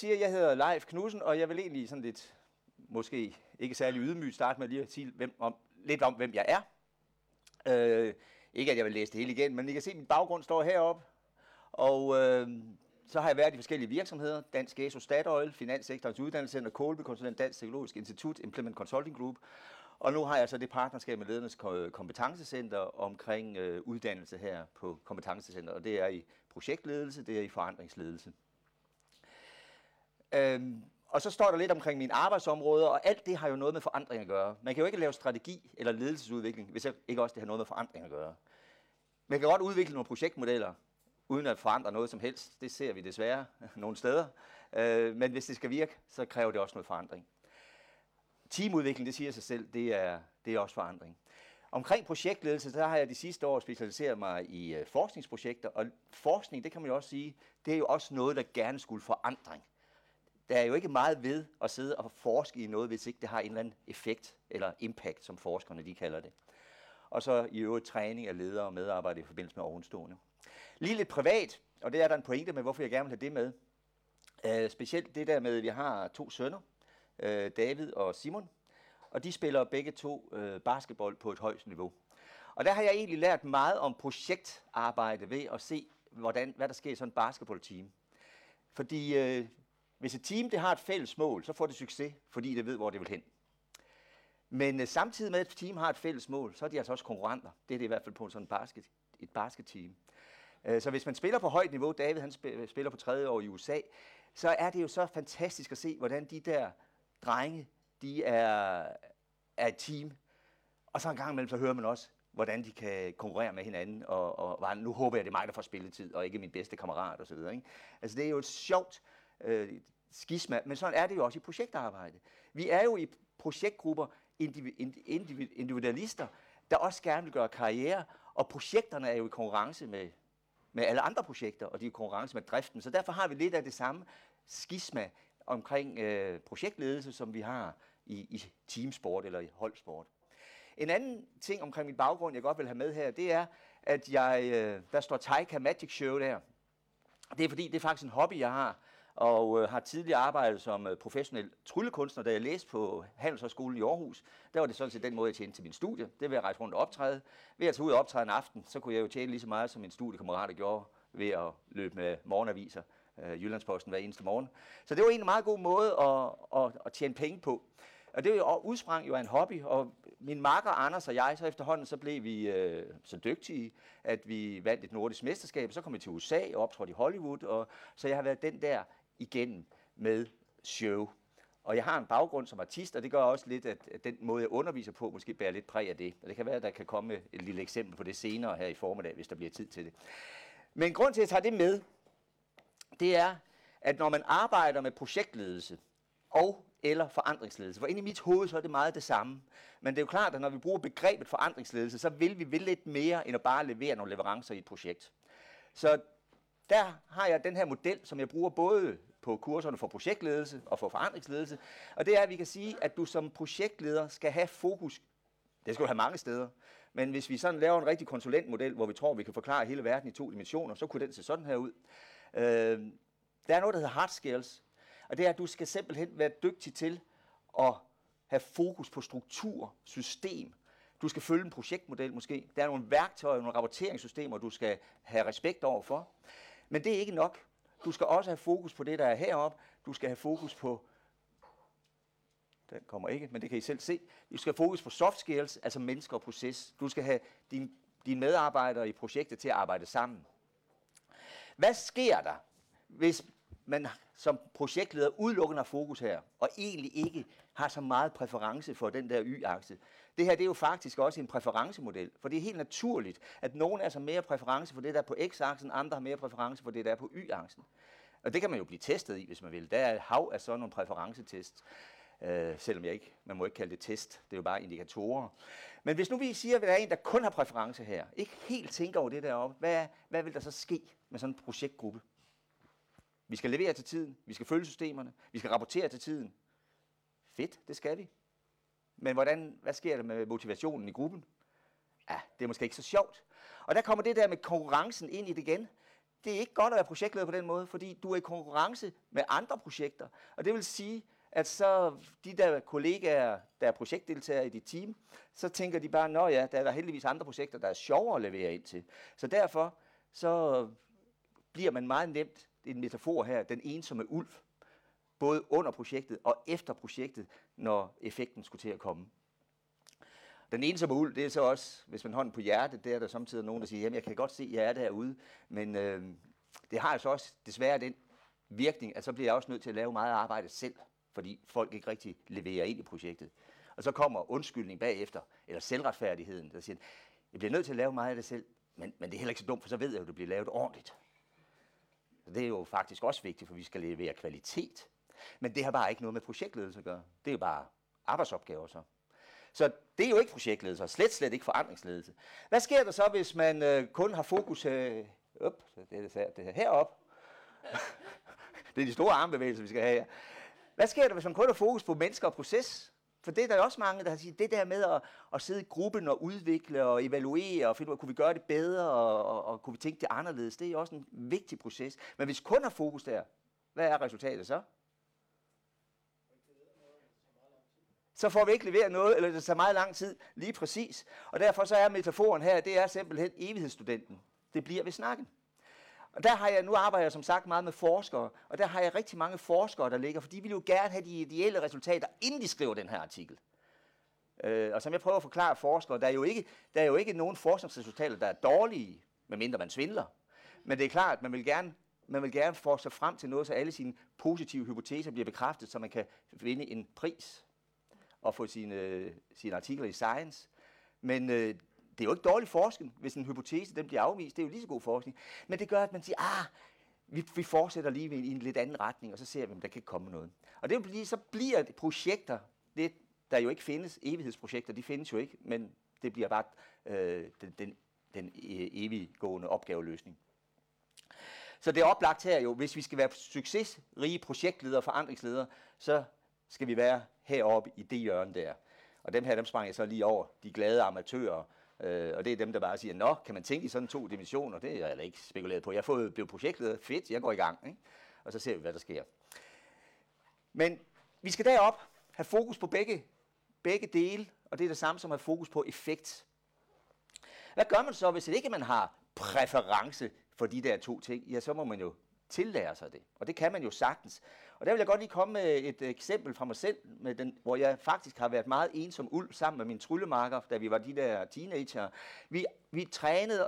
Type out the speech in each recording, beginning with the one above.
Jeg hedder Leif Knudsen, og jeg vil egentlig sådan lidt, måske ikke særlig ydmygt, starte med lige at sige lidt om, hvem jeg er. Ikke at jeg vil læse det hele igen, men I kan se, at min baggrund står heroppe. Og så har jeg været i forskellige virksomheder. Dansk ESO Statoil, Finanssektorens Uddannelsescenter, Kolbe Konsulent, Dansk Teknologisk Institut, Implement Consulting Group. Og nu har jeg så det partnerskab med Ledernes Kompetencecenter omkring uddannelse her på Kompetencecenter. Og det er i projektledelse, det er i forandringsledelse. Og så står der lidt omkring mine arbejdsområder, og alt det har jo noget med forandring at gøre. Man kan jo ikke lave strategi eller ledelsesudvikling, hvis ikke også det har noget med forandring at gøre. Man kan godt udvikle nogle projektmodeller, uden at forandre noget som helst. Det ser vi desværre nogle steder. Men hvis det skal virke, så kræver det også noget forandring. Teamudvikling, det siger sig selv, det er også forandring. Omkring projektledelse, der har jeg de sidste år specialiseret mig i forskningsprojekter, og forskning, det kan man jo også sige, det er jo også noget, der gerne skulle forandring. Der er jo ikke meget ved at sidde og forske i noget, hvis ikke det har en eller anden effekt eller impact, som forskerne de kalder det. Og så i øvrigt træning af ledere og medarbejdere i forbindelse med ovenstående. Lige lidt privat, og det er der en pointe med, hvorfor jeg gerne vil have det med. Specielt det der med, at vi har 2 sønner, David og Simon, og de spiller begge 2 basketball på et højt niveau. Og der har jeg egentlig lært meget om projektarbejde ved at se, hvad der sker i sådan et basketballteam. Fordi hvis et team det har et fælles mål, så får det succes, fordi det ved, hvor det vil hen. Men samtidig med, at et team har et fælles mål, så er de altså også konkurrenter. Det er det i hvert fald på sådan et basketteam. Så hvis man spiller på højt niveau, David han spiller på 3. år i USA, så er det jo så fantastisk at se, hvordan de der drenge, de er et team. Og så en gang imellem, så hører man også, hvordan de kan konkurrere med hinanden, og nu håber jeg, det er mig, der får spilletid, og ikke min bedste kammerat osv. Altså det er jo et sjovt skisma, men sådan er det jo også i projektarbejde. Vi er jo i projektgrupper individualister, der også gerne vil gøre karriere, og projekterne er jo i konkurrence med alle andre projekter, og de er i konkurrence med driften. Så derfor har vi lidt af det samme skisma omkring projektledelse, som vi har i teamsport eller i holdsport. En anden ting omkring min baggrund, jeg godt vil have med her, det er, at der står Taika Magic Show der. Det er fordi, det er faktisk en hobby, jeg har, og har tidligere arbejdet som professionel tryllekunstner, da jeg læste på Handelshøjskolen i Aarhus. Der var det sådan set den måde, jeg tjente til min studie. Det ved at rejse rundt og optræde. Ved at tage ud og optræde en aften, så kunne jeg jo tjene lige så meget, som min studiekammerater gjorde ved at løbe med morgenaviser, Jyllandsposten hver eneste morgen. Så det var en meget god måde at tjene penge på. Og det udsprang jo af en hobby, og min makker Anders og jeg, så efterhånden så blev vi så dygtige, at vi vandt et nordisk mesterskab. Så kom vi til USA og optrådte i Hollywood, og så jeg har været den der igennem med show. Og jeg har en baggrund som artist, og det gør også lidt, at den måde, jeg underviser på, måske bærer lidt præg af det. Og det kan være, at der kan komme et lille eksempel på det senere her i formiddag, hvis der bliver tid til det. Men grund til, at jeg tager det med, det er, at når man arbejder med projektledelse eller forandringsledelse, for inde i mit hoved, så er det meget det samme. Men det er jo klart, at når vi bruger begrebet forandringsledelse, så vil vi lidt mere, end at bare levere nogle leverancer i et projekt. Så der har jeg den her model, som jeg bruger både på kurserne for projektledelse og for forandringsledelse. Og det er, at vi kan sige, at du som projektleder skal have fokus. Det skal du have mange steder. Men hvis vi sådan laver en rigtig konsulentmodel, hvor vi tror, vi kan forklare hele verden i 2 dimensioner, så kunne den se sådan her ud. Der er noget, der hedder hard skills. Og det er, at du skal simpelthen være dygtig til at have fokus på struktur, system. Du skal følge en projektmodel måske. Der er nogle værktøjer, nogle rapporteringssystemer, du skal have respekt overfor. Men det er ikke nok. Du skal også have fokus på det, der er heroppe. Du skal have fokus på... Den kommer ikke, men det kan I selv se. Du skal have fokus på soft skills, altså mennesker og proces. Du skal have dine medarbejdere i projektet til at arbejde sammen. Hvad sker der, hvis man som projektleder udelukkende har fokus her, og egentlig ikke har så meget præference for den der y-akse? Det her det er jo faktisk også en præferencemodel, for det er helt naturligt, at nogen er så mere præference for det, der er på x-aksen, andre har mere præference for det, der er på y-aksen. Og det kan man jo blive testet i, hvis man vil. Der er et hav af sådan nogle præferencetests, selvom man må ikke kalde det test, det er jo bare indikatorer. Men hvis nu vi siger, at der er en, der kun har præference her, ikke helt tænker over det deroppe, hvad vil der så ske med sådan en projektgruppe? Vi skal levere til tiden, vi skal følge systemerne, vi skal rapportere til tiden. Fedt, det skal vi. Men hvad sker der med motivationen i gruppen? Ja, det er måske ikke så sjovt. Og der kommer det der med konkurrencen ind i det igen. det er ikke godt at være projektleder på den måde, fordi du er i konkurrence med andre projekter. Og det vil sige, at så de der kollegaer, der er projektdeltagere i dit team, så tænker de bare, nå ja, der er der heldigvis andre projekter, der er sjovere at levere ind til. Så derfor så bliver man meget nemt, en metafor her, den ensomme ulv, både under projektet og efter projektet, når effekten skulle til at komme. Den ensomme ulv, det er så også, hvis man hånden på hjertet, der er der samtidig nogen, der siger, jamen jeg kan godt se, at jeg er derude, men det har altså også desværre den virkning, at så bliver jeg også nødt til at lave meget arbejde selv, fordi folk ikke rigtig leverer ind i projektet. Og så kommer undskyldning bagefter, eller selvretfærdigheden, der siger, jeg bliver nødt til at lave meget af det selv, men det er heller ikke så dumt, for så ved jeg jo, at det bliver lavet ordentligt. Så det er jo faktisk også vigtigt, for vi skal levere kvalitet. Men det har bare ikke noget med projektledelse at gøre. Det er jo bare arbejdsopgaver så. Så det er jo ikke projektledelse, og slet ikke forandringsledelse. Hvad sker der så, hvis man kun har fokus det er heroppe. Det er de store armbevægelser, vi skal have her. Hvad sker der, hvis man kun har fokus på mennesker og proces? For det er der også mange, der har sagt, det der med at sidde i gruppen og udvikle og evaluere og finde ud af, kunne vi gøre det bedre og kunne vi tænke det anderledes, det er også en vigtig proces. Men hvis kun har fokus der, hvad er resultatet så? Så får vi ikke leveret noget, eller det tager meget lang tid, lige præcis. Og derfor så er metaforen her, det er simpelthen evighedsstudenten. Det bliver ved snakken. Og der har jeg, nu arbejder jeg som sagt meget med forskere, og der har jeg rigtig mange forskere, der ligger, for de vil jo gerne have de ideelle resultater, inden de skriver den her artikel. Og som jeg prøver at forklare forskere, der er jo ikke nogen forskningsresultater, der er dårlige, medmindre man svindler. Men det er klart, at man vil gerne forske sig frem til noget, så alle sine positive hypoteser bliver bekræftet, så man kan vinde en pris og få sine artikler i Science. Men det er jo ikke dårlig forskning, hvis en hypotese den bliver afvist. Det er jo lige så god forskning. Men det gør, at man siger, vi fortsætter lige i en lidt anden retning, og så ser vi, om der kan komme noget. Og det vil blive, så bliver det projekter, det, der jo ikke findes, evighedsprojekter, de findes jo ikke, men det bliver bare den eviggående opgaveløsning. Så det er oplagt her jo, hvis vi skal være succesrige projektledere og forandringsledere, så skal vi være heroppe i det hjørne der. Og dem sprang jeg så lige over, de glade amatører, og det er dem, der bare siger, nå, kan man tænke i sådan 2 dimensioner? Det er jeg da ikke spekuleret på. Jeg har blevet projektleder, fedt, jeg går i gang, ikke? Og så ser vi, hvad der sker. Men vi skal derop have fokus på begge dele, og det er det samme som at have fokus på effekt. Hvad gør man så, hvis ikke man har præference for de der 2 ting? Ja, så må man jo tillære sig det, og det kan man jo sagtens. Og der vil jeg godt lige komme med et eksempel fra mig selv, hvor jeg faktisk har været meget ensom ulv sammen med mine tryllemarker, da vi var de der teenager. Vi trænede,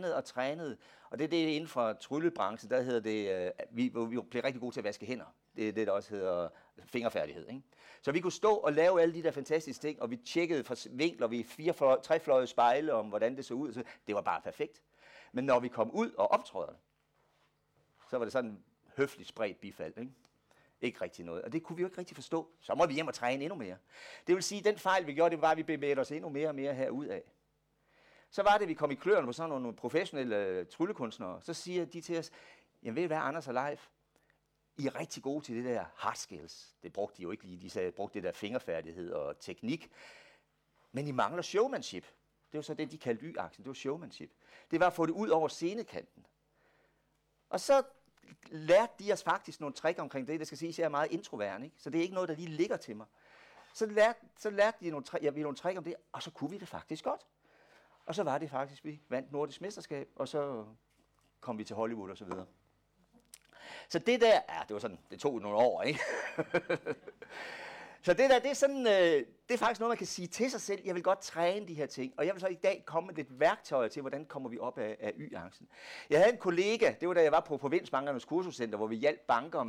og det er det inden for tryllebranchen, der hedder det, vi blev rigtig gode til at vaske hænder. Det er det, der også hedder fingerfærdighed. Ikke? Så vi kunne stå og lave alle de der fantastiske ting, og vi tjekkede fra vinkler, vi 3-fløjede spejle om, hvordan det så ud. Så det var bare perfekt. Men når vi kom ud og optrådte, så var det sådan en høfligt spredt bifald, ikke? Ikke rigtig noget. Og det kunne vi jo ikke rigtig forstå. Så må vi hjem og træne endnu mere. Det vil sige, at den fejl, vi gjorde, det var, at vi bevægede os endnu mere og mere herud af. Så var det, at vi kom i kløerne på sådan nogle professionelle tryllekunstnere. Så siger de til os, jamen ved I hvad, Anders og Leif, I er rigtig gode til det der hard skills. Det brugte de jo ikke lige. De sagde, brugte det der fingerfærdighed og teknik. Men I mangler showmanship. Det var så det, de kaldte Y-aksen. Det var showmanship. Det var at få det ud over scenekanten. Og så lærte de os faktisk nogle trick omkring det. Det skal siges, at jeg er meget introvert, ikke? Så det er ikke noget, der lige ligger til mig. Så lærte de nogle trick om det, og så kunne vi det faktisk godt. Og så var det faktisk, vi vandt Nordisk Mesterskab, og så kom vi til Hollywood og så videre. Så det der, det var sådan, det tog nogle år, ikke? Så det der, det er sådan, det er faktisk noget, man kan sige til sig selv, jeg vil godt træne de her ting, og jeg vil så i dag komme med lidt værktøjer til, hvordan kommer vi op af Y-aksen. Jeg havde en kollega, det var da jeg var på Provinsbankernes kursuscenter, hvor vi hjalp banker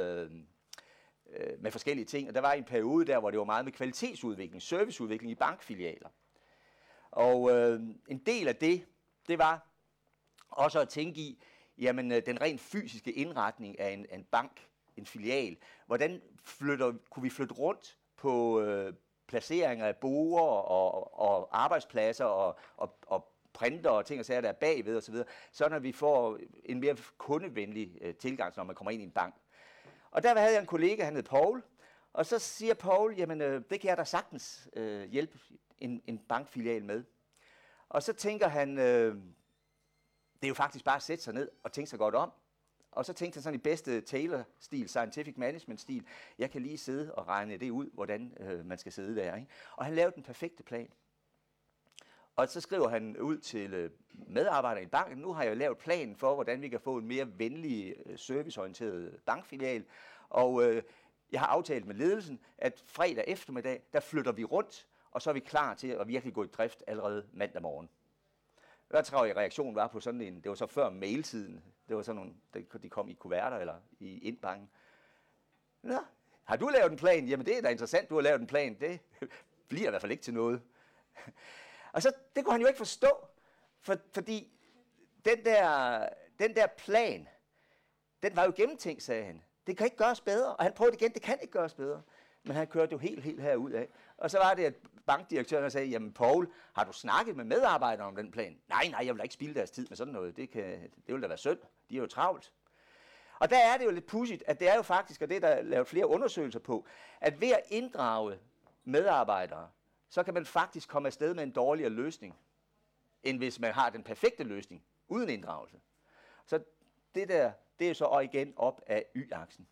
med forskellige ting, og der var en periode der, hvor det var meget med kvalitetsudvikling, serviceudvikling i bankfilialer. Og en del af det var også at tænke i, jamen den rent fysiske indretning af en bank, en filial. Hvordan kunne vi flytte rundt på placeringer af borer og arbejdspladser og printer og ting og sager, der er bagved osv., sådan at vi får en mere kundevenlig tilgang, når man kommer ind i en bank. Og der havde jeg en kollega, han hed Paul, og så siger Paul, jamen det kan jeg da sagtens hjælpe en bankfilial med. Og så tænker han, det er jo faktisk bare at sætte sig ned og tænke sig godt om. Og så tænkte han sådan i bedste Taylor-stil, scientific management-stil, jeg kan lige sidde og regne det ud, hvordan man skal sidde der. Ikke? Og han lavede den perfekte plan. Og så skriver han ud til medarbejdere i banken, nu har jeg lavet planen for, hvordan vi kan få en mere venlig, serviceorienteret bankfilial. Og jeg har aftalt med ledelsen, at fredag eftermiddag, der flytter vi rundt, og så er vi klar til at virkelig gå i drift allerede mandag morgen. Hvad tror jeg reaktionen var på sådan en, det var så før mailtiden, det var sådan nogle, de kom i kuverter eller i indbanken. Nå, har du lavet en plan? Jamen det er da interessant, du har lavet en plan, det bliver i hvert fald ikke til noget. Og så, det kunne han jo ikke forstå, fordi den der plan, den var jo gennemtænkt, sagde han. Det kan ikke gøres bedre, og han prøvede igen, det kan ikke gøres bedre. Men han kørte jo helt herud af. Og så var det, at bankdirektøren sagde, jamen Poul, har du snakket med medarbejderne om den plan? Nej, jeg vil da ikke spilde deres tid med sådan noget. Det vil da være synd. De er jo travlt. Og der er det jo lidt pudsigt, at det er jo faktisk, og det er der lavet flere undersøgelser på, at ved at inddrage medarbejdere, så kan man faktisk komme afsted med en dårligere løsning, end hvis man har den perfekte løsning, uden inddragelse. Så det der, det er så og igen op af Y-aksen.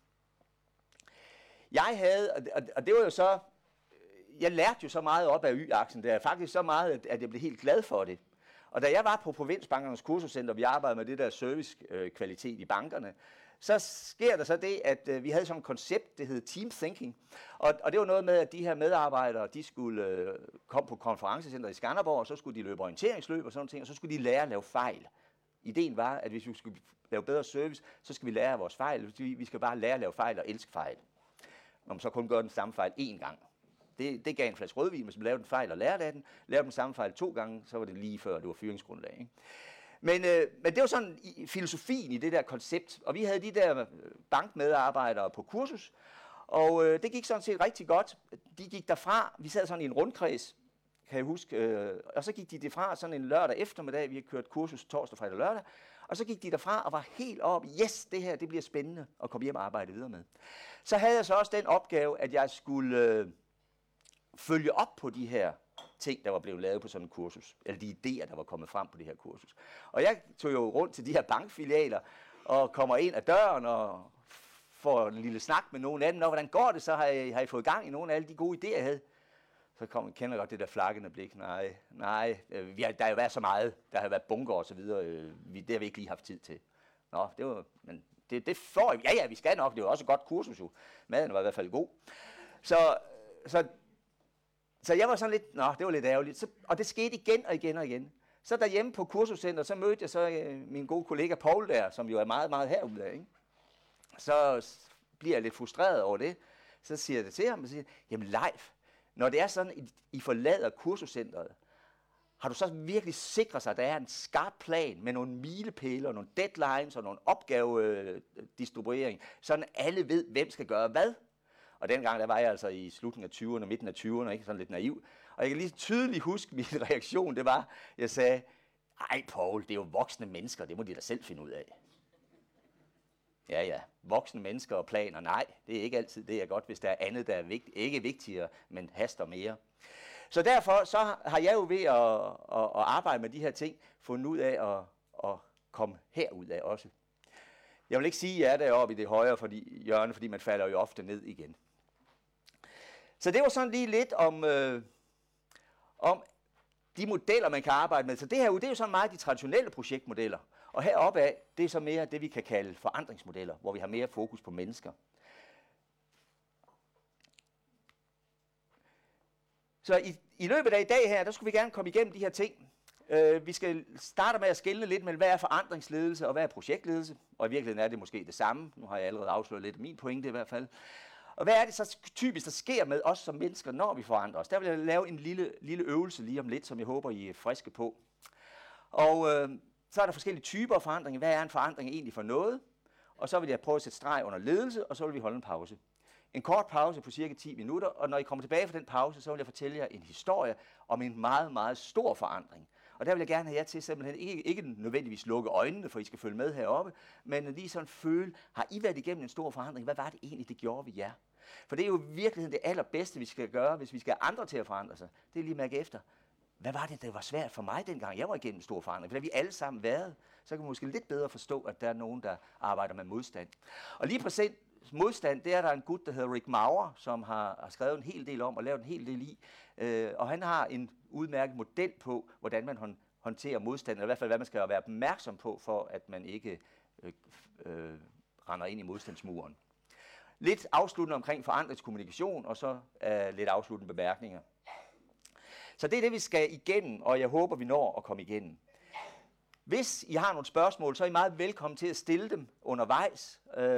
Jeg havde, og det var jo så, jeg lærte jo så meget op af Y-aksen, der er faktisk så meget, at jeg blev helt glad for det. Og da jeg var på Provinsbankernes kursuscenter, vi arbejdede med det der servicekvalitet i bankerne, så sker der så det, at vi havde sådan et koncept, det hed team thinking. Og det var noget med, at de her medarbejdere, de skulle komme på konferencecenteret i Skanderborg, og så skulle de løbe orienteringsløb og sådan ting, og så skulle de lære at lave fejl. Ideen var, at hvis vi skulle lave bedre service, så skal vi lære af vores fejl. Vi skal bare lære at lave fejl og elske fejl. Når man så kun gør den samme fejl én gang. Det gav en flaske rødvin, hvis man lavede en fejl og lærte af den. Lavede den samme fejl 2 gange, så var det lige før, det var fyringsgrundlag. Ikke? Men det var sådan filosofien i det der koncept. Og vi havde de der bankmedarbejdere på kursus, og det gik sådan set rigtig godt. De gik derfra, vi sad sådan i en rundkreds, kan jeg huske, og så gik de derfra sådan en lørdag eftermiddag, vi havde kørt kursus torsdag, fredag og lørdag, og så gik de derfra og var helt op, yes, det her, det bliver spændende at komme hjem og arbejde videre med. Så havde jeg så også den opgave, at jeg skulle følge op på de her ting, der var blevet lavet på sådan en kursus, eller de idéer, der var kommet frem på det her kursus. Og jeg tog jo rundt til de her bankfilialer, og kommer ind ad døren, og får en lille snak med nogen af dem, og hvordan går det, så har I fået gang i nogle af alle de gode idéer, jeg havde. Så kender jeg godt det der flakkende blik. Nej, der har jo været så meget, der har været bunker og så videre, det har vi ikke lige haft tid til. Nå, men det får vi. Ja, vi skal nok, det var også et godt kursus jo. Maden var i hvert fald god. Så jeg var sådan lidt, det var lidt ærgerligt. Og det skete igen og igen og igen. Så derhjemme på kursuscenter, så mødte jeg så min gode kollega Poul der, som jo er meget, meget herude af, ikke? Så bliver jeg lidt frustreret over det. Så siger jeg det til ham og siger, jamen Leif, når det er sådan, I forlader kursuscenteret, har du så virkelig sikret sig, at der er en skarp plan med nogle milepæle og nogle deadlines og nogle opgavedistribuering, sådan alle ved, hvem skal gøre hvad? Og dengang, der var jeg altså i slutningen af 20'erne, midten af 20'erne, ikke? Sådan lidt naiv. Og jeg kan lige tydeligt huske, min reaktion, det var, jeg sagde, ej Poul, det er jo voksne mennesker, det må de da selv finde ud af. Ja, voksne mennesker og planer, nej, det er ikke altid det er godt, hvis der er andet, der er ikke vigtigere, men haster mere. Så derfor så har jeg jo ved at arbejde med de her ting, fundet ud af at komme herud af også. Jeg vil ikke sige, at jeg er deroppe i det højre hjørne, fordi man falder jo ofte ned igen. Så det var sådan lige lidt om de modeller, man kan arbejde med. Så det her det er jo sådan meget de traditionelle projektmodeller. Og heroppe af, det er så mere det, vi kan kalde forandringsmodeller, hvor vi har mere fokus på mennesker. Så i løbet af i dag her, der skulle vi gerne komme igennem de her ting. Vi skal starte med at skelne lidt mellem, hvad er forandringsledelse og hvad er projektledelse. Og i virkeligheden er det måske det samme. Nu har jeg allerede afsløret lidt af min pointe i hvert fald. Og hvad er det så typisk, der sker med os som mennesker, når vi forandrer os? Der vil jeg lave en lille øvelse lige om lidt, som jeg håber, I er friske på. Og så er der forskellige typer af forandring. Hvad er en forandring egentlig for noget? Og så vil jeg prøve at sætte streg under ledelse, og så vil vi holde en pause. En kort pause på cirka 10 minutter, og når I kommer tilbage fra den pause, så vil jeg fortælle jer en historie om en meget, meget stor forandring. Og der vil jeg gerne have jer til simpelthen ikke nødvendigvis lukke øjnene, for I skal følge med heroppe, men lige sådan føle, har I været igennem en stor forandring? Hvad var det egentlig, det gjorde ved jer? For det er jo i virkeligheden det allerbedste, vi skal gøre, hvis vi skal have andre til at forandre sig. Det er lige at mærke efter. hvad var det, der var svært for mig dengang, jeg var igennem en stor forandring? For det har vi alle sammen været. Så kan man måske lidt bedre forstå, at der er nogen, der arbejder med modstand. Og lige præcis modstand, det er der en gut, der hedder Rick Maurer, som har skrevet en hel del om og lavet en hel del i. Og han har en udmærket model på, hvordan man håndterer modstand, eller i hvert fald, hvad man skal være opmærksom på, for at man ikke render ind i modstandsmuren. Lidt afsluttende omkring forandringskommunikation, og så lidt afsluttende bemærkninger. Så det er det, vi skal igennem, og jeg håber, vi når at komme igennem. Hvis I har nogle spørgsmål, så er I meget velkommen til at stille dem undervejs.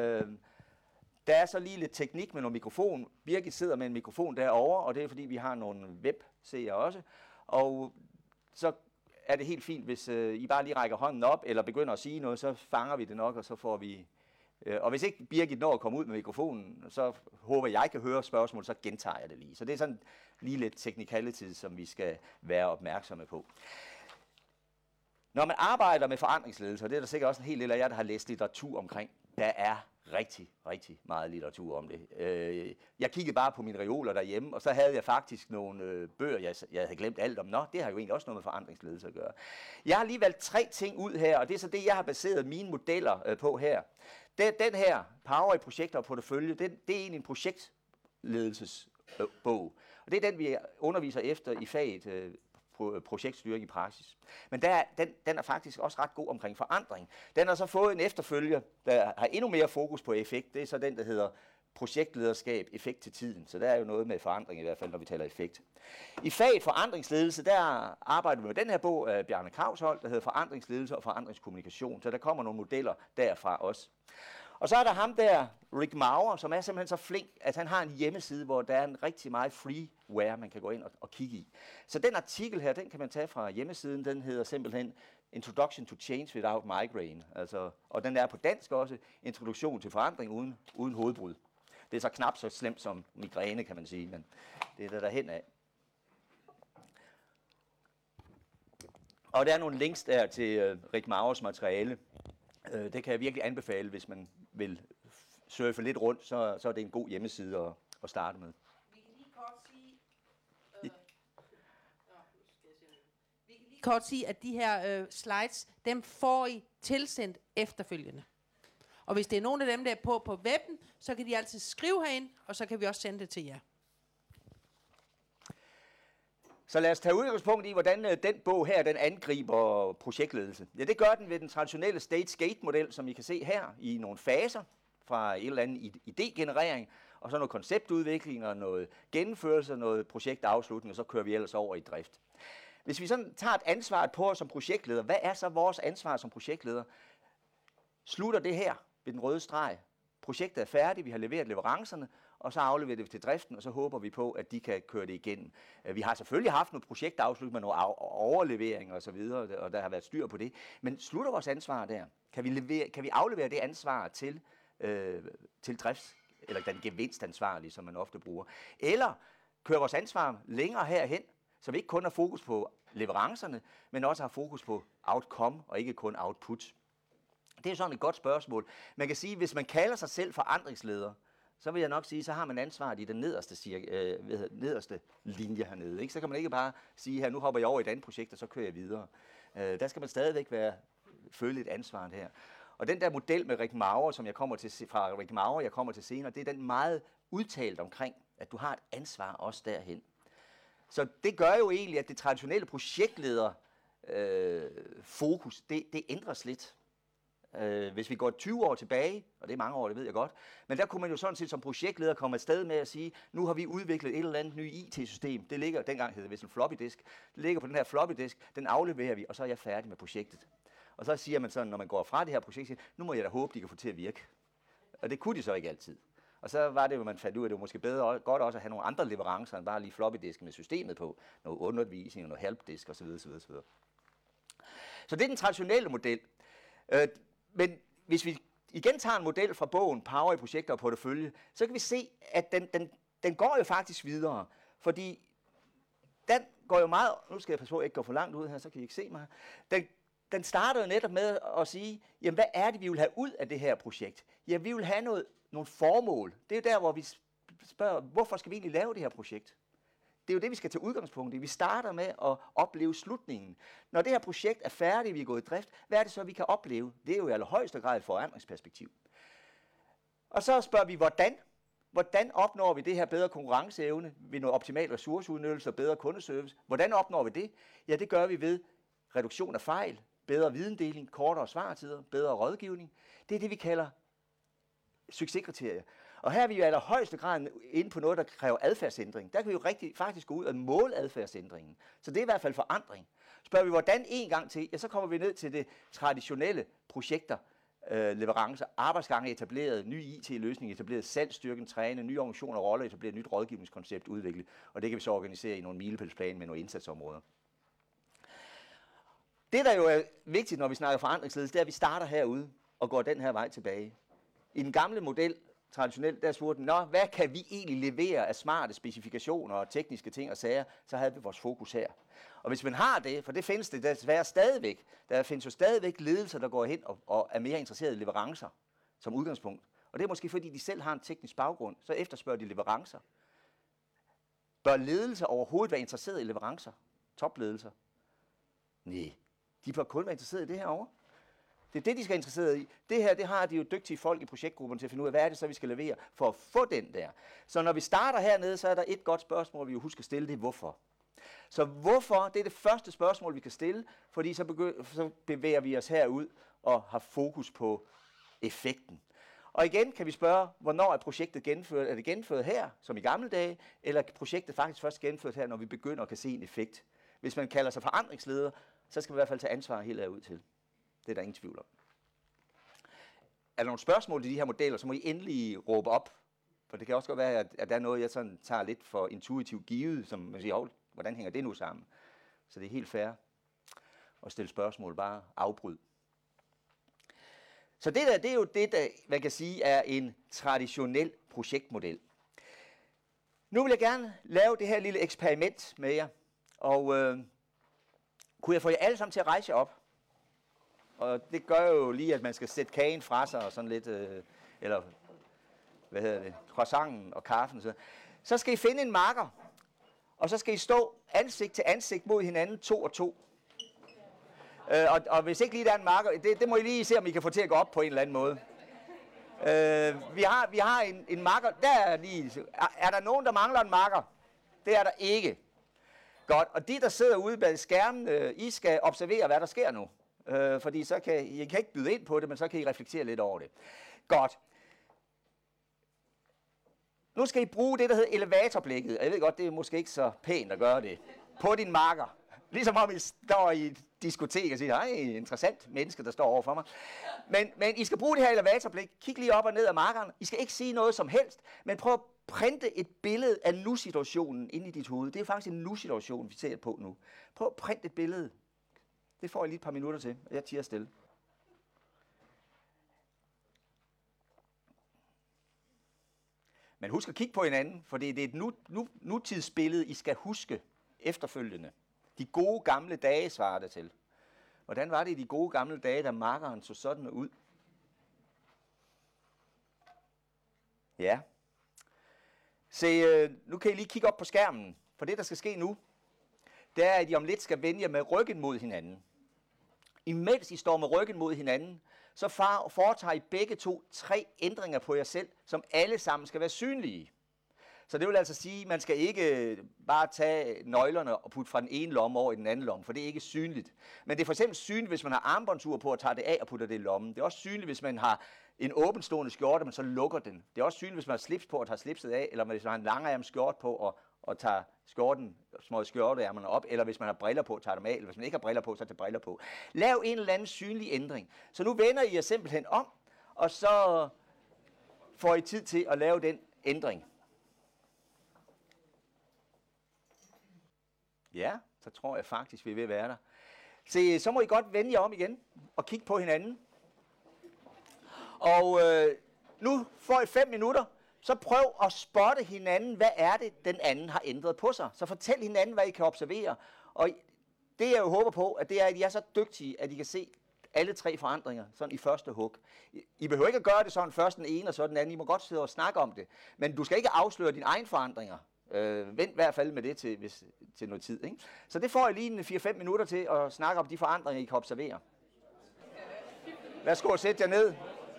Der er så lige lidt teknik med noget mikrofon. Birgit sidder med en mikrofon derovre, og det er fordi, vi har nogle webseere også. Og så er det helt fint, hvis I bare lige rækker hånden op, eller begynder at sige noget, så fanger vi det nok, og så får vi... Og hvis ikke Birgit når at komme ud med mikrofonen, så håber jeg kan høre spørgsmål, så gentager jeg det lige. Så det er sådan lige lidt technicalities, som vi skal være opmærksomme på. Når man arbejder med forandringsledelse, og det er der sikkert også en hel del af jer, der har læst litteratur omkring, der er rigtig, rigtig meget litteratur om det. Jeg kiggede bare på mine reoler derhjemme, og så havde jeg faktisk nogle bøger, jeg havde glemt alt om. Nå, det har jo egentlig også noget med forandringsledelse at gøre. Jeg har lige valgt 3 ting ud her, og det er så det, jeg har baseret mine modeller på her. Den her, Power i projekter og portefølje, det er egentlig en projektledelsesbog. Og det er den, vi underviser efter i faget projektstyring i praksis. Men den er faktisk også ret god omkring forandring. Den har så fået en efterfølger, der har endnu mere fokus på effekt. Det er så den, der hedder projektlederskab, effekt til tiden. Så der er jo noget med forandring i hvert fald, når vi taler effekt. I faget forandringsledelse, der arbejder vi med den her bog af Bjarne Krausholt, der hedder Forandringsledelse og forandringskommunikation. Så der kommer nogle modeller derfra også. Og så er der ham der, Rick Maurer, som er simpelthen så flink, at han har en hjemmeside, hvor der er en rigtig meget freeware, man kan gå ind og kigge i. Så den artikel her, den kan man tage fra hjemmesiden, den hedder simpelthen Introduction to Change Without Migraine. Altså, og den er på dansk også, Introduktion til forandring uden hovedbrud. Det er så knap så slemt som migræne, kan man sige, men det er der derhen af. Og der er nogle links der til Rick Maurers materiale. Det kan jeg virkelig anbefale, hvis man vil surfe lidt rundt, så er det en god hjemmeside at starte med. Vi kan lige kort sige, at de her slides, dem får I tilsendt efterfølgende. Og hvis det er nogen af dem, der er på webben, så kan de altid skrive herind, og så kan vi også sende det til jer. Så lad os tage udgangspunkt i, hvordan den bog her, den angriber projektledelse. Ja, det gør den ved den traditionelle stage-gate-model, som I kan se her i nogle faser fra en eller anden idégenerering, og så noget konceptudvikling og noget gennemførelse og noget projektafslutning, og så kører vi ellers over i drift. Hvis vi sådan tager et ansvar på os som projektleder, hvad er så vores ansvar som projektleder? Slutter det her ved den røde streg? Projektet er færdigt, vi har leveret leverancerne, og så afleverer det til driften, og så håber vi på, at de kan køre det igennem. Vi har selvfølgelig haft nogle projektafslut med nogle overleveringer osv., og der har været styr på det. Men slutter vores ansvar der? Kan vi aflevere det ansvar til drifts, eller den gevinstansvarlige, som man ofte bruger? Eller kører vores ansvar længere herhen, så vi ikke kun har fokus på leverancerne, men også har fokus på outcome, og ikke kun output? Det er sådan et godt spørgsmål. Man kan sige, at hvis man kalder sig selv forandringsleder, så vil jeg nok sige, så har man ansvaret i den nederste linje hernede. Ikke? Så kan man ikke bare sige, her nu hopper jeg over i et andet projekt, og så kører jeg videre. Der skal man stadigvæk føle et ansvar her. Og den der model med Rick Maurer, som jeg kommer til senere, det er den meget udtalt omkring, at du har et ansvar også derhen. Så det gør jo egentlig, at det traditionelle projektleder fokus, det ændres lidt. Hvis vi går 20 år tilbage, og det er mange år, det ved jeg godt, men der kunne man jo sådan set som projektleder komme afsted med at sige, nu har vi udviklet et eller andet nyt IT-system, det ligger, dengang hed det vist en floppy disk, det ligger på den her floppy disk, den afleverer vi, og så er jeg færdig med projektet. Og så siger man sådan, når man går fra det her projekt, siger, nu må jeg da håbe, de kan få til at virke. Og det kunne de så ikke altid. Og så var det, man fandt ud af, det var måske godt også at have nogle andre leverancer, end bare lige floppy disk med systemet på, noget undervisning og noget helpdisk osv. osv. Så det er den traditionelle model. Men hvis vi igen tager en model fra bogen Power i projekter og portefølje, så kan vi se, at den går jo faktisk videre. Fordi den går jo meget... Nu skal jeg passe på, at jeg ikke går for langt ud her, så kan I ikke se mig. Den starter jo netop med at sige, jamen hvad er det, vi vil have ud af det her projekt? Ja, vi vil have nogle formål. Det er jo der, hvor vi spørger, hvorfor skal vi egentlig lave det her projekt? Det er jo det, vi skal tage udgangspunkt i. Vi starter med at opleve slutningen. Når det her projekt er færdigt, vi er gået i drift, hvad er det så, vi kan opleve? Det er jo i allerhøjeste grad et forandringsperspektiv. Og så spørger vi, hvordan? Hvordan opnår vi det her bedre konkurrenceevne ved noget optimal ressourceudnyttelse og bedre kundeservice? Hvordan opnår vi det? Ja, det gør vi ved reduktion af fejl, bedre videndeling, kortere svartider, bedre rådgivning. Det er det, vi kalder succeskriterier. Og her er vi jo i allerhøjeste grad inde på noget, der kræver adfærdsændring. Der kan vi jo faktisk gå ud og måle adfærdsændringen. Så det er i hvert fald forandring. Spørger vi, hvordan en gang til, ja, så kommer vi ned til det traditionelle projekter, leverancer, arbejdsgange etableret, ny IT-løsning etableret, salgsstyrken træne, nye organisationer og roller etableret, nyt rådgivningskoncept udviklet, og det kan vi så organisere i nogle milepælsplaner med nogle indsatsområder. Det, der jo er vigtigt, når vi snakker forandringsledelse, det er, at vi starter herude og går den her vej tilbage. I den gamle model, traditionelt, der spurgte den, hvad kan vi egentlig levere af smarte specifikationer og tekniske ting og sager, så havde vi vores fokus her. Og hvis man har det, for det findes det desværre stadigvæk, der findes jo stadigvæk ledelser, der går hen og er mere interesserede i leverancer som udgangspunkt. Og det er måske fordi, de selv har en teknisk baggrund, så efterspørger de leverancer. Bør ledelser overhovedet være interesserede i leverancer? Topledelser? Nej, de bør kun være interesserede i det herovre. Det er det, de skal være interesserede i. Det her, det har de jo dygtige folk i projektgruppen til at finde ud af, hvad er det så, vi skal levere for at få den der. Så når vi starter hernede, så er der et godt spørgsmål, vi jo husker at stille, det er hvorfor. Så hvorfor, det er det første spørgsmål, vi kan stille, fordi så bevæger vi os herud og har fokus på effekten. Og igen kan vi spørge, hvornår er projektet gennemført? Er det gennemført her, som i gamle dage, eller er projektet faktisk først gennemført her, når vi begynder at kan se en effekt? Hvis man kalder sig forandringsleder, så skal man i hvert fald tage ansvar helt herud til. Det er der ingen tvivl om. Er der nogle spørgsmål til de her modeller, så må I endelig råbe op. For det kan også godt være, at der er noget, jeg sådan tager lidt for intuitivt givet, som man siger, hvordan hænger det nu sammen? Så det er helt fair at stille spørgsmål, bare afbryd. Så det der, det er jo det, der man kan sige er en traditionel projektmodel. Nu vil jeg gerne lave det her lille eksperiment med jer, og kunne jeg få jer alle sammen til at rejse jer op? Og det gør jo lige, at man skal sætte kagen fra sig og sådan lidt, eller croissanten og kaffen og sådan. Så skal I finde en marker, og så skal I stå ansigt til ansigt mod hinanden, 2 og 2. Og hvis ikke lige der er en marker, det må I lige se, om I kan få til at gå op på en eller anden måde. Vi har en marker, der er lige, er der nogen, der mangler en marker? Det er der ikke. Godt, og de, der sidder ude bag skærmen, I skal observere, hvad der sker nu. Fordi så kan I kan ikke byde ind på det, men så kan I reflektere lidt over det. Godt. Nu skal I bruge det, der hedder elevatorblikket. Jeg ved godt, det er måske ikke så pænt at gøre det. På din marker. Ligesom om I står i et diskotek og siger, interessant menneske, der står overfor mig. Men I skal bruge det her elevatorblik. Kig lige op og ned af markeren. I skal ikke sige noget som helst, men prøv at printe et billede af nu-situationen inde i dit hoved. Det er faktisk en nu-situation, vi ser på nu. Prøv at printe et billede. Det får I lige et par minutter til, og jeg tiger stille. Men husk at kigge på hinanden, for det er et nutidsbillede, I skal huske efterfølgende. De gode gamle dage svarer det til. Hvordan var det i de gode gamle dage, da markeren så sådan ud? Ja. Se, nu kan I lige kigge op på skærmen, for det, der skal ske nu, det er, at I om lidt skal vende jer med ryggen mod hinanden. Imens I står med ryggen mod hinanden, så foretager I begge to 3 ændringer på jer selv, som alle sammen skal være synlige. Så det vil altså sige, at man skal ikke bare tage nøglerne og putte fra den ene lomme over i den anden lomme, for det er ikke synligt. Men det er for eksempel synligt, hvis man har armbåndsur på og tager det af og putter det i lommen. Det er også synligt, hvis man har en åbenstående skjorte, men så lukker den. Det er også synligt, hvis man har slips på og tager slipset af, eller hvis man har en langærmet skjorte på og tager små skjorteærmerne op, eller hvis man har briller på, tager dem af, eller hvis man ikke har briller på, så tager briller på. Lav en eller anden synlig ændring. Så nu vender I jer simpelthen om, og så får I tid til at lave den ændring. Ja, så tror jeg faktisk, vi er ved at være der. Se, så må I godt vende jer om igen og kigge på hinanden. Og nu får I 5 minutter. Så prøv at spotte hinanden, hvad er det, den anden har ændret på sig. Så fortæl hinanden, hvad I kan observere. Og det, jeg jo håber på, at det er, at I er så dygtige, at I kan se alle 3 forandringer sådan i første hug. I behøver ikke at gøre det sådan først den ene og så den anden. I må godt sidde og snakke om det. Men du skal ikke afsløre dine egne forandringer. Vent i hvert fald med det til noget tid. Ikke? Så det får I lige en 4-5 minutter til at snakke om de forandringer, I kan observere. Værsgo at sætte jer ned.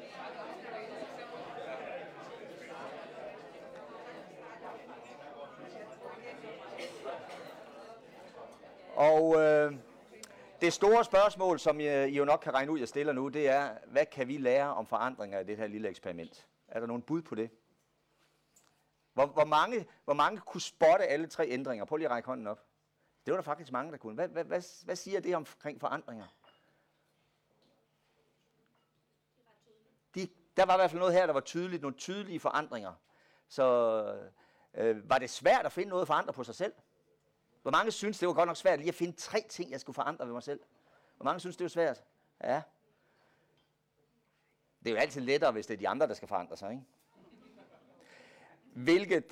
Og det store spørgsmål, som I jo nok kan regne ud, jeg stiller nu, det er, hvad kan vi lære om forandringer af det her lille eksperiment? Er der nogen bud på det? Hvor mange kunne spotte alle 3 ændringer? Prøv lige at række hånden op. Det var der faktisk mange, der kunne. Hvad siger det omkring forandringer? Der var i hvert fald noget her, der var tydeligt. Nogle tydelige forandringer. Så var det svært at finde noget at forandre på sig selv? Hvor mange synes, det var godt nok svært lige at finde 3 ting, jeg skulle forandre ved mig selv? Hvor mange synes, det var svært? Ja. Det er jo altid lettere, hvis det er de andre, der skal forandre sig, ikke? Hvilket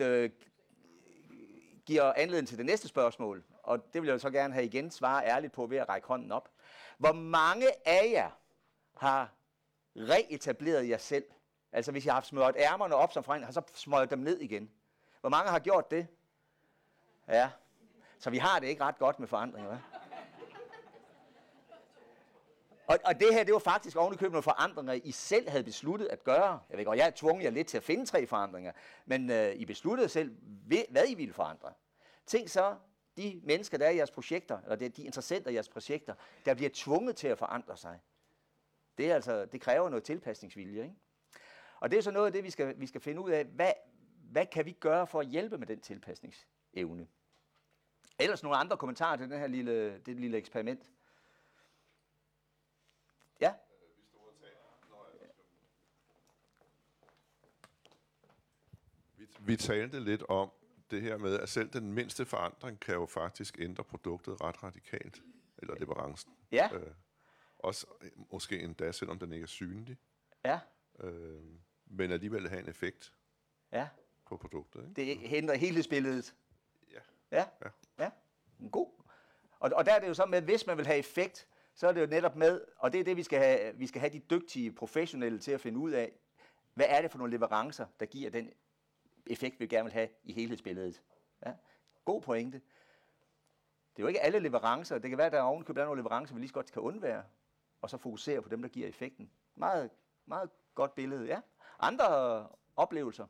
giver anledning til det næste spørgsmål, og det vil jeg så gerne have igen svare ærligt på ved at række hånden op. Hvor mange af jer har reetableret jer selv? Altså hvis jeg har smørt ærmerne op som forandring, har så smørt dem ned igen. Hvor mange har gjort det? Ja. Så vi har det ikke ret godt med forandringer, hva'? Og det her, det var faktisk ovenikøbet nogle forandringer, I selv havde besluttet at gøre. Jeg ved godt, jeg har tvunget jer lidt til at finde 3 forandringer, men I besluttede selv, hvad I ville forandre. Tænk så, de mennesker, der er i jeres projekter, eller de interessenter i jeres projekter, der bliver tvunget til at forandre sig. Det kræver noget tilpasningsvilje, ikke? Og det er så noget af det, vi skal finde ud af, hvad kan vi gøre for at hjælpe med den tilpasningsevne? Ellers nogle andre kommentarer til det lille eksperiment. Ja? Vi talte lidt om det her med, at selv den mindste forandring kan jo faktisk ændre produktet ret radikalt, eller leverancen. Ja. Også måske endda, selvom den ikke er synlig. Ja. Men alligevel have en effekt på produktet. Ikke? Det ændrer helhedsbilledet. Ja. God. Og der er det jo så med, hvis man vil have effekt, så er det jo netop med, og det er det, vi skal have de dygtige professionelle til at finde ud af, hvad er det for nogle leverancer, der giver den effekt, vi gerne vil have i helhedsbilledet. Ja. God pointe. Det er jo ikke alle leverancer. Det kan være, at der er ovenikøbet nogle leverancer, vi lige så godt kan undvære, og så fokusere på dem, der giver effekten. Meget, meget godt billede, ja. Andre oplevelser.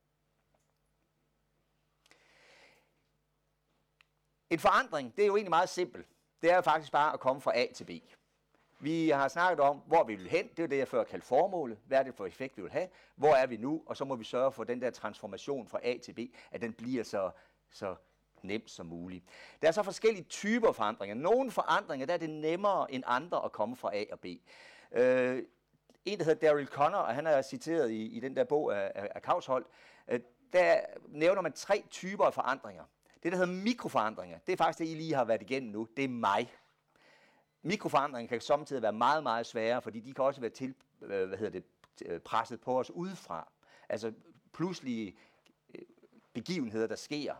En forandring, det er jo egentlig meget simpelt. Det er jo faktisk bare at komme fra A til B. Vi har snakket om, hvor vi vil hen. Det er jo det, jeg før kaldte formålet. Hvad er det for effekt, vi vil have? Hvor er vi nu? Og så må vi sørge for, den der transformation fra A til B, at den bliver så nemt som muligt. Der er så forskellige typer forandringer. Nogle forandringer, der er det nemmere end andre at komme fra A og B. En, der hedder Daryl Conner, og han er citeret i den der bog af Kausholt, der nævner man 3 typer af forandringer. Det, der hedder mikroforandringer, det er faktisk det, I lige har været igennem nu. Det er mig. Mikroforandringer kan samtidig være meget, meget svære, fordi de kan også være presset på os udefra. Altså pludselige begivenheder, der sker.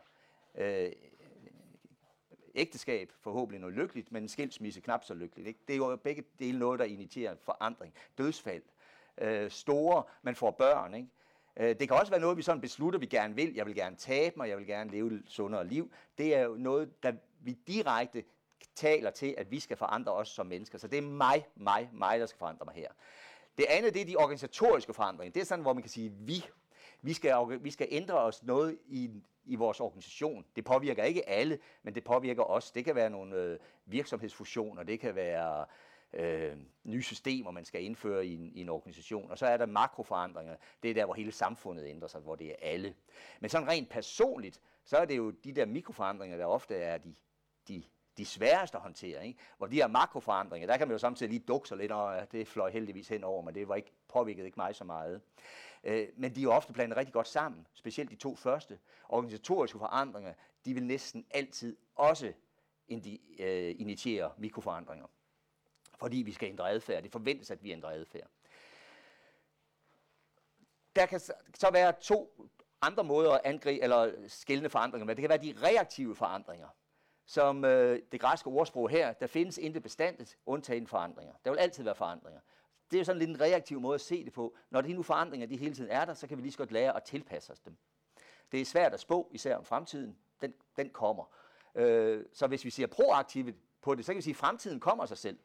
Ægteskab, forhåbentlig noget lykkeligt, men skilsmisse knap så lykkeligt. Ikke? Det er jo begge dele noget, der initierer forandring. Dødsfald. Man får børn, ikke? Det kan også være noget, vi sådan beslutter, vi gerne vil. Jeg vil gerne tabe mig, jeg vil gerne leve et sundere liv. Det er jo noget, der vi direkte taler til, at vi skal forandre os som mennesker. Så det er mig, der skal forandre mig her. Det andet, det er de organisatoriske forandringer. Det er sådan, hvor man kan sige, vi skal ændre os noget i vores organisation. Det påvirker ikke alle, men det påvirker os. Det kan være nogle virksomhedsfusioner, det kan være nye systemer, man skal indføre i en organisation. Og så er der makroforandringer. Det er der, hvor hele samfundet ændrer sig, hvor det er alle. Men sådan rent personligt, så er det jo de der mikroforandringer, der ofte er de sværeste at håndtere. Ikke? Hvor de her makroforandringer, der kan man jo samtidig lige dukke sig lidt, og det fløj heldigvis henover, men det påvirkede ikke mig så meget. Men de er jo ofte blandet rigtig godt sammen, specielt de 2 første. Organisatoriske forandringer, de vil næsten altid også initiere mikroforandringer. Fordi vi skal ændre adfærd. Det forventes, at vi ændrer adfærd. Der kan så være 2 andre måder at angribe eller skelne forandringer med. Det kan være de reaktive forandringer. Som det græske ordsprog her, der findes intet bestandigt, undtagen forandringer. Der vil altid være forandringer. Det er jo sådan lidt en reaktiv måde at se det på. Når de nu forandringer, de hele tiden er der, så kan vi lige så godt lære at tilpasse os dem. Det er svært at spå, især om fremtiden. Den kommer. Så hvis vi ser proaktivt på det, så kan vi sige, at fremtiden kommer af sig selv.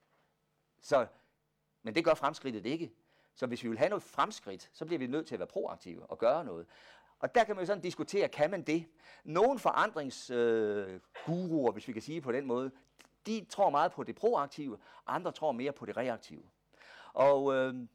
Men det gør fremskridtet ikke. Så hvis vi vil have noget fremskridt, så bliver vi nødt til at være proaktive og gøre noget. Og der kan man jo sådan diskutere, kan man det? Nogle forandringsguruer, hvis vi kan sige på den måde, de tror meget på det proaktive, andre tror mere på det reaktive. Og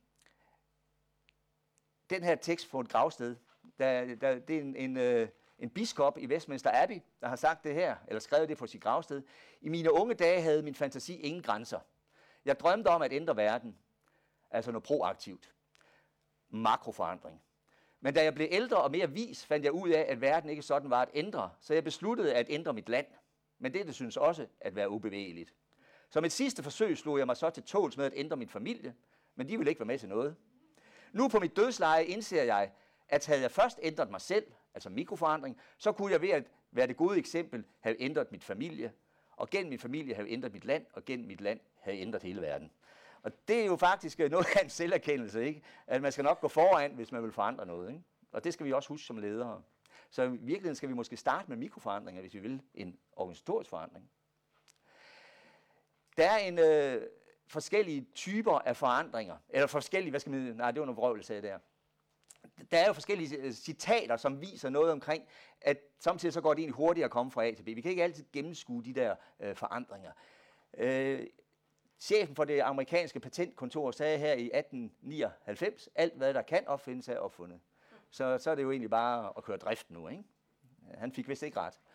den her tekst på et gravsted, det er en biskop i Westminster Abbey, der har sagt det her, eller skrevet det på sit gravsted. I mine unge dage havde min fantasi ingen grænser. Jeg drømte om at ændre verden, altså noget proaktivt. Makroforandring. Men da jeg blev ældre og mere vis, fandt jeg ud af, at verden ikke sådan var at ændre, så jeg besluttede at ændre mit land. Men det synes også at være ubevægeligt. Som et sidste forsøg slog jeg mig så til tåls med at ændre min familie, men de ville ikke være med til noget. Nu på mit dødsleje indser jeg, at havde jeg først ændret mig selv, altså mikroforandring, så kunne jeg ved at være det gode eksempel have ændret mit familie, og gennem min familie have ændret mit land, og gennem mit land have ændret hele verden. Og det er jo faktisk noget af en selverkendelse, ikke? At man skal nok gå foran, hvis man vil forandre noget, ikke? Og det skal vi også huske som ledere. Så i virkeligheden skal vi måske starte med mikroforandringer, hvis vi vil en organisatorisk forandring. Der er forskellige typer af forandringer, eller forskellige, det var noget vrøvl, jeg sagde der. Der er jo forskellige citater, som viser noget omkring, at samtidig så går det egentlig hurtigere at komme fra A til B. Vi kan ikke altid gennemskue de der forandringer. Chefen for det amerikanske patentkontor sagde her i 1899, alt hvad der kan opfindes er opfundet. Så er det jo egentlig bare at køre drift nu, ikke? Han fik vist ikke ret.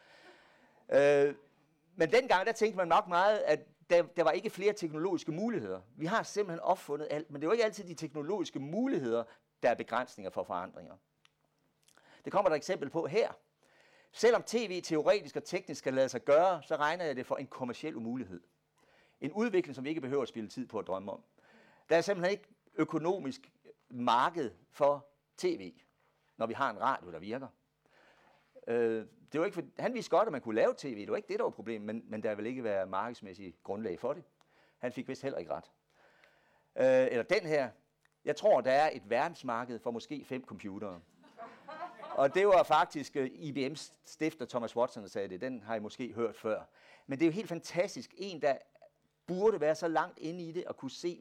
Men dengang, der tænkte man nok meget, at der var ikke flere teknologiske muligheder. Vi har simpelthen opfundet alt, men det er jo ikke altid de teknologiske muligheder, der er begrænsninger for forandringer. Det kommer der et eksempel på her. Selvom tv teoretisk og teknisk skal lade sig gøre, så regner jeg det for en kommerciel umulighed. En udvikling, som vi ikke behøver at spille tid på at drømme om. Der er simpelthen ikke økonomisk marked for tv, når vi har en radio, der virker. Det var ikke, han vidste godt, at man kunne lave tv. Det var ikke det, der var problemet, men der vil ikke være markedsmæssigt grundlag for det. Han fik vist heller ikke ret. Eller den her. Jeg tror, der er et verdensmarked for måske 5 computere. Og det var faktisk IBM's stifter Thomas Watson, der sagde det. Den har I måske hørt før. Men det er jo helt fantastisk. En, der burde være så langt inde i det og kunne se,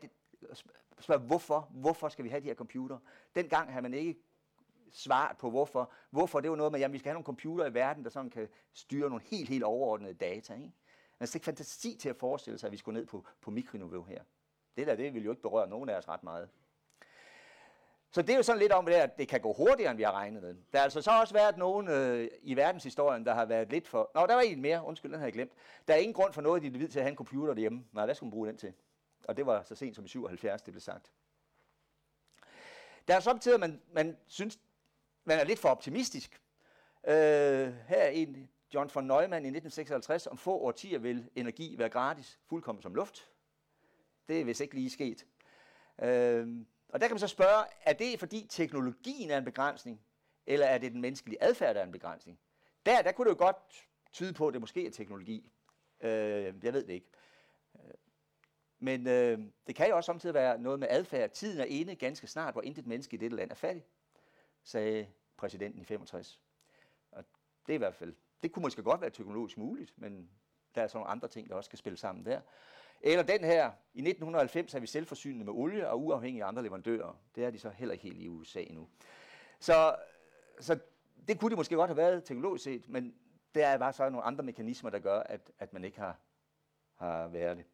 hvorfor skal vi have de her computere. Dengang havde man ikke svaret på hvorfor. Hvorfor? Det var noget med, at vi skal have nogle computere i verden, der sådan kan styre nogle helt overordnede data. Ikke? Man skal ikke fantasi til at forestille sig, at vi skulle ned på mikroniveau her. Det vil jo ikke berøre nogen af os ret meget. Så det er jo sådan lidt om, at det kan gå hurtigere, end vi har regnet med. Der har altså så også været nogen i verdenshistorien, der har været lidt for... der var en mere. Undskyld, den havde jeg glemt. Der er ingen grund for noget individ til at have en computer derhjemme. Nej, hvad skulle man bruge den til? Og det var så sent som i 77, det blev sagt. Der er samtidig, man synes, man er lidt for optimistisk. Her er en John von Neumann i 1956. Om få årtier vil energi være gratis, fuldkommen som luft. Det er vist ikke lige sket. Og der kan man så spørge, er det fordi teknologien er en begrænsning, eller er det den menneskelige adfærd, der er en begrænsning? Der kunne det jo godt tyde på, at det måske er teknologi. Jeg ved det ikke. Men det kan jo også samtidig være noget med adfærd. Tiden er inde ganske snart, hvor intet menneske i dette land er fattig, sagde præsidenten i 65. Og det er i hvert fald, det kunne måske godt være teknologisk muligt, men der er så nogle andre ting, der også skal spille sammen der. Eller den her, i 1990 er vi selvforsynende med olie og uafhængige af andre leverandører. Det er de så heller ikke helt i USA endnu. Så det kunne det måske godt have været teknologisk set, men der er bare så nogle andre mekanismer, der gør, at man ikke har været det.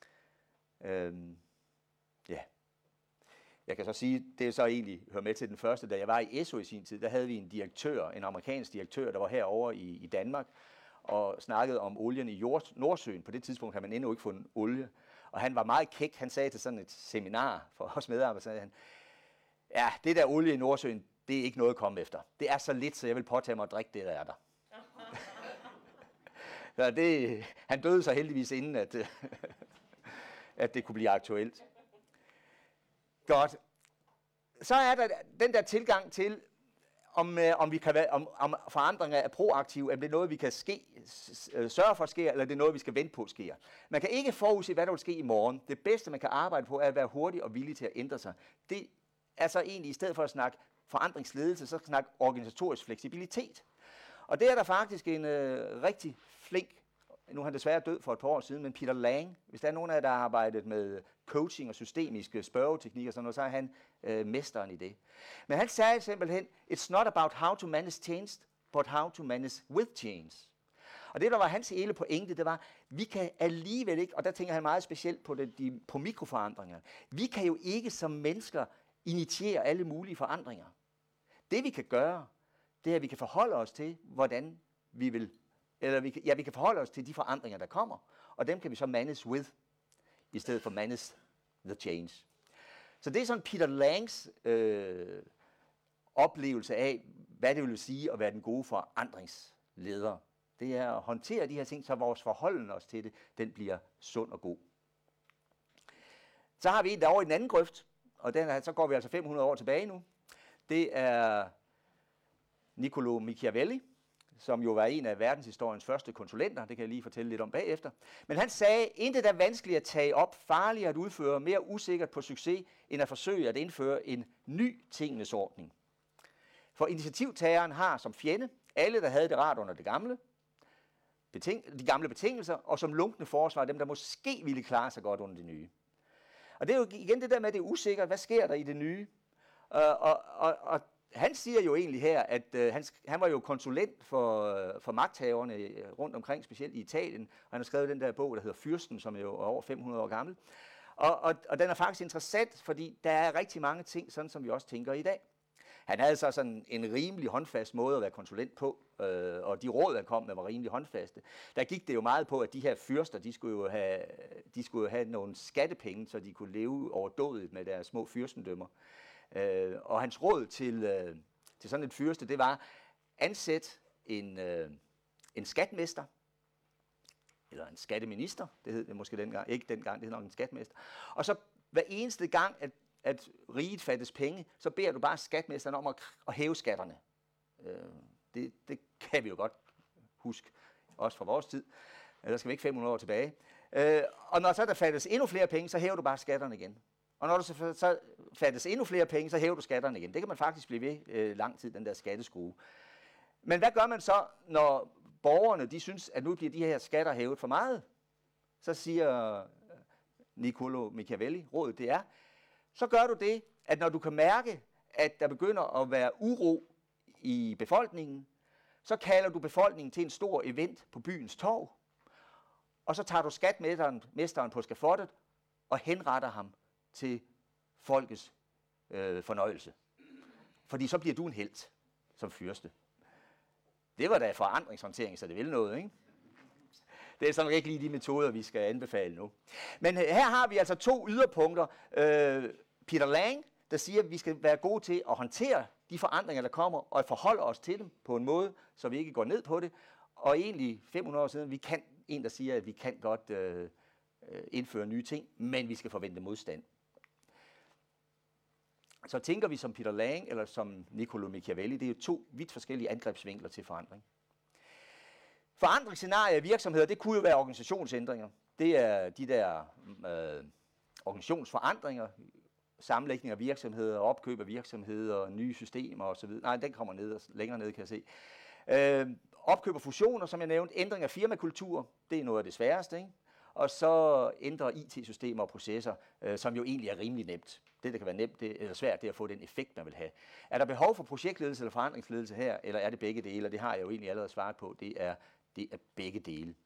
Ja. Jeg kan så sige, det er så egentlig hører med til den første, da jeg var i ESO i sin tid, der havde vi en amerikansk direktør, der var herovre i Danmark, og snakkede om olien i Nordsøen. På det tidspunkt havde man endnu ikke fundet olie. Og han var meget kæk. Han sagde til sådan et seminar for os medarbejdere, sagde han, ja, det der olie i Nordsøen, det er ikke noget at komme efter. Det er så lidt, så jeg vil påtage mig at drikke det, der er der. Så han døde så heldigvis inden, at det kunne blive aktuelt. Godt. Så er der den der tilgang til, om forandringer er proaktive, om det er noget, vi kan sørge for sker, eller det er noget, vi skal vente på sker. Man kan ikke forudse, hvad der vil ske i morgen. Det bedste, man kan arbejde på, er at være hurtig og villig til at ændre sig. Det er så egentlig, i stedet for at snakke forandringsledelse, så skal vi snakke organisatorisk fleksibilitet. Og det er der faktisk en rigtig flink, nu er han desværre død for et par år siden, men Peter Lang, hvis der er nogen af jer, der har arbejdet med coaching og systemiske spørgeteknikker, så er han mesteren i det. Men han sagde simpelthen, it's not about how to manage change, but how to manage with change. Og det, der var hans hele pointe, det var, vi kan alligevel ikke, og der tænker han meget specielt på mikroforandringer, vi kan jo ikke som mennesker initiere alle mulige forandringer. Det vi kan gøre, det er, at vi kan forholde os til, hvordan vi vil, eller vi kan forholde os til de forandringer, der kommer, og dem kan vi så manage with, i stedet for manage the change. Så det er sådan Peter Langs oplevelse af, hvad det vil sige at være den gode forandringsleder. Det er at håndtere de her ting, så vores forholden os til det, den bliver sund og god. Så har vi en derovre i den anden grøft, og så går vi altså 500 år tilbage nu. Det er Niccolò Machiavelli, som jo var en af verdenshistoriens første konsulenter, det kan jeg lige fortælle lidt om bagefter. Men han sagde, intet er vanskeligt at tage op, farligere at udføre, mere usikkert på succes, end at forsøge at indføre en ny tingenes ordning. For initiativtageren har som fjende alle, der havde det rart under de gamle betingelser, og som lunkne forsvar dem, der måske ville klare sig godt under det nye. Og det er jo igen det der med, at det er usikkert, hvad sker der i det nye? Og han siger jo egentlig her, at han var jo konsulent for magthaverne rundt omkring, specielt i Italien, og han har skrevet den der bog, der hedder Fyrsten, som er jo over 500 år gammel. Og den er faktisk interessant, fordi der er rigtig mange ting, sådan som vi også tænker i dag. Han havde så sådan en rimelig håndfast måde at være konsulent på, og de råd, han kom med, var rimelig håndfaste. Der gik det jo meget på, at de her fyrster, de skulle jo have nogle skattepenge, så de kunne leve overdådigt med deres små fyrstendømmer. Og hans råd til sådan et fyrste, det var, ansæt en skatmester, eller en skatteminister, det hed det måske dengang, ikke dengang, det hed nok en skatmester. Og så hver eneste gang, at riget fattes penge, så beder du bare skatmesteren om at hæve skatterne. Det kan vi jo godt huske, også fra vores tid. Der skal vi ikke 500 år tilbage. Og når så der fattes endnu flere penge, så hæver du bare skatterne igen. Og når der så fattes endnu flere penge, så hæver du skatterne igen. Det kan man faktisk blive ved lang tid, den der skatteskrue. Men hvad gør man så, når borgerne de synes, at nu bliver de her skatter hævet for meget? Så siger Niccolò Machiavelli, rådet det er, så gør du det, at når du kan mærke, at der begynder at være uro i befolkningen, så kalder du befolkningen til en stor event på byens torv, og så tager du skatmesteren på skafottet og henretter ham til folkets fornøjelse. Fordi så bliver du en helt som fyrste. Det var da forandringshåndtering, så det vil noget, ikke? Det er sådan ikke lige de metoder, vi skal anbefale nu. Men her har vi altså to yderpunkter. Peter Lang, der siger, at vi skal være gode til at håndtere de forandringer, der kommer, og at forholde os til dem på en måde, så vi ikke går ned på det. Og egentlig 500 år siden, en der siger, at vi kan godt indføre nye ting, men vi skal forvente modstand. Så tænker vi som Peter Lang eller som Niccolò Machiavelli, det er jo to vidt forskellige angrebsvinkler til forandring. Forandringsscenarier i virksomheder, det kunne jo være organisationsændringer. Det er de der organisationsforandringer, sammenlægning af virksomheder, opkøb af virksomheder, nye systemer osv. Nej, den kommer længere ned, kan jeg se. Opkøb og fusioner, som jeg nævnte, ændring af firmakultur, det er noget af det sværeste, ikke? Og så ændre IT-systemer og processer, som jo egentlig er rimelig nemt. Det, der kan være nemt, det er svært, det er at få den effekt, man vil have. Er der behov for projektledelse eller forandringsledelse her, eller er det begge dele? Og det har jeg jo egentlig allerede svaret på, det er begge dele.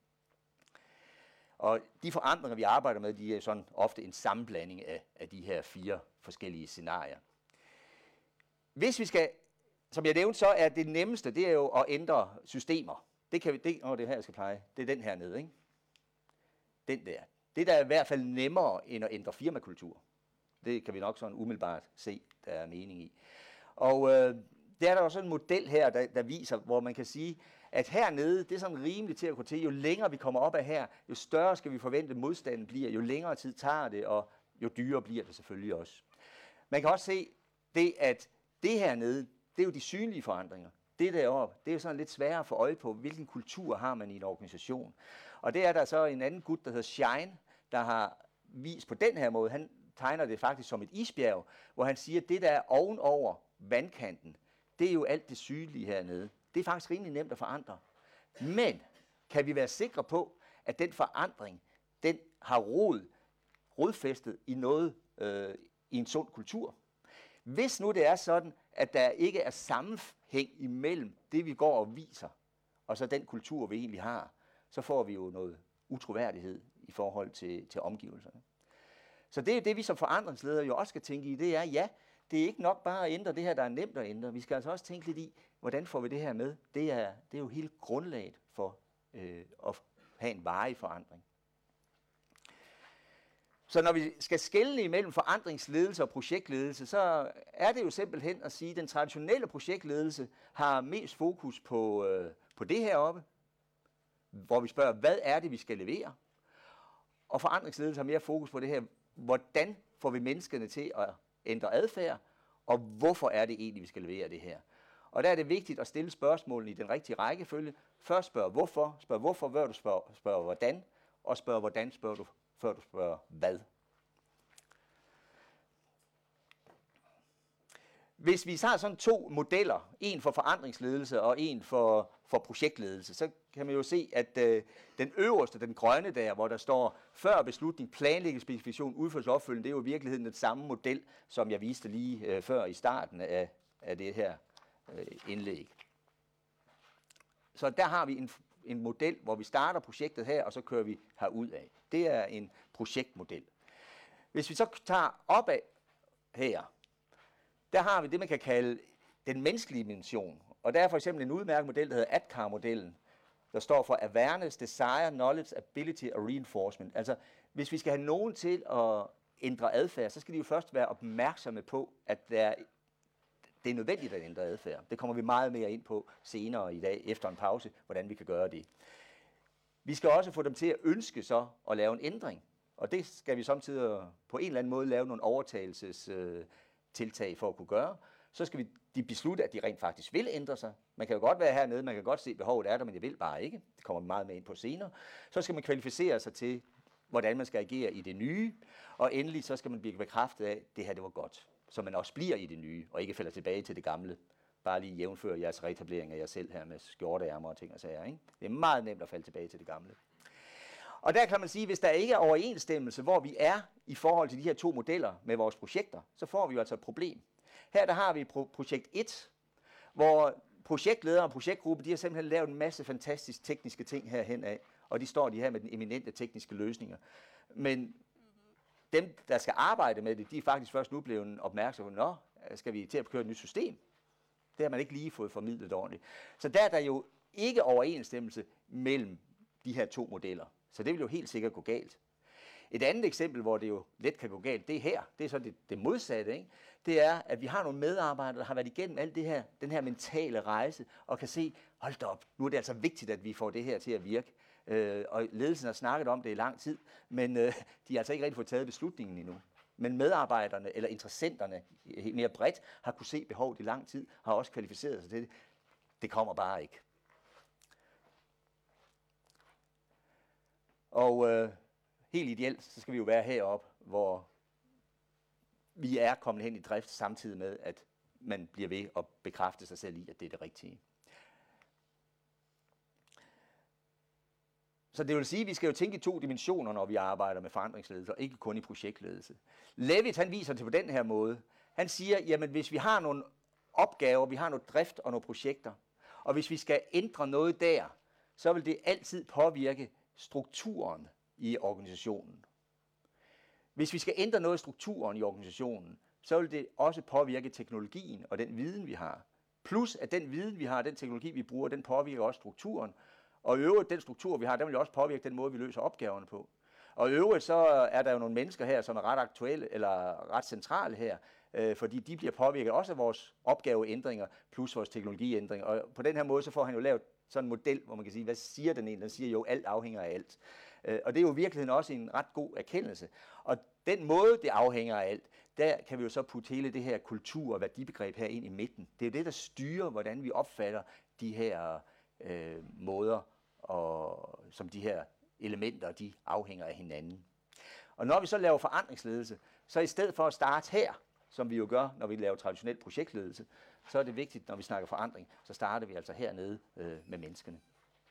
Og de forandringer, vi arbejder med, de er sådan ofte en sammenblanding af de her 4 forskellige scenarier. Hvis vi skal, som jeg nævnte, så er det nemmeste, det er jo at ændre systemer. Det er her, jeg skal pleje. Det er den her nede, ikke? Den der. Det der er i hvert fald nemmere end at ændre firmakultur. Det kan vi nok sådan umiddelbart se, der er mening i. Og der er der også en model her, der viser, hvor man kan sige, at hernede, det er sådan rimeligt til at gå til. Jo længere vi kommer op af her, jo større skal vi forvente, at modstanden bliver. Jo længere tid tager det, og jo dyrere bliver det selvfølgelig også. Man kan også se, at det hernede, det er jo de synlige forandringer. Det deroppe, det er jo sådan lidt sværere at få øje på, hvilken kultur har man i en organisation. Og det er der så en anden gut, der hedder Shine, der har vist på den her måde. Han tegner det faktisk som et isbjerg, hvor han siger, at det der er ovenover, vandkanten, det er jo alt det sygelige hernede. Det er faktisk rimelig nemt at forandre. Men kan vi være sikre på, at den forandring, den har rodfæstet i noget, i en sund kultur? Hvis nu det er sådan, at der ikke er sammenhæng imellem det, vi går og viser, og så den kultur, vi egentlig har, så får vi jo noget utroværdighed i forhold til omgivelserne. Så det er det, vi som forandringsledere jo også skal tænke i, det er, ja, det er ikke nok bare at ændre det her, der er nemt at ændre. Vi skal altså også tænke lidt i, hvordan får vi det her med? Det er jo hele grundlaget for at have en varig forandring. Så når vi skal skelne imellem forandringsledelse og projektledelse, så er det jo simpelthen at sige, at den traditionelle projektledelse har mest fokus på det her oppe, hvor vi spørger, hvad er det, vi skal levere? Og forandringsledelse har mere fokus på det her, hvordan får vi menneskene til at ændre adfærd, og hvorfor er det egentlig, vi skal levere det her? Og der er det vigtigt at stille spørgsmålene i den rigtige rækkefølge. Først spørg hvorfor, før du spørger hvordan, og spørg hvordan, før du spørger hvad. Hvis vi har sådan to modeller, en for forandringsledelse og en for projektledelse, så kan man jo se, at den øverste, den grønne der, hvor der står før beslutning, planlægge, specifikation, udførelse og opfølgning, det er jo i virkeligheden den samme model, som jeg viste lige før i starten af det her indlæg. Så der har vi en model, hvor vi starter projektet her, og så kører vi herud af. Det er en projektmodel. Hvis vi så tager opad her, der har vi det, man kan kalde den menneskelige dimension. Og der er for eksempel en udmærket model, der hedder ADKAR-modellen, der står for Awareness, Desire, Knowledge, Ability og Reinforcement. Altså, hvis vi skal have nogen til at ændre adfærd, så skal de jo først være opmærksomme på, at det er nødvendigt at ændre adfærd. Det kommer vi meget mere ind på senere i dag, efter en pause, hvordan vi kan gøre det. Vi skal også få dem til at ønske så at lave en ændring. Og det skal vi samtidig på en eller anden måde lave nogle overtagelsestiltag for at kunne gøre. Så skal de beslutte, at de rent faktisk vil ændre sig. Man kan jo godt være hernede, man kan godt se, behovet er der, men det vil bare ikke. Det kommer vi meget mere ind på senere. Så skal man kvalificere sig til, hvordan man skal agere i det nye. Og endelig så skal man blive bekræftet af, at det her det var godt. Så man også bliver i det nye, og ikke falder tilbage til det gamle. Bare lige jævnføre jeres reetablering af jer selv her med skjorteærmer og ting og sager. Ikke? Det er meget nemt at falde tilbage til det gamle. Og der kan man sige, at hvis der ikke er overensstemmelse, hvor vi er i forhold til de her to modeller med vores projekter, så får vi jo altså et problem. Her der har vi projekt 1, hvor projektledere og projektgruppe, de har simpelthen lavet en masse fantastisk tekniske ting herhen af, og de står her med den eminente tekniske løsninger. Men dem, der skal arbejde med det, de er faktisk først nu blevet opmærksomme på, skal vi til at køre et nyt system? Det har man ikke lige fået formidlet ordentligt. Så der er der jo ikke overensstemmelse mellem de her to modeller. Så det vil jo helt sikkert gå galt. Et andet eksempel, hvor det jo let kan gå galt, det er her. Det er så det modsatte, ikke? Det er, at vi har nogle medarbejdere, der har været igennem alt det her, den her mentale rejse, og kan se, hold da op, nu er det altså vigtigt, at vi får det her til at virke. Og ledelsen har snakket om det i lang tid, men de har altså ikke rigtig fået taget beslutningen endnu. Men medarbejderne eller interessenterne mere bredt har kunne se behovet i lang tid, har også kvalificeret sig til det. Det kommer bare ikke. Og helt ideelt, så skal vi jo være heroppe, hvor vi er kommet hen i drift, samtidig med, at man bliver ved at bekræfte sig selv i, at det er det rigtige. Så det vil sige, at vi skal jo tænke i to dimensioner, når vi arbejder med forandringsledelse, og ikke kun i projektledelse. Levitt, han viser det på den her måde. Han siger, jamen hvis vi har nogle opgaver, vi har noget drift og nogle projekter, og hvis vi skal ændre noget der, så vil det altid påvirke strukturen i organisationen. Hvis vi skal ændre noget i strukturen i organisationen, så vil det også påvirke teknologien og den viden, vi har. Plus at den viden, vi har, den teknologi, vi bruger, den påvirker også strukturen. Og i øvrigt, den struktur, vi har, den vil også påvirke den måde, vi løser opgaverne på. Og i øvrigt, så er der jo nogle mennesker her, som er ret aktuelle, eller ret centrale her, fordi de bliver påvirket også af vores opgaveændringer, plus vores teknologiændringer. Og på den her måde, så får han jo lavet sådan en model, hvor man kan sige, hvad siger den egentlig? Den siger jo, alt afhænger af alt. Og det er jo i virkeligheden også en ret god erkendelse. Og den måde, det afhænger af alt, der kan vi jo så putte hele det her kultur- og værdibegreb her ind i midten. Det er jo det, der styrer, hvordan vi opfatter de her måder, og som de her elementer, de afhænger af hinanden. Og når vi så laver forandringsledelse, så i stedet for at starte her, som vi jo gør, når vi laver traditionel projektledelse, så er det vigtigt, når vi snakker forandring, så starter vi altså hernede med menneskene.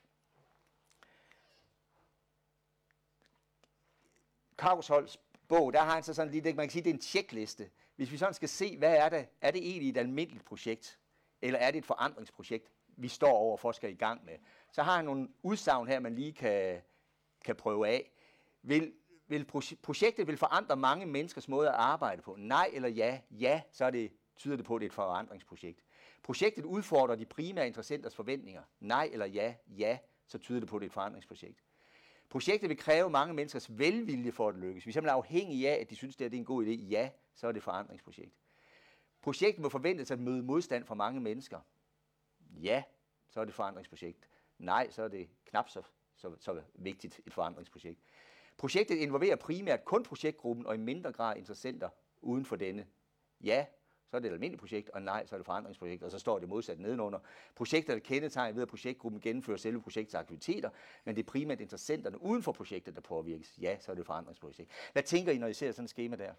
Kausholds bog, der har han så sådan lidt, man kan sige, det er en checkliste. Hvis vi sådan skal se, hvad er det egentlig et almindeligt projekt, eller er det et forandringsprojekt, vi står over for at skal i gang med, så har han nogle udsagn her, man lige kan prøve af. Projektet vil forandre mange menneskers måde at arbejde på? Nej eller ja? Ja, så tyder det på, at det er et forandringsprojekt. Projektet udfordrer de primære interessenters forventninger? Nej eller ja? Ja, så tyder det på, at det er et forandringsprojekt. Projektet vil kræve mange menneskers velvilje for at lykkes. Hvis man er afhængig af, at de synes, det er en god idé, ja, så er det et forandringsprojekt. Projektet må forventes at møde modstand fra mange mennesker. Ja, så er det et forandringsprojekt. Nej, så er det knap så vigtigt et forandringsprojekt. Projektet involverer primært kun projektgruppen og i mindre grad interessenter uden for denne. Ja, så er det et almindeligt projekt, og nej, så er det et forandringsprojekt, og så står det modsat nedenunder. Projektet er kendetegnet ved, at projektgruppen gennemfører selve projektets aktiviteter, men det er primært interessenterne uden for projektet, der påvirkes. Ja, så er det et forandringsprojekt. Hvad tænker I, når I ser sådan et skema der?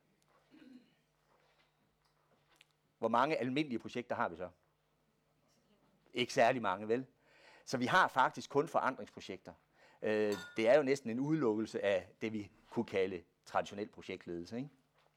Hvor mange almindelige projekter har vi så? Ikke særlig mange, vel? Så vi har faktisk kun forandringsprojekter. Det er jo næsten en udelukkelse af det, vi kunne kalde traditionel projektledelse, ikke?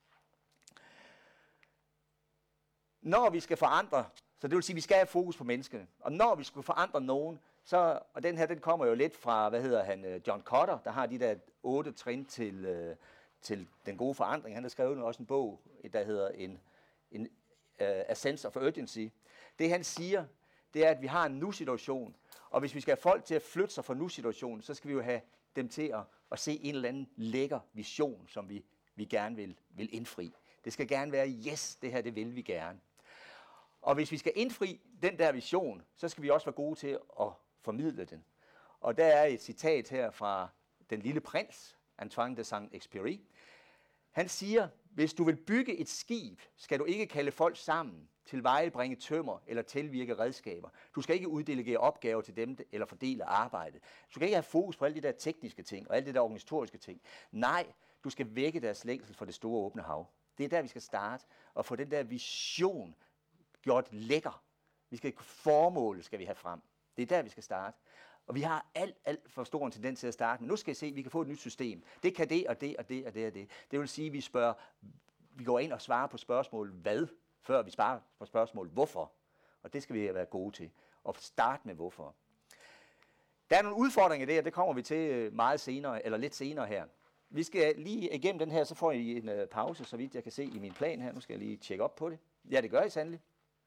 Når vi skal forandre, så det vil sige, at vi skal have fokus på menneskene. Og når vi skal forandre nogen, og den her, den kommer jo lidt fra, John Kotter, der har de der 8 trin til den gode forandring. Han har skrevet også en bog, der hedder A Sense of Urgency. Det han siger, det er, at vi har en nu-situation, og hvis vi skal have folk til at flytte sig fra nu-situationen, så skal vi jo have dem til at se en eller anden lækker vision, som vi gerne vil indfri. Det skal gerne være, yes, det her, det vil vi gerne. Og hvis vi skal indfri den der vision, så skal vi også være gode til at formidle den. Og der er et citat her fra Den lille prins, Antoine de Saint-Exupéry. Han siger, hvis du vil bygge et skib, skal du ikke kalde folk sammen, tilvejebringe tømmer eller tilvirke redskaber. Du skal ikke uddelegere opgaver til dem eller fordele arbejde. Du skal ikke have fokus på alle de der tekniske ting og alle de der organisatoriske ting. Nej, du skal vække deres længsel for det store åbne hav. Det er der, vi skal starte og få den der vision gjort lækker. Formål skal vi have frem. Det er der, vi skal starte. Og vi har alt for stor en tendens til at starte. Men nu skal I se, at vi kan få et nyt system. Det kan det og det og det og det og det. Det vil sige, at vi går ind og svarer på spørgsmål hvad, før vi svarer på spørgsmål hvorfor. Og det skal vi være gode til. Og starte med hvorfor. Der er nogle udfordringer der, det kommer vi til meget senere, eller lidt senere her. Vi skal lige igennem den her, så får I en pause, så vidt jeg kan se i min plan her. Nu skal jeg lige tjekke op på det. Ja, det gør I sandelig.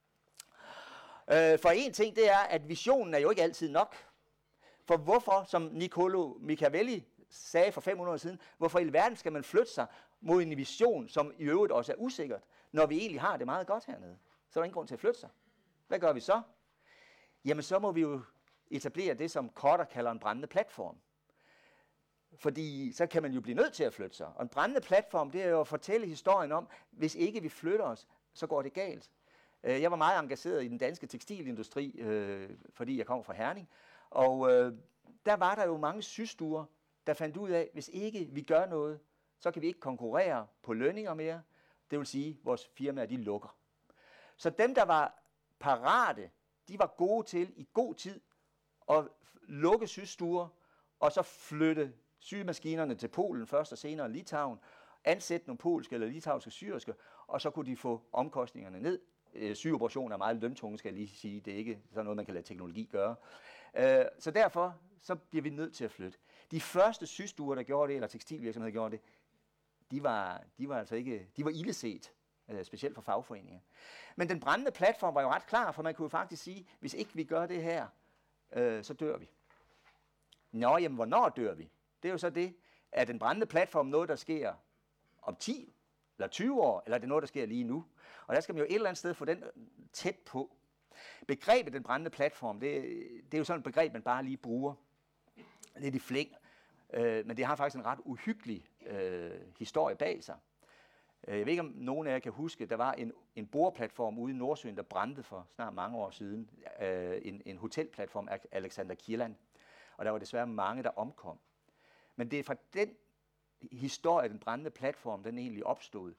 For en ting, det er, at visionen er jo ikke altid nok. For hvorfor, som Niccolo Machiavelli sagde for 500 år siden, hvorfor i verden skal man flytte sig mod en vision, som i øvrigt også er usikkert, når vi egentlig har det meget godt hernede? Så er der ingen grund til at flytte sig. Hvad gør vi så? Jamen, så må vi jo etablere det, som Kotter kalder en brændende platform. Fordi så kan man jo blive nødt til at flytte sig. Og en brændende platform, det er jo at fortælle historien om, hvis ikke vi flytter os, så går det galt. Jeg var meget engageret i den danske tekstilindustri, fordi jeg kommer fra Herning. Og der var der jo mange systuer, der fandt ud af, at hvis ikke vi gør noget, så kan vi ikke konkurrere på lønninger mere. Det vil sige, at vores firmaer, de lukker. Så dem, der var parate, de var gode til i god tid at lukke systuer, og så flytte sygemaskinerne til Polen først og senere Litauen, ansætte nogle polske eller litauiske syersker, og så kunne de få omkostningerne ned. Sygeoperationer er meget løntunge, skal jeg lige sige. Det er ikke sådan noget, man kan lade teknologi gøre. Så derfor så bliver vi nødt til at flytte. De første systuer, der gjorde det, eller tekstilvirksomheder, der gjorde det, de var altså ikke, de var ildeset, specielt for fagforeninger. Men den brændende platform var jo ret klar, for man kunne jo faktisk sige, hvis ikke vi gør det her, så dør vi. Nå, jamen, hvornår dør vi? Det er jo så det, at den brændende platform noget, der sker om 10 eller 20 år, eller er det noget, der sker lige nu? Og der skal man jo et eller andet sted få den tæt på. Begrebet den brændende platform, det er jo sådan et begreb, man bare lige bruger lidt i flæng. Men det har faktisk en ret uhyggelig historie bag sig. Jeg ved ikke, om nogen af jer kan huske, der var en boreplatform ude i Nordsøen, der brændte for snart mange år siden. En hotelplatform af Alexander Kielland. Og der var desværre mange, der omkom. Men det er fra den historie, den brændende platform, den egentlig opstod.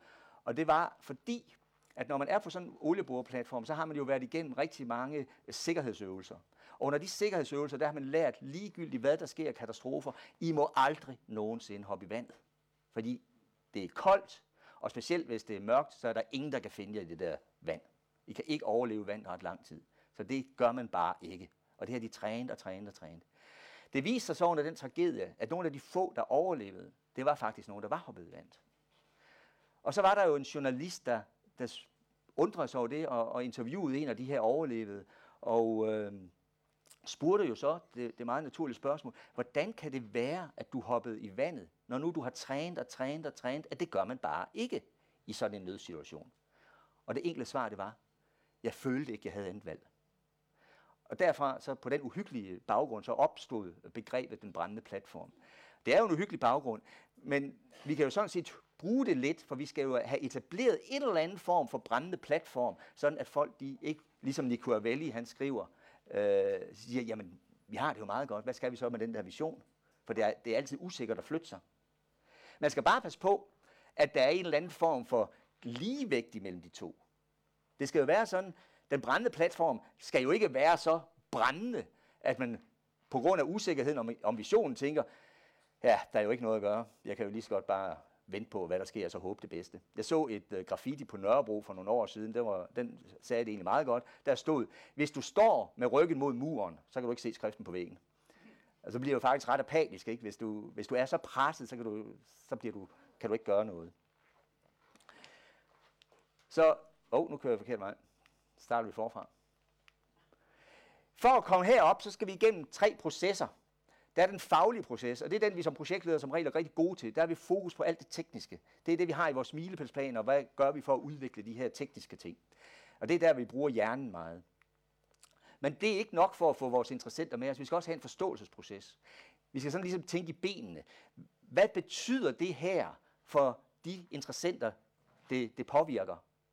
Og det var fordi, at når man er på sådan en olieboreplatform, så har man jo været igennem rigtig mange sikkerhedsøvelser. Og under de sikkerhedsøvelser, der har man lært ligegyldigt, hvad der sker af katastrofer. I må aldrig nogensinde hoppe i vandet. Fordi det er koldt, og specielt hvis det er mørkt, så er der ingen, der kan finde jer i det der vand. I kan ikke overleve vand ret lang tid. Så det gør man bare ikke. Og det har de trænet. Det viste sig så under den tragedie, at nogle af de få, der overlevede, det var faktisk nogen, der var hoppet i vandet. Og så var der jo en journalist, der undrede sig over det og interviewede en af de her overlevede. Og spurgte jo så det meget naturlige spørgsmål, hvordan kan det være, at du hoppede i vandet, når nu du har trænet, at det gør man bare ikke i sådan en nødsituation. Og det enkle svar, det var, jeg følte ikke, jeg havde andet valg. Og derfra, så på den uhyggelige baggrund, så opstod begrebet den brændende platform. Det er jo en uhyggelig baggrund, men vi kan jo sådan set bruge det lidt, for vi skal jo have etableret en eller anden form for brændende platform, sådan at folk, de ikke, ligesom Nicoavelli, han skriver, siger, jamen, vi har det jo meget godt, hvad skal vi så med den der vision? For det er altid usikkert at flytte sig. Man skal bare passe på, at der er en eller anden form for ligevægt imellem de to. Det skal jo være sådan, den brændende platform skal jo ikke være så brændende, at man på grund af usikkerheden om visionen tænker, ja, der er jo ikke noget at gøre. Jeg kan jo lige så godt bare vente på, hvad der sker, og så håbe det bedste. Jeg så et graffiti på Nørrebro for nogle år siden, den sagde det egentlig meget godt. Der stod, hvis du står med ryggen mod muren, så kan du ikke se skriften på væggen. Og så bliver det jo faktisk ret apatisk, ikke? Hvis du er så presset, så kan du ikke gøre noget. Så, nu kører jeg forkert vej. Starter vi forfra. For at komme herop, så skal vi igennem 3 processer. Der er den faglige proces, og det er den, vi som projektleder som regel er rigtig gode til. Der er vi fokus på alt det tekniske. Det er det, vi har i vores milepælsplaner, og hvad gør vi for at udvikle de her tekniske ting. Og det er der, vi bruger hjernen meget. Men det er ikke nok for at få vores interessenter med os. Vi skal også have en forståelsesproces. Vi skal sådan ligesom tænke i benene. Hvad betyder det her for de interessenter, det påvirker?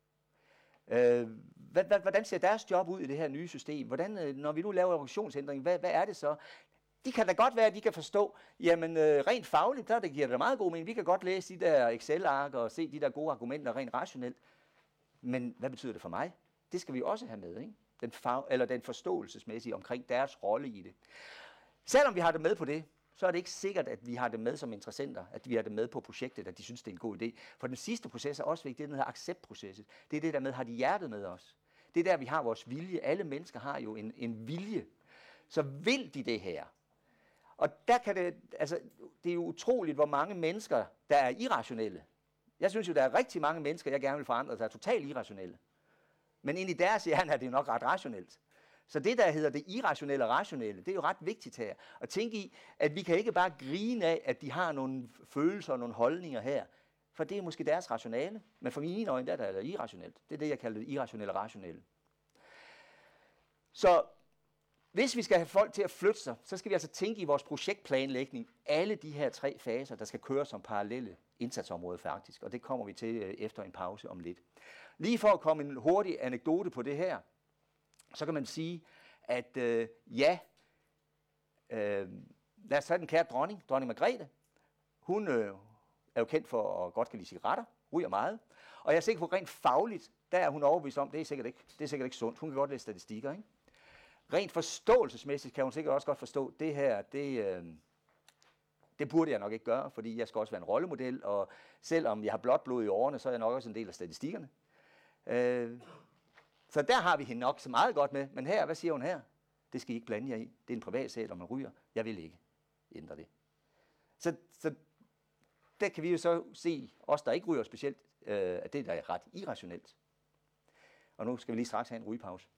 Hvordan ser deres job ud i det her nye system? Når vi nu laver organisationsændring, hvad er det så? De kan da godt være, at de kan forstå, jamen rent fagligt, der giver det meget god mening. Vi kan godt læse de der Excel-ark og se de der gode argumenter rent rationelt. Men hvad betyder det for mig? Det skal vi også have med, ikke? Den forståelsesmæssige omkring deres rolle i det. Selvom vi har det med på det, så er det ikke sikkert, at vi har det med som interessenter, at vi har det med på projektet, at de synes, det er en god idé. For den sidste proces er også vigtig, det er den her accept-processet. Det er det der med, har de hjertet med os. Det er der, vi har vores vilje. Alle mennesker har jo en vilje. Så vil de det her? Og der kan det er jo utroligt, hvor mange mennesker, der er irrationelle. Jeg synes jo, der er rigtig mange mennesker, jeg gerne vil forandre, der er totalt irrationelle. Men ind i deres hjerne er det jo nok ret rationelt. Så det, der hedder det irrationelle og rationelle, det er jo ret vigtigt her. At tænke i, at vi kan ikke bare grine af, at de har nogle følelser og nogle holdninger her. For det er måske deres rationale. Men for mine øjne, der er det irrationelt. Det er det, jeg kalder det irrationelle og rationelle. Så hvis vi skal have folk til at flytte sig, så skal vi altså tænke i vores projektplanlægning alle de her 3 faser, der skal køre som parallelle indsatsområder faktisk. Og det kommer vi til efter en pause om lidt. Lige for at komme en hurtig anekdote på det her, så kan man sige, at lad os tage den kære dronning Margrethe. Hun er jo kendt for at godt kan lide cigaretter, ryger meget. Og jeg er sikker på, rent fagligt, der er hun overbevist om, det er sikkert ikke sundt. Hun kan godt læse statistikker, ikke? Rent forståelsesmæssigt kan hun sikkert også godt forstå, det her, det burde jeg nok ikke gøre, fordi jeg skal også være en rollemodel, og selvom jeg har blåt blod i årene, så er jeg nok også en del af statistikkerne. Så der har vi hende nok så meget godt med, men her, hvad siger hun her? Det skal I ikke blande jer i. Det er en privat sag, når man ryger. Jeg vil ikke ændre det. Så der kan vi jo så se, os der ikke ryger specielt, at det er ret irrationelt. Og nu skal vi lige straks have en rygepause.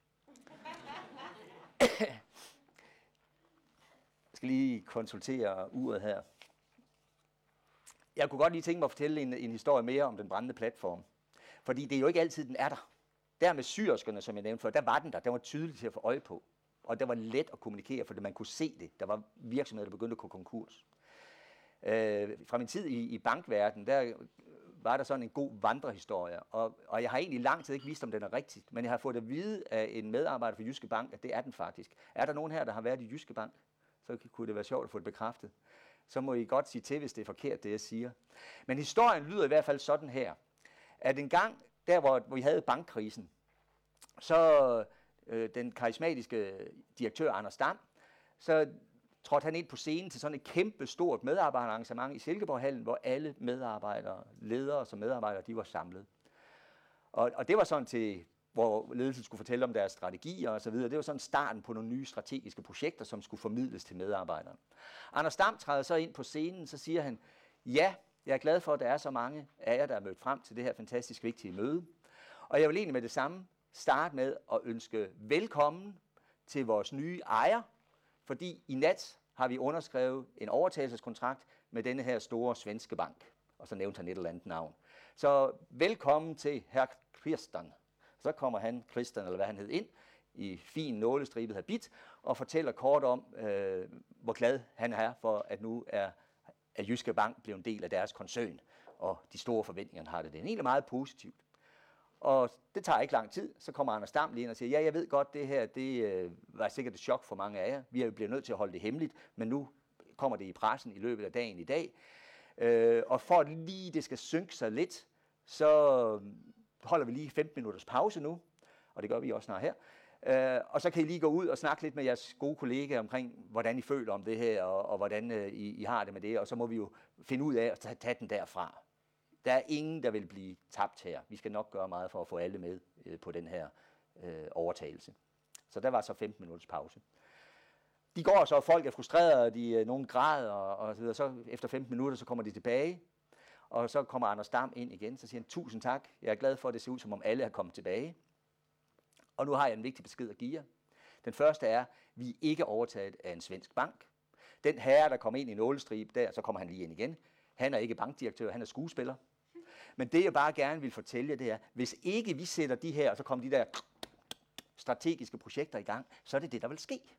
Jeg skal lige konsultere uret her. Jeg kunne godt lige tænke mig at fortælle en historie mere om den brændende platform. Fordi det er jo ikke altid, den er der. Der med syrskerne, som jeg nævnte før, der var den der. Den var tydelig til at få øje på. Og der var let at kommunikere, fordi man kunne se det. Der var virksomheder, der begyndte at gå konkurs. Fra min tid i bankverdenen, der var der sådan en god vandrehistorie. Og jeg har egentlig lang tid ikke vidst, om den er rigtig. Men jeg har fået at vide af en medarbejder for Jyske Bank, at det er den faktisk. Er der nogen her, der har været i Jyske Bank? Så kunne det være sjovt at få det bekræftet. Så må I godt sige til, hvis det er forkert, det jeg siger. Men historien lyder i hvert fald sådan her, at en gang, der hvor vi havde bankkrisen, så den karismatiske direktør Anders Dam, så trådte han ind på scenen til sådan et kæmpe stort medarbejderarrangement i Silkeborghallen, hvor alle medarbejdere, ledere som medarbejdere, de var samlet. Og det var sådan til, hvor ledelsen skulle fortælle om deres strategier og så videre. Det var sådan starten på nogle nye strategiske projekter, som skulle formidles til medarbejderne. Anders Dam træder så ind på scenen, så siger han, ja, jeg er glad for, at der er så mange af jer, der er mødt frem til det her fantastisk vigtige møde. Og jeg vil egentlig med det samme starte med at ønske velkommen til vores nye ejer, fordi i nat har vi underskrevet en overtagelseskontrakt med denne her store svenske bank. Og så nævnte han et eller andet navn. Så velkommen til herr Christian. Så kommer han, Christian eller hvad han hed, ind i fin nålestribet habit og fortæller kort om, hvor glad han er for, at nu er Jyske Bank blevet en del af deres koncern. Og de store forventninger, han har det. Det er egentlig meget positivt. Og det tager ikke lang tid. Så kommer Anders Dam lige ind og siger, ja, jeg ved godt, det her det var sikkert et chok for mange af jer. Vi er jo blevet nødt til at holde det hemmeligt, men nu kommer det i pressen i løbet af dagen i dag. Og for at lige det skal synke sig lidt, så holder vi lige 15 minutters pause nu, og det gør vi også snart her. Og så kan I lige gå ud og snakke lidt med jeres gode kollegaer omkring, hvordan I føler om det her, og hvordan I har det med det, og så må vi jo finde ud af at tage den derfra. Der er ingen, der vil blive tabt her. Vi skal nok gøre meget for at få alle med på den her overtagelse. Så der var så 15 minutters pause. De går så, og folk er frustrerede, nogen græder, og så videre. Så efter 15 minutter, så kommer de tilbage. Og så kommer Anders Dam ind igen, så siger han, tusind tak, jeg er glad for, at det ser ud, som om alle er kommet tilbage. Og nu har jeg en vigtig besked at give jer. Den første er, vi er ikke overtaget af en svensk bank. Den herre, der kommer ind i nålestrib der, så kommer han lige ind igen. Han er ikke bankdirektør, han er skuespiller. Men det jeg bare gerne vil fortælle jer, det er, hvis ikke vi sætter de her, og så kommer de der strategiske projekter i gang, så er det det, der vil ske.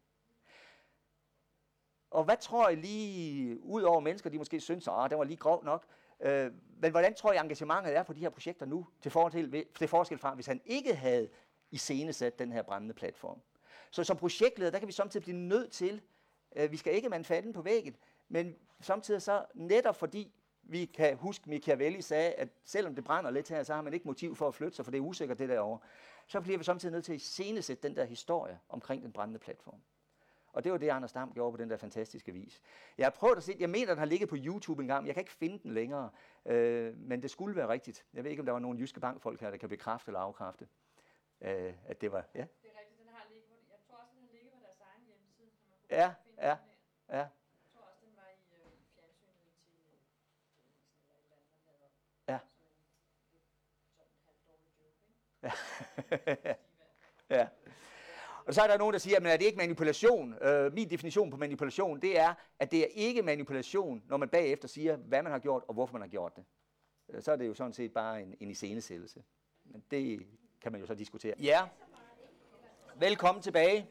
Og hvad tror I lige, ud over mennesker, de måske synes, det var lige grov nok, men hvordan tror I engagementet er på de her projekter nu, til forskel fra, hvis han ikke havde iscenesat den her brændende platform? Så som projektleder, der kan vi samtidig blive nødt til, vi skal ikke mande fanden på væggen, men samtidig så netop fordi vi kan huske, Machiavelli sagde, at selvom det brænder lidt her, så har man ikke motiv for at flytte sig, for det er usikkert det derovre. Så bliver vi samtidig nødt til at iscenesætte den der historie omkring den brændende platform. Og det var det, Anders Dam gjorde på den der fantastiske vis. Jeg har prøvet at se, jeg mener, den har ligget på YouTube en gang, men jeg kan ikke finde den længere. Men det skulle være rigtigt. Jeg ved ikke, om der var nogle Jyske Bankfolk her, der kan bekræfte eller afkræfte, at det var, ja. Det er rigtigt, den har ligget på, jeg tror også, den har ligget på deres egen hjemmeside. Ja. Ja. Jeg tror også, den var i fjernsynet til eller et eller andet, man havde op. Ja. Sådan en halvdårlig joke, ikke? Ja. Og så er der nogen, der siger, at er det ikke manipulation? Min definition på manipulation, det er, at det er ikke manipulation, når man bagefter siger, hvad man har gjort, og hvorfor man har gjort det. Så er det jo sådan set bare en iscenesættelse. Men det kan man jo så diskutere. Ja, velkommen tilbage.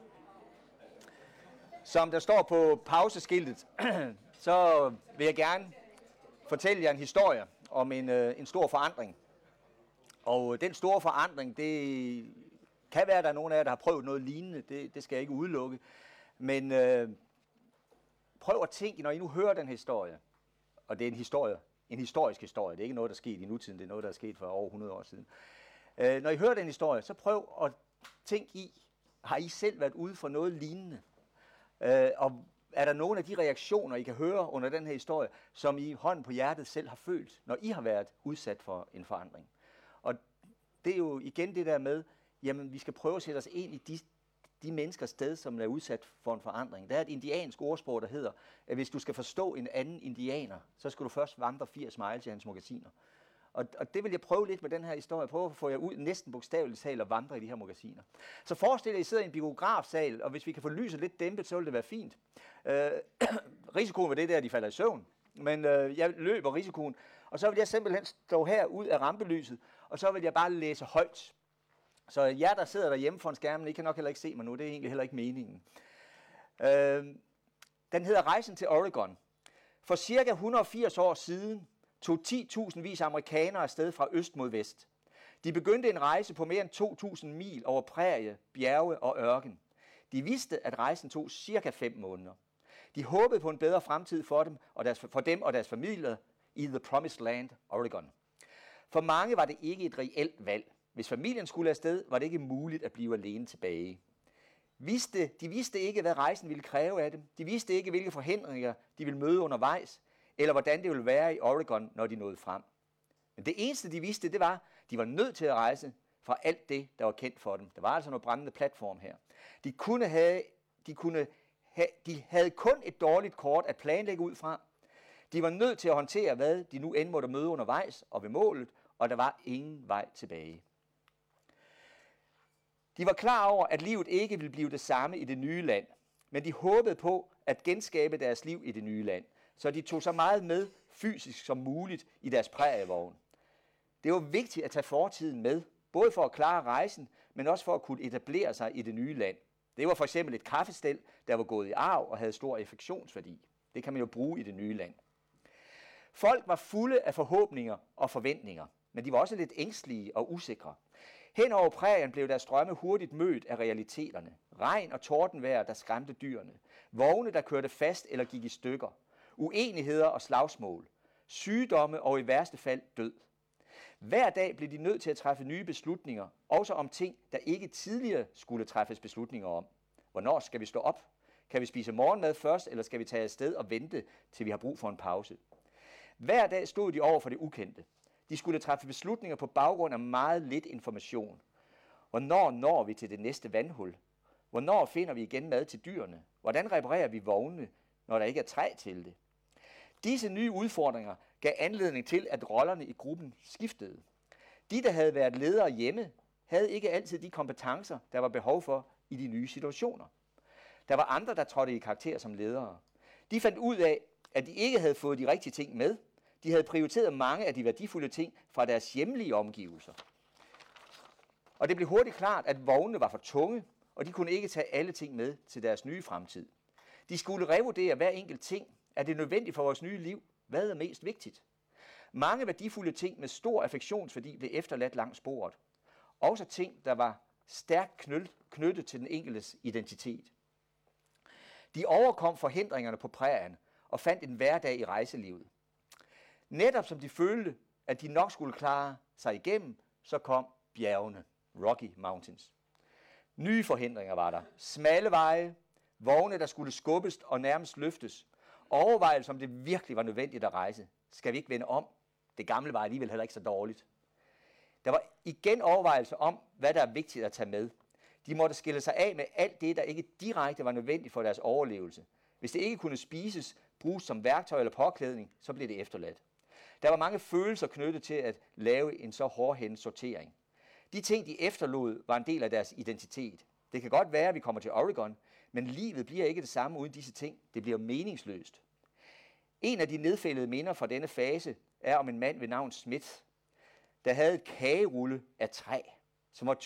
Som der står på pauseskiltet, så vil jeg gerne fortælle jer en historie om en stor forandring. Og den store forandring, det kan være, at der er nogen af jer, der har prøvet noget lignende. Det skal jeg ikke udelukke. Men prøv at tænke, når I nu hører den historie, og det er en historisk historie, det er ikke noget, der er sket i nutiden, det er noget, der er sket for over 100 år siden. Når I hører den historie, så prøv at tænke i, har I selv været ude for noget lignende? Og er der nogle af de reaktioner, I kan høre under den her historie, som I hånden på hjertet selv har følt, når I har været udsat for en forandring? Og det er jo igen det der med, jamen vi skal prøve at sætte os ind i de menneskers sted, som er udsat for en forandring. Der er et indiansk ordsprog, der hedder, at hvis du skal forstå en anden indianer, så skal du først vandre 80 miles i hans magasiner. Og det vil jeg prøve lidt med den her historie. Prøve at få jer ud næsten bogstaveligt talt og vandre i de her magasiner. Så forestil jer, at I sidder i en biografsal, og hvis vi kan få lyset lidt dæmpet, så vil det være fint. Risikoen ved det der, at de falder i søvn. Men jeg løber risikoen. Og så vil jeg simpelthen stå her ud af rampelyset, og så vil jeg bare læse højt. Så jer, der sidder derhjemme foran skærmen, I kan nok heller ikke se mig nu. Det er egentlig heller ikke meningen. Den hedder Rejsen til Oregon. For cirka 180 år siden tog 10.000 vis amerikanere afsted fra øst mod vest. De begyndte en rejse på mere end 2.000 mil over prærie, bjerge og ørken. De vidste, at rejsen tog cirka 5 måneder. De håbede på en bedre fremtid for dem og deres familier i The Promised Land, Oregon. For mange var det ikke et reelt valg. Hvis familien skulle afsted, var det ikke muligt at blive alene tilbage. De vidste ikke, hvad rejsen ville kræve af dem. De vidste ikke, hvilke forhindringer de ville møde undervejs, eller hvordan det ville være i Oregon, når de nåede frem. Men det eneste, de vidste, det var, at de var nødt til at rejse fra alt det, der var kendt for dem. Der var altså noget brændende platform her. De havde kun et dårligt kort at planlægge ud fra. De var nødt til at håndtere, hvad de nu end måtte møde undervejs og ved målet, og der var ingen vej tilbage. De var klar over, at livet ikke ville blive det samme i det nye land, men de håbede på at genskabe deres liv i det nye land, så de tog så meget med fysisk som muligt i deres prærievogn. Det var vigtigt at tage fortiden med, både for at klare rejsen, men også for at kunne etablere sig i det nye land. Det var for eksempel et kaffestel, der var gået i arv og havde stor affektionsværdi. Det kan man jo bruge i det nye land. Folk var fulde af forhåbninger og forventninger, men de var også lidt ængstelige og usikre. Hen over prærien blev deres drømme hurtigt mødt af realiteterne. Regn og tordenvejr, der skræmte dyrene. Vogne, der kørte fast eller gik i stykker. Uenigheder og slagsmål. Sygdomme og i værste fald død. Hver dag blev de nødt til at træffe nye beslutninger, også om ting, der ikke tidligere skulle træffes beslutninger om. Hvornår skal vi stå op? Kan vi spise morgenmad først, eller skal vi tage afsted og vente, til vi har brug for en pause? Hver dag stod de over for det ukendte. De skulle træffe beslutninger på baggrund af meget lidt information. Hvornår når vi til det næste vandhul? Hvornår finder vi igen mad til dyrene? Hvordan reparerer vi vognene, når der ikke er træ til det? Disse nye udfordringer gav anledning til, at rollerne i gruppen skiftede. De, der havde været ledere hjemme, havde ikke altid de kompetencer, der var behov for i de nye situationer. Der var andre, der trådte i karakter som ledere. De fandt ud af, at de ikke havde fået de rigtige ting med. De havde prioriteret mange af de værdifulde ting fra deres hjemlige omgivelser. Og det blev hurtigt klart, at vognene var for tunge, og de kunne ikke tage alle ting med til deres nye fremtid. De skulle revurdere hver enkelt ting. Er det nødvendigt for vores nye liv? Hvad er mest vigtigt? Mange værdifulde ting med stor affektionsværdi blev efterladt langs sporet. Også ting, der var stærkt knyttet til den enkeltes identitet. De overkom forhindringerne på prærien og fandt en hverdag i rejselivet. Netop som de følte, at de nok skulle klare sig igennem, så kom bjergene, Rocky Mountains. Nye forhindringer var der. Smalle veje, vogne, der skulle skubbes og nærmest løftes. Overvejelse om det virkelig var nødvendigt at rejse. Skal vi ikke vende om? Det gamle var alligevel heller ikke så dårligt. Der var igen overvejelse om, hvad der er vigtigt at tage med. De måtte skille sig af med alt det, der ikke direkte var nødvendigt for deres overlevelse. Hvis det ikke kunne spises, bruges som værktøj eller påklædning, så blev det efterladt. Der var mange følelser knyttet til at lave en så hårdhændet sortering. De ting, de efterlod, var en del af deres identitet. Det kan godt være, at vi kommer til Oregon, men livet bliver ikke det samme uden disse ting. Det bliver meningsløst. En af de nedfældede minder fra denne fase er om en mand ved navn Smith, der havde et kagerulle af træ, som han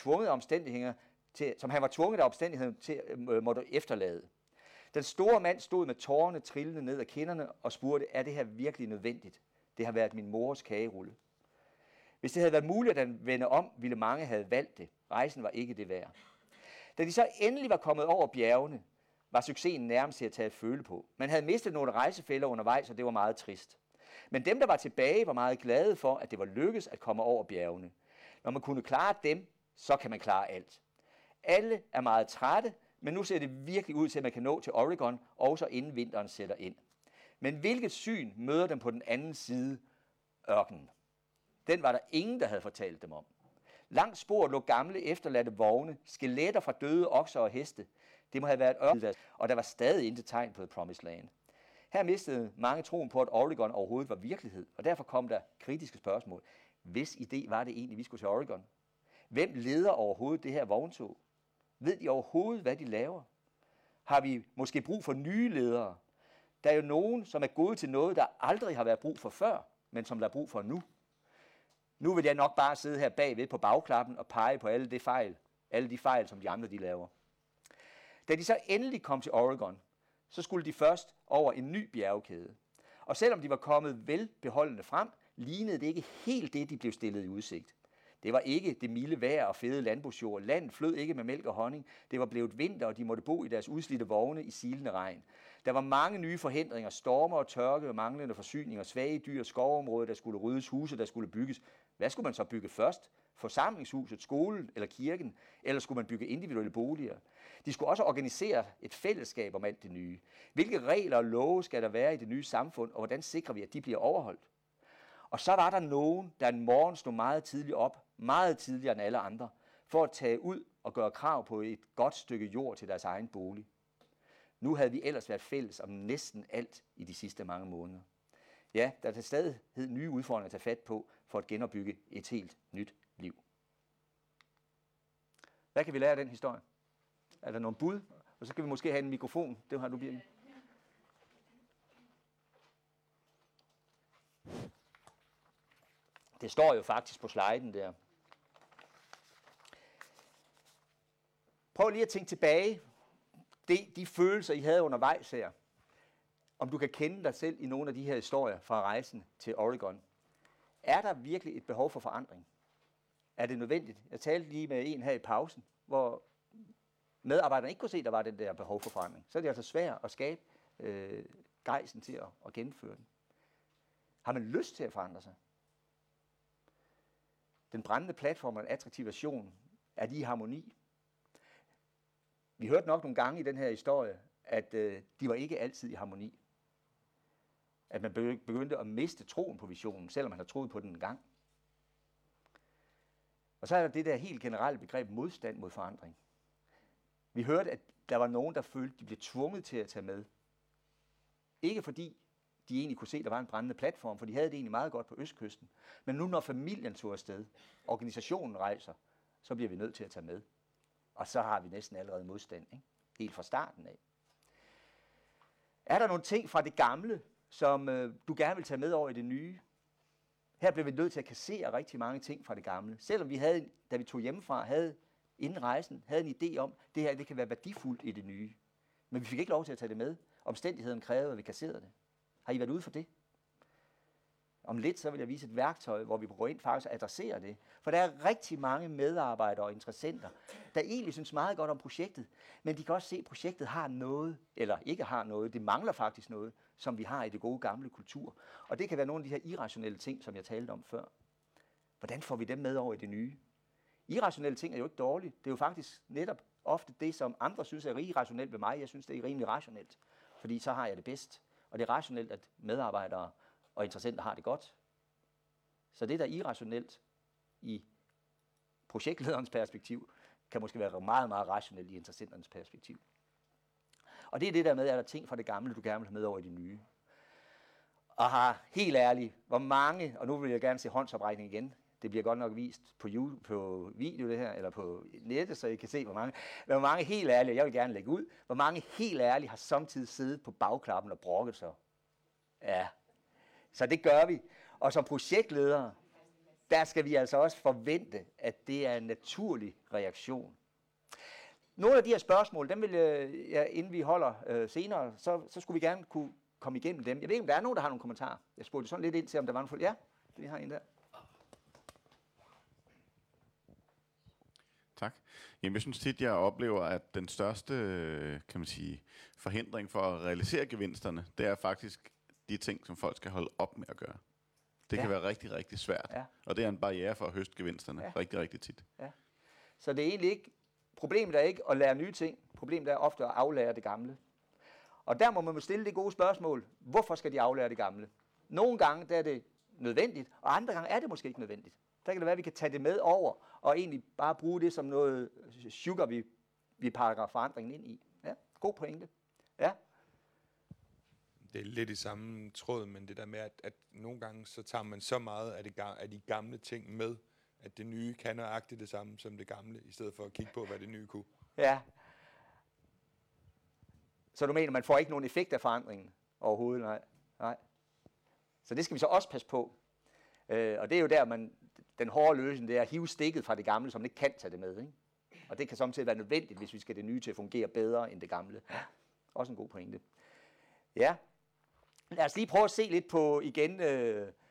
var tvunget af omstændigheden til at måtte efterlade. Den store mand stod med tårerne trillende ned ad kinderne og spurgte, er det her virkelig nødvendigt? Det har været min mors kagerulle. Hvis det havde været muligt at vende om, ville mange have valgt det. Rejsen var ikke det værd. Da de så endelig var kommet over bjergene, var succesen nærmest til at tage at føle på. Man havde mistet nogle rejsefælder undervejs, og det var meget trist. Men dem, der var tilbage, var meget glade for, at det var lykkedes at komme over bjergene. Når man kunne klare dem, så kan man klare alt. Alle er meget trætte, men nu ser det virkelig ud til, at man kan nå til Oregon, også inden vinteren sætter ind. Men hvilket syn møder dem på den anden side ørkenen? Den var der ingen, der havde fortalt dem om. Langs sporet lå gamle efterladte vogne, skeletter fra døde okser og heste. Det må have været ørken, og der var stadig intet tegn på The Promised Land. Her mistede mange troen på, at Oregon overhovedet var virkelighed, og derfor kom der kritiske spørgsmål. Hvis idé var det egentlig, vi skulle til Oregon? Hvem leder overhovedet det her vogntog? Ved de overhovedet, hvad de laver? Har vi måske brug for nye ledere? Der er jo nogen, som er gode til noget, der aldrig har været brug for før, men som der er brug for nu. Nu vil jeg nok bare sidde her bagved på bagklappen og pege på alle de fejl, som de andre de laver. Da de så endelig kom til Oregon, så skulle de først over en ny bjergkæde. Og selvom de var kommet velbeholdende frem, lignede det ikke helt det, de blev stillet i udsigt. Det var ikke det milde vejr og fede landbrugsjord. Landet flød ikke med mælk og honning. Det var blevet vinter, og de måtte bo i deres udslidte vogne i silende regn. Der var mange nye forhindringer, stormer og tørke, manglende forsyninger, svage dyr, skovområder, der skulle ryddes, huse, der skulle bygges. Hvad skulle man så bygge først? Forsamlingshuset, skolen eller kirken? Eller skulle man bygge individuelle boliger? De skulle også organisere et fællesskab om alt det nye. Hvilke regler og love skal der være i det nye samfund, og hvordan sikrer vi, at de bliver overholdt? Og så var der nogen, der en morgen stod meget tidligt op, meget tidligere end alle andre, for at tage ud og gøre krav på et godt stykke jord til deres egen bolig. Nu havde vi ellers været fælles om næsten alt i de sidste mange måneder. Ja, der er til stadighed nye udfordringer at tage fat på for at genopbygge et helt nyt liv. Hvad kan vi lære af den historie? Er der nogle bud? Og så kan vi måske have en mikrofon. Det har du, Birgit. Det står jo faktisk på sliden der. Prøv lige at tænke tilbage. De følelser, I havde undervejs her. Om du kan kende dig selv i nogle af de her historier fra rejsen til Oregon. Er der virkelig et behov for forandring? Er det nødvendigt? Jeg talte lige med en her i pausen, hvor medarbejderne ikke kunne se, at der var den der behov for forandring. Så er det altså svært at skabe gejsten til at gennemføre den. Har man lyst til at forandre sig? Den brændende platform og en attraktiv version, er de i harmoni? Vi hørte nok nogle gange i den her historie, at de var ikke altid i harmoni. At man begyndte at miste troen på visionen, selvom man har troet på den en gang. Og så er der det der helt generelle begreb modstand mod forandring. Vi hørte, at der var nogen, der følte, at de blev tvunget til at tage med. Ikke fordi de egentlig kunne se, at der var en brændende platform, for de havde det egentlig meget godt på Østkysten. Men nu når familien tog afsted, organisationen rejser, så bliver vi nødt til at tage med. Og så har vi næsten allerede modstand, ikke? Helt fra starten af. Er der nogle ting fra det gamle, som du gerne vil tage med over i det nye? Her blev vi nødt til at kassere rigtig mange ting fra det gamle. Selvom vi havde, da vi tog hjemmefra, inden rejsen, havde en idé om, at det her det kan være værdifuldt i det nye. Men vi fik ikke lov til at tage det med. Omstændigheden krævede, at vi kasserede det. Har I været ude for det? Om lidt så vil jeg vise et værktøj, hvor vi går ind faktisk adresserer det. For der er rigtig mange medarbejdere og interessenter, der egentlig synes meget godt om projektet, men de kan også se, at projektet har noget, eller ikke har noget. Det mangler faktisk noget, som vi har i det gode gamle kultur. Og det kan være nogle af de her irrationelle ting, som jeg talte om før. Hvordan får vi dem med over i det nye? Irrationelle ting er jo ikke dårligt. Det er jo faktisk netop ofte det, som andre synes er irrationelt ved mig. Jeg synes, det er rimelig rationelt, fordi så har jeg det bedst. Og det er rationelt, at medarbejdere og interessenter har det godt. Så det, der er irrationelt i projektlederens perspektiv, kan måske være meget, meget rationelt i interessenternes perspektiv. Og det er det der med, at der er ting fra det gamle, du gerne vil have med over i det nye. Og har helt ærligt, hvor mange, og nu vil jeg gerne se håndsoprækning igen, det bliver godt nok vist på video det her, eller på nettet, så I kan se, hvor mange helt ærlige, jeg vil gerne lægge ud, hvor mange helt ærlige har samtidig siddet på bagklappen og brokket sig. Ja, så det gør vi. Og som projektledere, der skal vi altså også forvente, at det er en naturlig reaktion. Nogle af de her spørgsmål, dem vil jeg, inden vi holder senere, så skulle vi gerne kunne komme igennem dem. Jeg ved ikke, om der er nogen, der har nogle kommentarer. Jeg spurgte sådan lidt ind til, om der var nogle. Ja, vi har en der. Tak. Jamen, jeg synes tit, jeg oplever, at den største, kan man sige, forhindring for at realisere gevinsterne, det er faktisk de ting, som folk skal holde op med at gøre. Det kan være rigtig, rigtig svært. Ja. Og det er en barriere for at høste gevinsterne rigtig, rigtig tit. Ja. Så det er egentlig ikke, problemet er ikke at lære nye ting. Problemet er ofte at aflære det gamle. Og der må man stille det gode spørgsmål. Hvorfor skal de aflære det gamle? Nogle gange der er det nødvendigt, og andre gange er det måske ikke nødvendigt. Der kan det være, at vi kan tage det med over, og egentlig bare bruge det som noget sugar, vi pakker forandringen ind i. Ja, god pointe. Ja. Det er lidt i samme tråd, men det der med, at nogle gange så tager man så meget af de gamle ting med, at det nye kan nøjagtigt det samme som det gamle, i stedet for at kigge på, hvad det nye kunne. Ja. Så du mener, man får ikke nogen effekt af forandringen overhovedet? Nej. Så det skal vi så også passe på. Og det er jo der, den hårde løsning, det er at hive stikket fra det gamle, som ikke kan tage det med. Ikke? Og det kan samtidig være nødvendigt, hvis vi skal det nye til at fungere bedre end det gamle. Ja. Også en god pointe. Ja. Lad os lige prøve at se lidt på igen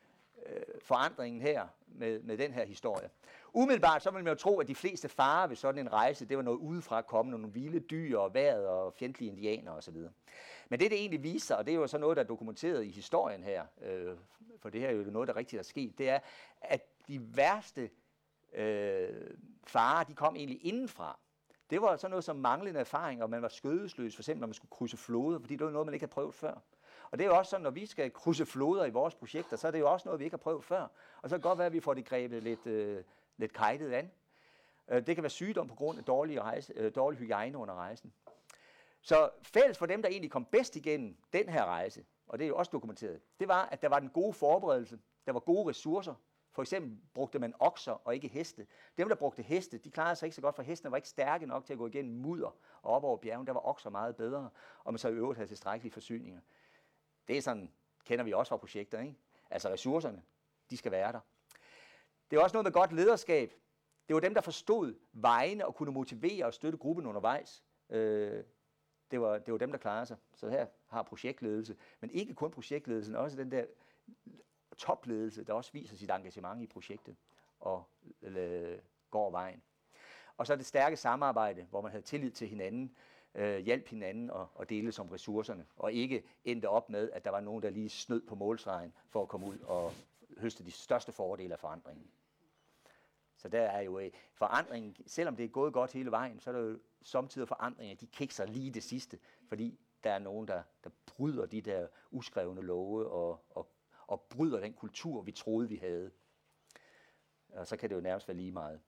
forandringen her med den her historie. Umiddelbart så vil man jo tro, at de fleste farer ved sådan en rejse, det var noget udefra kommende, nogle vilde dyr og vejret og fjendtlige indianer osv. Men det egentlig viser, og det er jo så noget, der er dokumenteret i historien her, for det her er jo noget, der rigtigt er sket, det er, at de værste farer, de kom egentlig indenfra. Det var sådan noget som manglende erfaring, og man var skødesløs, for eksempel når man skulle krydse floder, fordi det var noget, man ikke havde prøvet før. Og det er jo også sådan, når vi skal krydse floder i vores projekter, så er det jo også noget, vi ikke har prøvet før. Og så kan det godt være, at vi får det grebet lidt kajtet an. Det kan være sygdom på grund af dårlig hygiejne under rejsen. Så fælles for dem, der egentlig kom bedst igennem den her rejse, og det er jo også dokumenteret, det var, at der var den gode forberedelse, der var gode ressourcer. For eksempel brugte man okser og ikke heste. Dem, der brugte heste, de klarede sig ikke så godt, for hestene var ikke stærke nok til at gå igennem mudder og op over bjergen. Der var okser meget bedre, og man så i øvrigt havde tilstrækkelige forsyninger. Det er sådan, kender vi også fra projekter, ikke? Altså ressourcerne, de skal være der. Det er også noget med godt lederskab. Det var dem, der forstod vejene og kunne motivere og støtte gruppen undervejs. Det var dem, der klarede sig. Så her har projektledelse, men ikke kun projektledelsen, også den der topledelse, der også viser sit engagement i projektet og går vejen. Og så det stærke samarbejde, hvor man havde tillid til hinanden, hjalp hinanden og dele som ressourcerne, og ikke endte op med, at der var nogen, der lige snød på målstregen for at komme ud og høste de største fordele af forandringen. Så der er jo forandringen, selvom det er gået godt hele vejen, så er der jo samtidig forandringer, de kikser lige det sidste, fordi der er nogen, der bryder de der uskrevne love og bryder den kultur, vi troede, vi havde. Og så kan det jo nærmest være lige meget.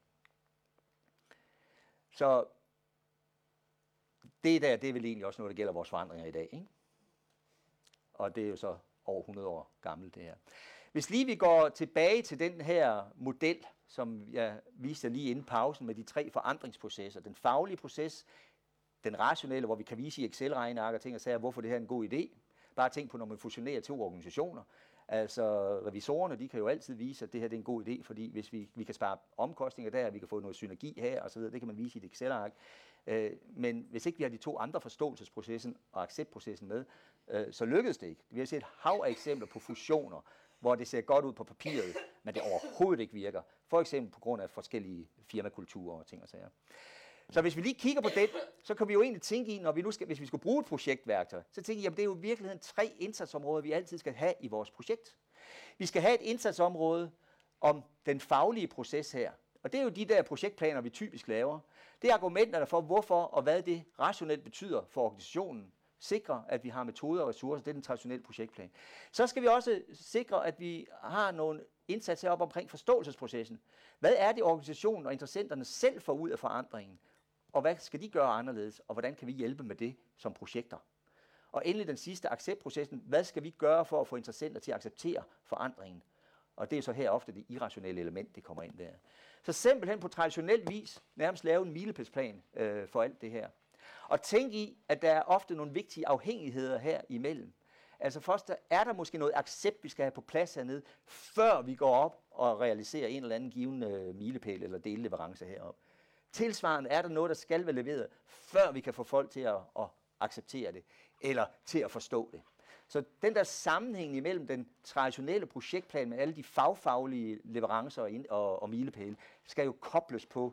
Så det er vel egentlig også noget, der gælder vores forandringer i dag, ikke? Og det er jo så over 100 år gammelt, det her. Hvis lige vi går tilbage til den her model, som jeg viste lige inden pausen med de 3 forandringsprocesser. Den faglige proces, den rationelle, hvor vi kan vise i Excel-regneark og ting og sager, hvorfor det her er en god idé. Bare tænk på, når man fusionerer 2 organisationer. Altså revisorerne, de kan jo altid vise, at det her det er en god idé, fordi hvis vi kan spare omkostninger der, vi kan få noget synergi her osv., det kan man vise i et Excel-ark. Men hvis ikke vi har de 2 andre, forståelsesprocessen og acceptprocessen med, så lykkedes det ikke. Vi har set et hav af eksempler på fusioner, hvor det ser godt ud på papiret, men det overhovedet ikke virker. For eksempel på grund af forskellige firmakulturer og ting og sager. Så hvis vi lige kigger på det, så kan vi jo egentlig tænke i, hvis vi skulle bruge et projektværktøj, så tænker jeg, at det er jo i virkeligheden 3 indsatsområder, vi altid skal have i vores projekt. Vi skal have et indsatsområde om den faglige proces her. Og det er jo de der projektplaner, vi typisk laver. Det er argumenterne for, hvorfor og hvad det rationelt betyder for organisationen. Sikre, at vi har metoder og ressourcer. Det er den traditionelle projektplan. Så skal vi også sikre, at vi har nogle indsatser heroppe omkring forståelsesprocessen. Hvad er det, organisationen og interessenterne selv får ud af forandringen? Og hvad skal de gøre anderledes? Og hvordan kan vi hjælpe med det som projekter? Og endelig den sidste, acceptprocessen. Hvad skal vi gøre for at få interessenter til at acceptere forandringen? Og det er så her ofte det irrationelle element, det kommer ind der. Så simpelthen på traditionel vis nærmest lave en milepælsplan for alt det her. Og tænk i, at der er ofte nogle vigtige afhængigheder her imellem. Altså først er der måske noget accept, vi skal have på plads hernede, før vi går op og realiserer en eller anden given milepæl eller delleverance heroppe. Tilsvarende er der noget, der skal være leveret, før vi kan få folk til at acceptere det, eller til at forstå det. Så den der sammenhæng imellem den traditionelle projektplan med alle de fagfaglige leverancer og milepæle, skal jo kobles på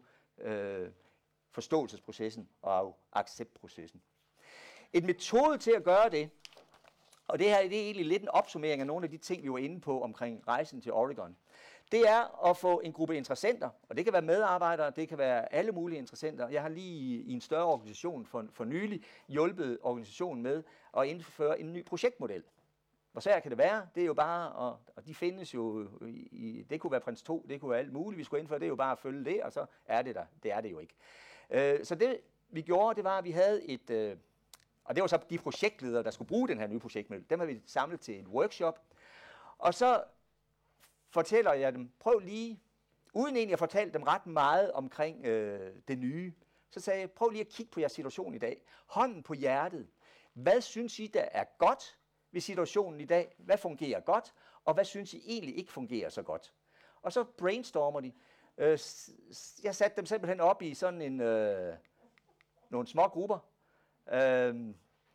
forståelsesprocessen og acceptprocessen. Et metode til at gøre det, og det her det er egentlig lidt en opsummering af nogle af de ting, vi var inde på omkring rejsen til Oregon, det er at få en gruppe interessenter, og det kan være medarbejdere, det kan være alle mulige interessenter. Jeg har lige i en større organisation for nylig hjulpet organisationen med at indføre en ny projektmodel. Hvor svært kan det være? Det er jo bare, og de findes jo, det kunne være Prins 2, det kunne være alt muligt, vi skulle indføre, det er jo bare at følge det, og så er det der. Det er det jo ikke. Så det vi gjorde, det var, at vi havde et, og det var så de projektledere, der skulle bruge den her nye projektmodel, dem har vi samlet til en workshop, og så fortæller jeg dem, prøv lige, uden egentlig at fortælle dem ret meget omkring det nye, så sagde jeg, prøv lige at kigge på jeres situation i dag. Hånden på hjertet. Hvad synes I, der er godt ved situationen i dag? Hvad fungerer godt? Og hvad synes I egentlig ikke fungerer så godt? Og så brainstormer de. Jeg satte dem simpelthen op i sådan nogle små grupper.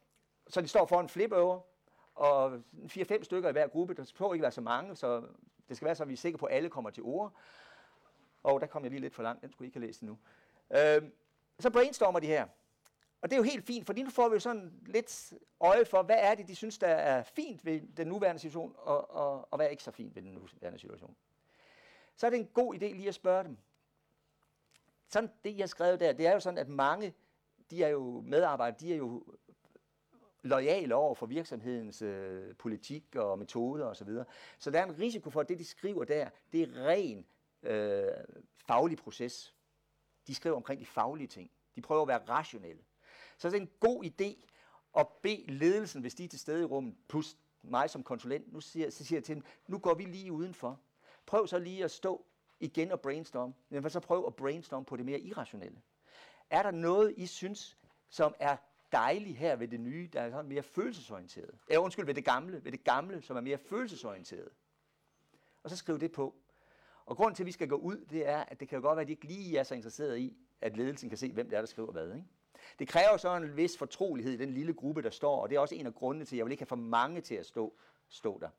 Så de står foran en flip-over, og 4-5 stykker i hver gruppe. Der skal ikke være så mange, så Det skal være så, at vi er sikre på, at alle kommer til ord. Og der kom jeg lige lidt for langt, den skulle I ikke have læst endnu. Så brainstormer de her. Og det er jo helt fint, fordi nu får vi jo sådan lidt øje for, hvad er det, de synes, der er fint ved den nuværende situation, og hvad er ikke så fint ved den nuværende situation. Så er det en god idé lige at spørge dem. Sådan det, I har skrevet der, det er jo sådan, at mange, de er jo medarbejdere, de er jo loyale over for virksomhedens politik og metoder osv. Så der er en risiko for, at det, de skriver der, det er ren faglig proces. De skriver omkring de faglige ting. De prøver at være rationelle. Så det er en god idé at bede ledelsen, hvis de er til stede i rummet, plus mig som konsulent, så siger jeg til dem, nu går vi lige udenfor. Prøv så lige at stå igen og brainstorm. Men så prøv at brainstorm på det mere irrationelle. Er der noget, I synes, som er dejligt her ved det nye, der er sådan mere følelsesorienteret? Ved det gamle, som er mere følelsesorienteret. Og så skriv det på. Og grunden til, at vi skal gå ud, det er, at det kan jo godt være, at de ikke lige er så interesseret i, at ledelsen kan se, hvem det er, der skriver hvad. Ikke? Det kræver så en vis fortrolighed i den lille gruppe, der står, og det er også en af grundene til, at jeg vil ikke have for mange til at stå der.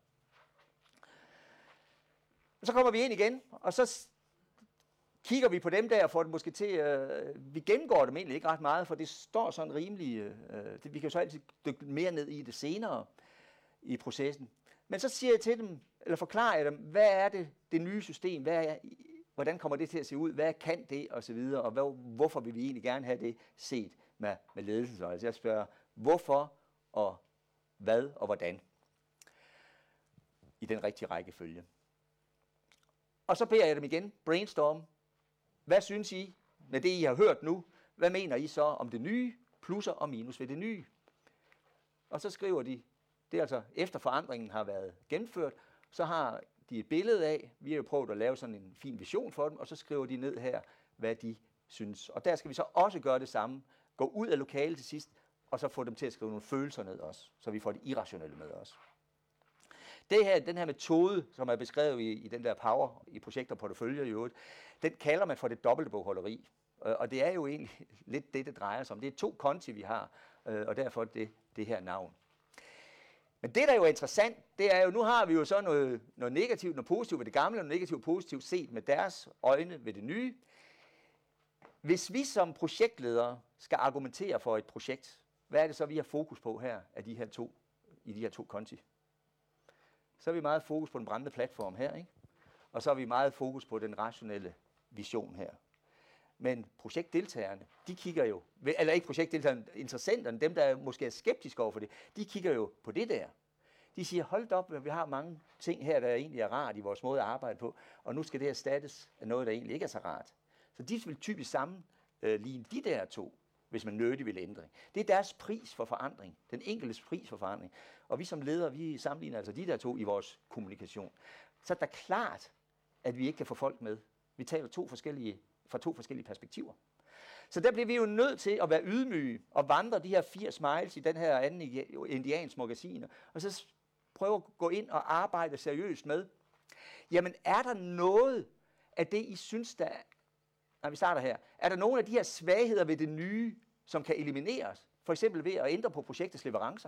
Og så kommer vi ind igen, og så kigger vi på dem der, og får det måske til, vi gennemgår dem egentlig ikke ret meget, for det står sådan rimelig, vi kan jo så altid dykke mere ned i det senere i processen. Men så siger jeg til dem, eller forklarer jeg dem, hvad er det nye system, hvordan kommer det til at se ud, hvad kan det, og så videre, og hvorfor vil vi egentlig gerne have det set med ledelsen. Altså jeg spørger, hvorfor, og hvad, og hvordan, i den rigtige rækkefølge. Og så beder jeg dem igen, brainstorm, hvad synes I, med det I har hørt nu, hvad mener I så om det nye, plusser og minus ved det nye? Og så skriver de, det er altså efter forandringen har været gennemført, så har de et billede af, vi har jo prøvet at lave sådan en fin vision for dem, og så skriver de ned her, hvad de synes. Og der skal vi så også gøre det samme, gå ud af lokalet til sidst, og så få dem til at skrive nogle følelser ned også, så vi får det irrationelle med også. Den her metode, som er beskrevet i den der power, i projekt og portefølje i øvrigt, den kalder man for det dobbelte bogholderi. Og det er jo egentlig lidt det drejer sig om. Det er 2 konti, vi har, og derfor det her navn. Men det, der jo er interessant, det er jo, nu har vi jo så noget negativt, noget positivt ved det gamle, og noget negativt og positivt set med deres øjne ved det nye. Hvis vi som projektledere skal argumentere for et projekt, hvad er det så, vi har fokus på her i de her to konti? Så er vi meget fokus på den brændende platform her, ikke? Og så er vi meget fokus på den rationelle vision her. Men projektdeltagerne, de kigger jo, eller ikke projektdeltagerne, interessenterne, dem der måske er skeptiske over for det, de kigger jo på det der. De siger, hold op, vi har mange ting her, der egentlig er rart i vores måde at arbejde på, og nu skal det erstattes af noget, der egentlig ikke er så rart. Så de vil typisk sammenligne de der 2, hvis man nødig vil ændre. Det er deres pris for forandring, den enkeltes pris for forandring. Og vi som ledere, vi sammenligner altså de der 2 i vores kommunikation. Så er det klart, at vi ikke kan få folk med. Vi taler fra 2 forskellige perspektiver. Så der bliver vi jo nødt til at være ydmyge og vandre de her 80 miles i den her anden indiansk magasin, og så prøve at gå ind og arbejde seriøst med. Jamen er der noget af det, I synes, der vi starter her. Er der nogle af de her svagheder ved det nye, som kan elimineres? For eksempel ved at ændre på projektets leverancer.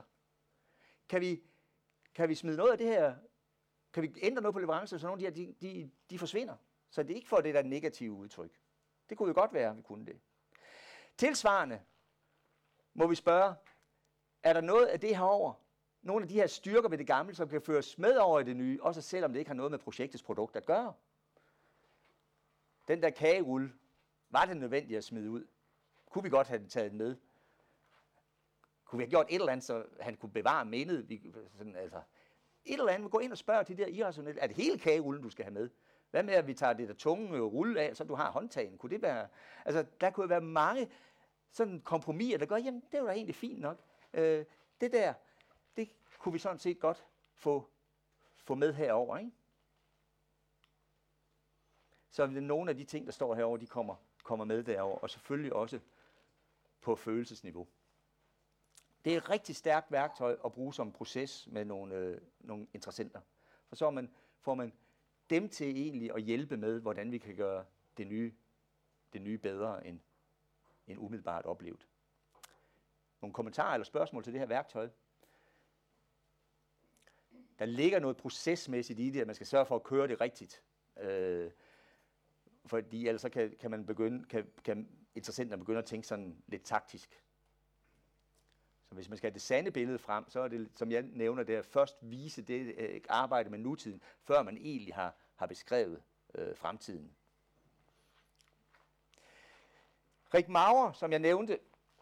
Kan vi smide noget af det her? Kan vi ændre noget på leverancer, så nogle af de her, de forsvinder? Så det er ikke for det der negative udtryk. Det kunne jo godt være, at vi kunne det. Tilsvarende må vi spørge, er der noget af det herover, nogle af de her styrker ved det gamle, som kan føres med over i det nye, også selvom det ikke har noget med projektets produkt at gøre? Den der kagerulle, var det nødvendigt at smide ud? Kunne vi godt have den taget med? Kunne vi have gjort et eller andet, så han kunne bevare mindet? Et eller andet, gå ind og spørge til det der irrationelle. Er det hele kagerullen, du skal have med? Hvad med, at vi tager det der tunge rulle af, så du har håndtagen? Kunne det være... Altså, der kunne være mange sådan kompromiser, der gør, jamen, det var da egentlig fint nok. Det der, det kunne vi sådan set godt få med herover, ikke? Så nogle af de ting, der står herover, de kommer med derover, og selvfølgelig også på følelsesniveau. Det er et rigtig stærkt værktøj at bruge som proces med nogle interessenter. For så får man dem til egentlig at hjælpe med, hvordan vi kan gøre det nye bedre end umiddelbart oplevet. Nogle kommentarer eller spørgsmål til det her værktøj? der ligger noget procesmæssigt i det, at man skal sørge for at køre det rigtigt. Fordi ellers så kan interessenterne begynde at tænke sådan lidt taktisk. Så hvis man skal have det sande billede frem, så er det, som jeg nævner der, først vise det arbejde med nutiden, før man egentlig har beskrevet fremtiden. Rick Maurer, som jeg nævnte,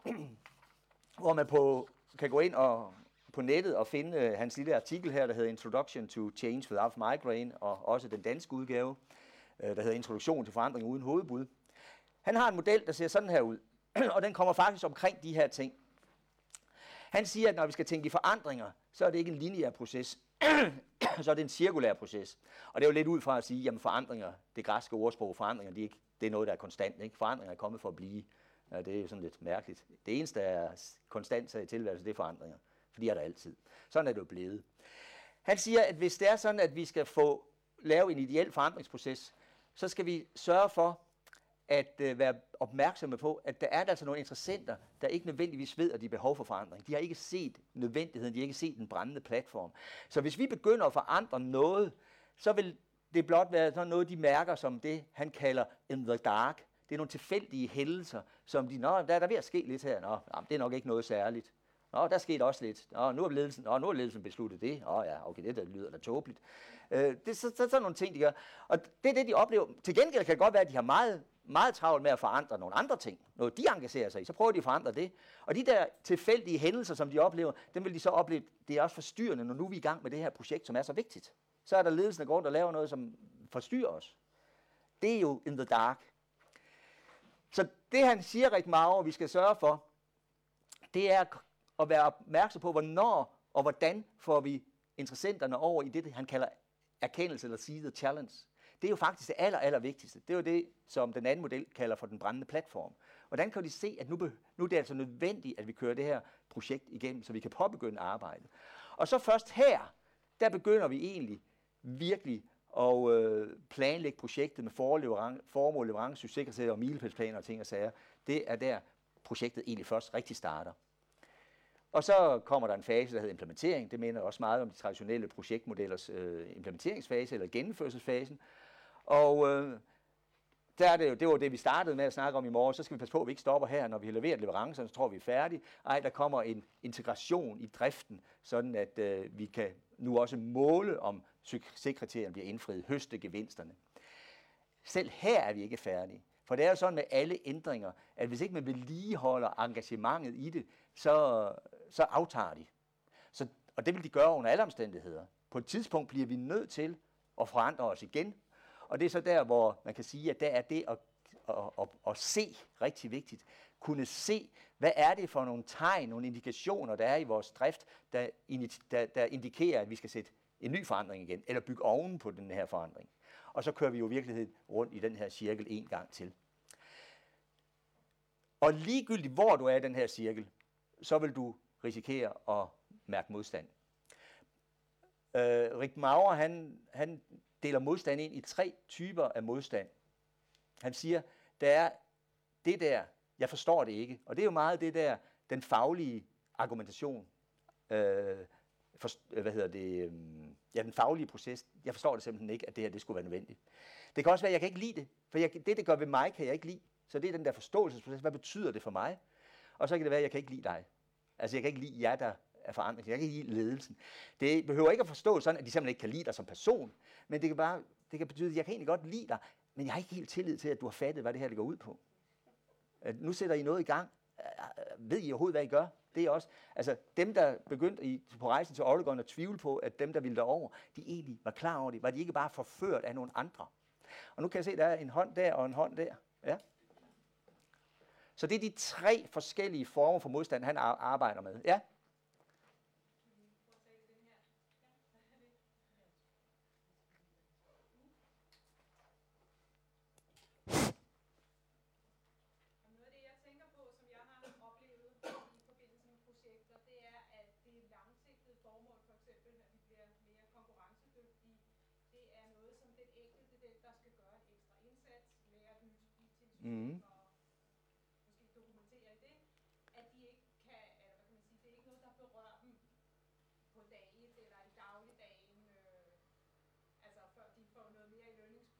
hvor man kan gå ind på nettet og finde hans lille artikel her, der hedder Introduction to Change Without Migraine, og også den danske udgave, der hedder Introduktion til forandring uden hovedbud. Han har en model, der ser sådan her ud, og den kommer faktisk omkring de her ting. Han siger, at når vi skal tænke i forandringer, så er det ikke en lineær proces, så er det en cirkulær proces. Og det er jo lidt ud fra at sige, at forandringer, det græske ordsprog, forandringer, det er noget, der er konstant. Ikke? Forandringer er kommet for at blive. Ja, det er jo sådan lidt mærkeligt. Det eneste, der er konstant i tilværelsen, det er forandringer. For de er der altid. Sådan er det jo blevet. Han siger, at hvis det er sådan, at vi skal få lave en ideel forandringsproces, så skal vi sørge for at være opmærksomme på, at der er altså nogle interessenter, der ikke nødvendigvis ved, at de har behov for forandring. De har ikke set nødvendigheden, de har ikke set den brændende platform. Så hvis vi begynder at forandre noget, så vil det blot være sådan noget, de mærker som det, han kalder in the dark. Det er nogle tilfældige hændelser, som der er ved at ske lidt her. Jamen, det er nok ikke noget særligt. Der skete også lidt. Nu er ledelsen besluttet det. Ja, okay, det der lyder da tåbeligt. Det er sådan nogle ting, de gør. Og det er det, de oplever. Til gengæld kan det godt være, at de har meget, meget travlt med at forandre nogle andre ting. Noget de engagerer sig i, så prøver de at forandre det. Og de der tilfældige hændelser, som de oplever, dem vil de så opleve, det er også forstyrrende, når nu vi er i gang med det her projekt, som er så vigtigt. Så er der ledelsen, der går rundt og laver noget, som forstyrrer os. Det er jo in the dark. Så det, han siger, Rick Maurer, vi skal sørge for, det er at være opmærksom på, hvornår og hvordan får vi interessenterne over i det, han kalder erkendelse, eller see the challenge. Det er jo faktisk det aller vigtigste. Det er jo det, som den anden model kalder for den brændende platform. Hvordan kan de se, at nu er det altså nødvendigt, at vi kører det her projekt igennem, så vi kan påbegynde arbejdet. Og så først her, der begynder vi egentlig virkelig at planlægge projektet med formål, leverance, succeskriterie og milepælsplaner og ting og sager. Det er der, projektet egentlig først rigtig starter. Og så kommer der en fase, der hedder implementering. Det minder også meget om de traditionelle projektmodellers implementeringsfase eller gennemførelsesfasen. Og der er det var det, vi startede med at snakke om i morgen. Så skal vi passe på, at vi ikke stopper her, når vi har leveret leverancerne, så tror vi er færdige. Der kommer en integration i driften, sådan at vi kan nu også måle, om succeskriterierne bliver indfriet, høste gevinsterne. Selv her er vi ikke færdige. For det er jo sådan med alle ændringer, at hvis ikke man vedligeholder engagementet i det, så aftager de. Og det vil de gøre under alle omstændigheder. På et tidspunkt bliver vi nødt til at forandre os igen. Og det er så der, hvor man kan sige, at der er det at se rigtig vigtigt. Kunne se, hvad er det for nogle tegn, nogle indikationer, der er i vores drift, der indikerer, at vi skal sætte en ny forandring igen, eller bygge oven på den her forandring. Og så kører vi jo i virkeligheden rundt i den her cirkel en gang til. Og ligegyldigt hvor du er i den her cirkel, så vil du risikere at mærke modstand. Rick Maurer, han deler modstand ind i 3 typer af modstand. Han siger, der er det der, jeg forstår det ikke. Og det er jo meget det der, den faglige argumentation, den faglige proces. Jeg forstår det simpelthen ikke, at det her det skulle være nødvendigt. Det kan også være, at jeg kan ikke lide det. For det gør ved mig, kan jeg ikke lide. Så det er den der forståelsesproces. Hvad betyder det for mig? Og så kan det være, at jeg kan ikke lide dig. Altså, jeg kan ikke lide jer, der er forandret. Jeg kan ikke lide ledelsen. Det behøver ikke at forstå sådan, at de simpelthen ikke kan lide dig som person. Men det kan betyde, at jeg kan egentlig godt lide dig, men jeg har ikke helt tillid til, at du har fattet, hvad det her det går ud på. Nu sætter I noget i gang. Ved I overhovedet, hvad I gør? Det er også, altså dem, der begyndte på rejsen til Oregon at tvivle på, at dem, der ville derover, de egentlig var klar over det. Var de ikke bare forført af nogle andre? Og nu kan jeg se, at der er en hånd der og en hånd der. Ja. Så det er de 3 forskellige former for modstand, han arbejder med. Ja? Mm. Måske dokumentere i det, at de ikke kan, eller hvad kan man sige, det er ikke noget, der berører dem på dagen eller i dagligdagen,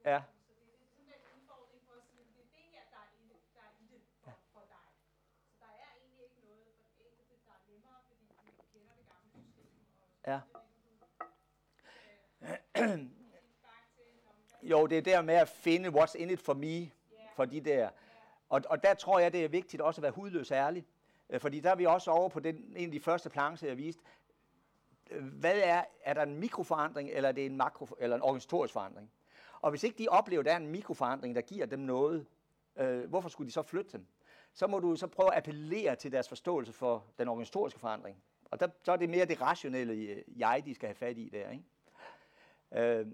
Ja. Så det er sådan en udfordring for at sige, det er det her, der er i det for dig. Så der er egentlig ikke noget for den enkelte, der er nemmere, fordi du kender det gamle system. Og Ja. så Jo, det er der med at finde what's in it for me, for de der. Og der tror jeg, det er vigtigt også at være hudløs ærlig. Fordi der er vi også over på en af de første plancher, jeg viste. Hvad er der en mikroforandring, eller er det eller en organisatorisk forandring? Og hvis ikke de oplever, at der er en mikroforandring, der giver dem noget, hvorfor skulle de så flytte dem? Så må du så prøve at appellere til deres forståelse for den organisatoriske forandring. Og så er det mere det rationelle de skal have fat i der, ikke?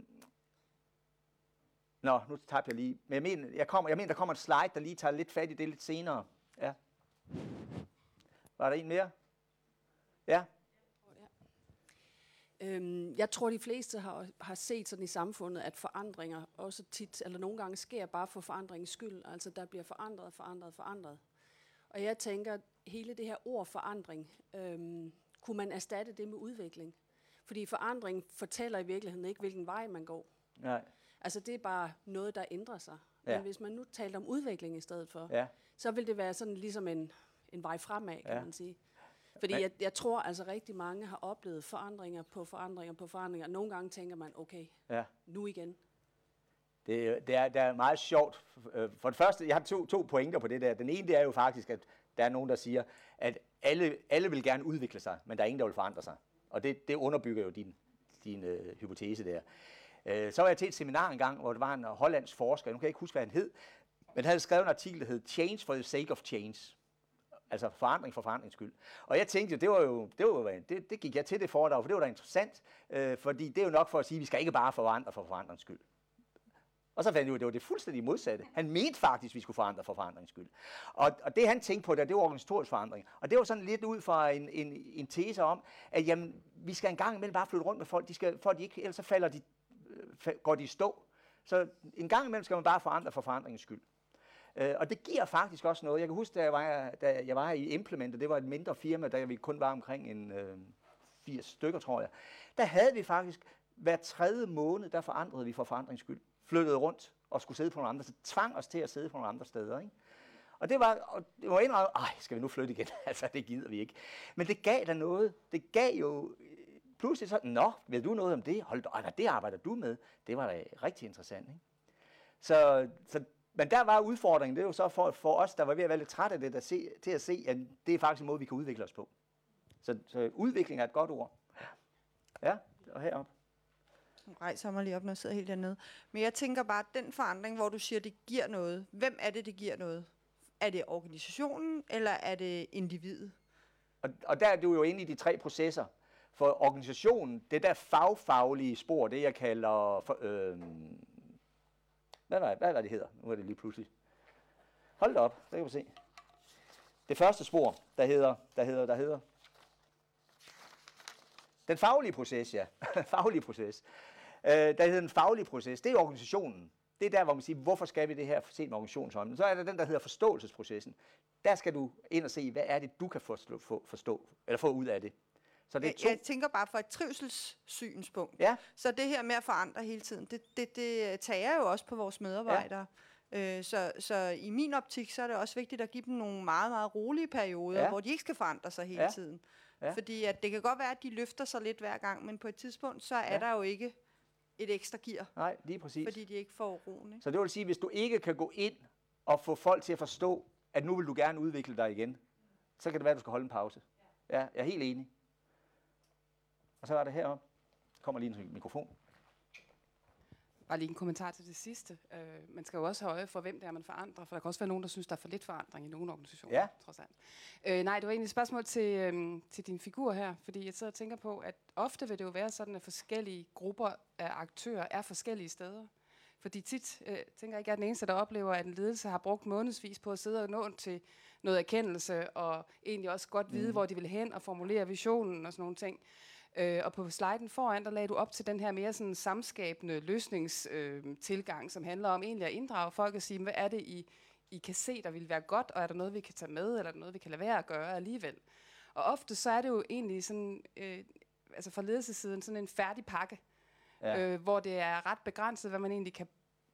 Nu tabte jeg lige. Men jeg mener, der kommer et slide, der lige tager lidt fat i det lidt senere. Ja. Var der en mere? Ja. Jeg tror, de fleste har set sådan i samfundet, at forandringer også tit, eller nogle gange sker bare for forandringens skyld. Altså, der bliver forandret. Og jeg tænker, hele det her ord forandring, kunne man erstatte det med udvikling? Fordi forandring fortæller i virkeligheden ikke, hvilken vej man går. Nej. Altså, det er bare noget, der ændrer sig. Ja. Men hvis man nu talte om udvikling i stedet for, Ja. så vil det være sådan ligesom en vej fremad, kan man sige. Fordi jeg tror altså rigtig mange har oplevet forandringer på forandringer. Nogle gange tænker man, okay, nu igen. Det er meget sjovt. For det første, jeg har to pointer på det der. Den ene, det er jo faktisk, at der er nogen, der siger, at alle vil gerne udvikle sig, men der er ingen, der vil forandre sig. Og det underbygger jo din hypotese der. Så var jeg til et seminar engang, hvor der var en hollandsk forsker, nu kan jeg ikke huske, hvad han hed, men han havde skrevet en artikel, der hed Change for the sake of change. Altså forandring for forandrings skyld. Og jeg tænkte, det gik jeg til det foredrag, for det var da interessant, fordi det er jo nok for at sige, at vi skal ikke bare forandre for forandrings skyld. Og så fandt jeg ud af, at det var det fuldstændig modsatte. Han mente faktisk, at vi skulle forandre for forandrings skyld. Og det han tænkte på, det var organisatorisk forandring. Og det var sådan lidt ud fra en tese om, at jamen, vi skal en gang imellem bare flytte rundt med folk, ellers så går de i stå. Så en gang imellem skal man bare forandre for forandringens skyld. Og det giver faktisk også noget. Jeg kan huske, da jeg var i Implement, og det var et mindre firma, der vi kun var omkring 80 stykker, tror jeg. Der havde vi faktisk hver 3. måned, der forandrede vi for forandringens skyld. Flyttede rundt og skulle sidde på nogle andre, så tvang os til at sidde på nogle andre steder, ikke? Og det var indrømme, skal vi nu flytte igen? Altså, det gider vi ikke. Men det gav da noget. Det gav jo pludselig så, ved du noget om det? Det arbejder du med. Det var da rigtig interessant, ikke? Men der var udfordringen, det er jo så for os, der var ved at være lidt trætte af det, til at se, at det er faktisk en måde, vi kan udvikle os på. Så udvikling er et godt ord. Ja, og heroppe. Nu rejser mig lige op, når jeg sidder helt dernede. Men jeg tænker bare, den forandring, hvor du siger, det giver noget. Hvem er det giver noget? Er det organisationen, eller er det individet? Og der er du jo inde i de 3 processer. For organisationen, det der faglige spor, det jeg kalder... Hvad var det hedder? Nu er det lige pludselig. Hold da op, så kan vi se. Det første spor, der hedder... Den faglige proces, ja. Faglige proces. Der hedder den faglige proces, det er organisationen. Det er der, hvor man siger, hvorfor skal vi det her set med organisationshånden? Så er der den, der hedder forståelsesprocessen. Der skal du ind og se, hvad er det, du kan forstå eller få ud af det. Så det er jeg tænker bare fra et trivselssynspunkt. Ja. Så det her med at forandre hele tiden, det tager jo også på vores medarbejdere. Ja. Så i min optik, så er det også vigtigt at give dem nogle meget, meget rolige perioder, hvor de ikke skal forandre sig hele tiden. Ja. Fordi at det kan godt være, at de løfter sig lidt hver gang, men på et tidspunkt, så er der jo ikke et ekstra gear. Nej, lige præcis. Fordi de ikke får roen. Ikke? Så det vil sige, hvis du ikke kan gå ind og få folk til at forstå, at nu vil du gerne udvikle dig igen, så kan det være, at du skal holde en pause. Ja, jeg er helt enig. Og så er det heroppe. Der kommer lige en mikrofon. Bare lige en kommentar til det sidste. Man skal jo også have øje for, hvem det er, man forandrer, for der kan også være nogen, der synes, der er for lidt forandring i nogle organisationer, trods alt. Nej, det var egentlig et spørgsmål til din figur her, fordi jeg sidder og tænker på, at ofte vil det jo være sådan, at forskellige grupper af aktører er forskellige steder. Fordi tit, tænker jeg ikke, at jeg er den eneste, der oplever, at en ledelse har brugt månedsvis på at sidde og nå til noget erkendelse, og egentlig også godt vide, hvor de vil hen, og formulere visionen og sådan nogle ting. Og på sliden foran, der lagde du op til den her mere sådan samskabende løsningstilgang, som handler om egentlig at inddrage folk og sige, hvad er det, I kan se, der vil være godt, og er der noget, vi kan tage med, eller er der noget, vi kan lade være at gøre alligevel. Og ofte så er det jo egentlig sådan, altså fra ledelsessiden, sådan en færdig pakke, hvor det er ret begrænset, hvad man egentlig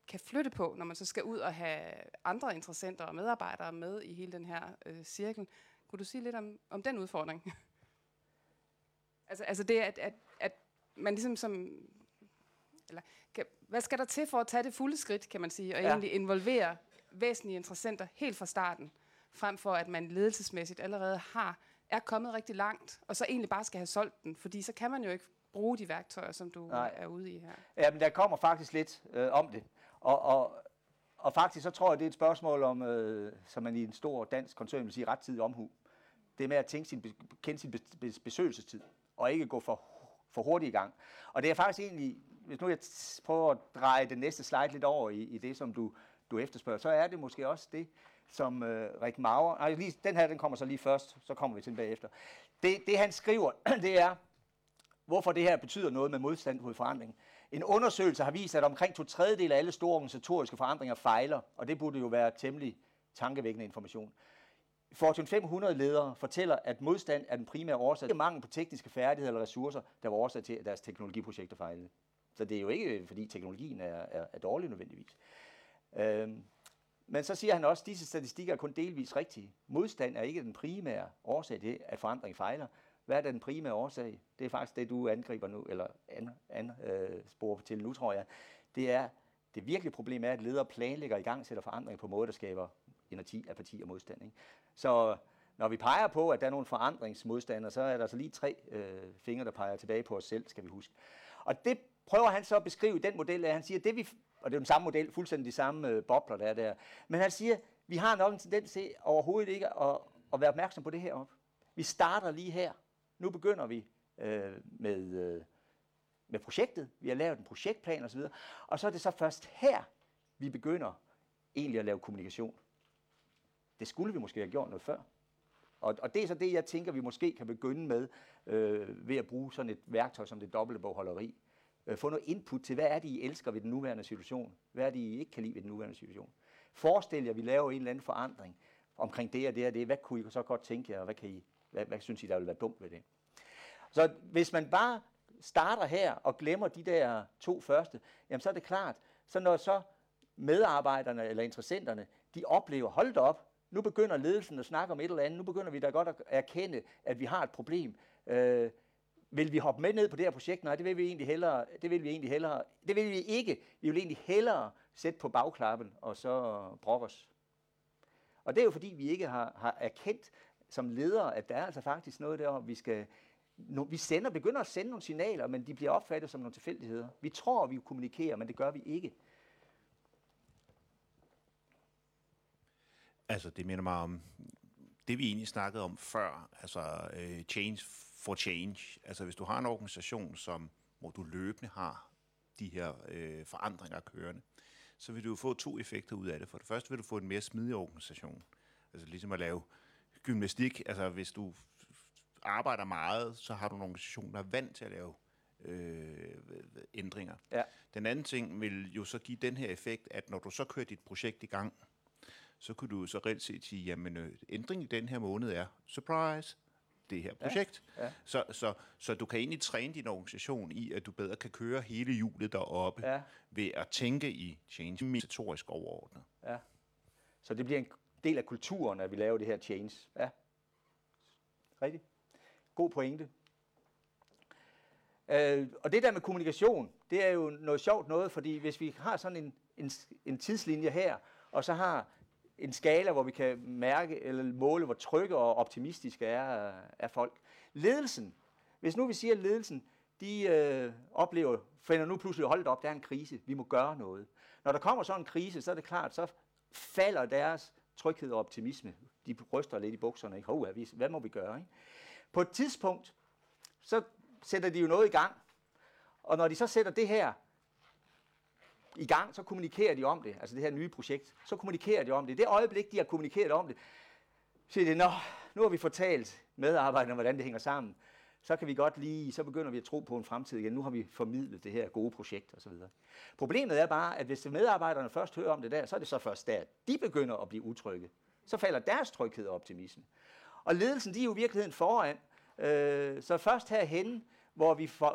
kan flytte på, når man så skal ud og have andre interessenter og medarbejdere med i hele den her cirkel. Kunne du sige lidt om den udfordring? altså det, at man ligesom som... Eller, hvad skal der til for at tage det fulde skridt, kan man sige, og egentlig involvere væsentlige interessenter helt fra starten, frem for at man ledelsesmæssigt allerede er kommet rigtig langt, og så egentlig bare skal have solgt den, fordi så kan man jo ikke bruge de værktøjer, som du er ude i her. Ja, men der kommer faktisk lidt om det. Og faktisk så tror jeg, det er et spørgsmål om, som man i en stor dansk koncern vil sige, rettidig omhu. Det med at kende sin besøgelsestid, og ikke gå for hurtigt i gang. Og det er faktisk egentlig, hvis nu jeg prøver at dreje den næste slide lidt over i det, som du efterspørger, så er det måske også det, som Rik Maurer... Den her, den kommer så lige først, så kommer vi til den bagefter. Det han skriver, det er, hvorfor det her betyder noget med modstand mod forandring. En undersøgelse har vist, at omkring 2/3 af alle store organisatoriske forandringer fejler, og det burde jo være temmelig tankevækkende information. Fortune 500 ledere fortæller, at modstand er den primære årsag til mangel på tekniske færdigheder eller ressourcer, der var årsag til, at deres teknologiprojekter fejlede. Så det er jo ikke, fordi teknologien er dårlig nødvendigvis. Men så siger han også, at disse statistikker er kun delvis rigtige. Modstand er ikke den primære årsag til, at forandring fejler. Hvad er den primære årsag? Det er faktisk det, du angriber nu, eller sporer til nu, tror jeg. Det virkelige problem er, at ledere planlægger i gang sætter forandring på måde, der skaber inerti, apati og modstand. Ikke? Så når vi peger på, at der er nogle forandringsmodstandere, så er der altså lige 3 fingre, der peger tilbage på os selv, skal vi huske. Og det prøver han så at beskrive i den model, at han siger, og det er den samme model, fuldstændig de samme bobler, der er der. Men han siger, vi har nok en tendens til overhovedet ikke at være opmærksom på det heroppe. Vi starter lige her. Nu begynder vi med projektet. Vi har lavet en projektplan osv. Og så er det så først her, vi begynder egentlig at lave kommunikation. Det skulle vi måske have gjort noget før. Og det er så det, jeg tænker, vi måske kan begynde med ved at bruge sådan et værktøj som det dobbelte bogholderi. Få noget input til, hvad er det, I elsker ved den nuværende situation? Hvad er det, I ikke kan lide ved den nuværende situation? Forestil jer, at vi laver en eller anden forandring omkring det og det og det. Hvad kunne I så godt tænke jer, og hvad synes I, der vil være dumt ved det? Så hvis man bare starter her og glemmer de der 2 første, jamen så er det klart, så når så medarbejderne eller interessenterne, de oplever, hold da op, nu begynder ledelsen at snakke om et eller andet, nu begynder vi da godt at erkende, at vi har et problem. Vil vi hoppe med ned på det her projekt? Nej, det vil vi ikke. Vi vil egentlig hellere sætte på bagklappen og så brokke os. Og det er jo fordi, vi ikke har erkendt som ledere, at der er altså faktisk noget der, vi begynder at sende nogle signaler, men de bliver opfattet som nogle tilfældigheder. Vi tror, vi kommunikerer, men det gør vi ikke. Altså, det minder mig om det, vi egentlig snakkede om før, altså change for change. Altså, hvis du har en organisation, hvor du løbende har de her forandringer kørende, så vil du jo få 2 effekter ud af det. For det første vil du få en mere smidig organisation. Altså ligesom at lave gymnastik. Altså, hvis du arbejder meget, så har du en organisation, der er vant til at lave ændringer. Ja. Den anden ting vil jo så give den her effekt, at når du så kører dit projekt i gang, så kunne du så reelt set sige, jamen ændring i den her måned er, surprise, det her projekt. Ja. Ja. Så du kan egentlig træne din organisation i, at du bedre kan køre hele hjulet deroppe, ved at tænke i change, metatorisk overordnet. Ja. Så det bliver en del af kulturen, at vi laver det her change. Ja. Rigtigt. God pointe. Og det der med kommunikation, det er jo noget sjovt noget, fordi hvis vi har sådan en tidslinje her, og så har en skala, hvor vi kan mærke eller måle, hvor trygge og optimistiske er folk. Ledelsen, hvis nu vi siger, at ledelsen, de finder nu pludselig, holdt op, der er en krise, vi må gøre noget. Når der kommer sådan en krise, så er det klart, så falder deres tryghed og optimisme. De ryster lidt i bukserne, ikke? Hvad må vi gøre? Ikke? På et tidspunkt, så sætter de jo noget i gang, og når de så sætter det her i gang, så kommunikerer de om det, altså det her nye projekt, så kommunikerer de om det. Det øjeblik, de har kommunikeret om det, siger de, nu har vi fortalt medarbejderne, hvordan det hænger sammen, så kan vi godt så begynder vi at tro på en fremtid igen, nu har vi formidlet det her gode projekt osv. Problemet er bare, at hvis medarbejderne først hører om det der, så er det så først der, de begynder at blive utrygge. Så falder deres tryghed og optimisme. Og ledelsen, de er jo i virkeligheden foran, så først herhenne, hvor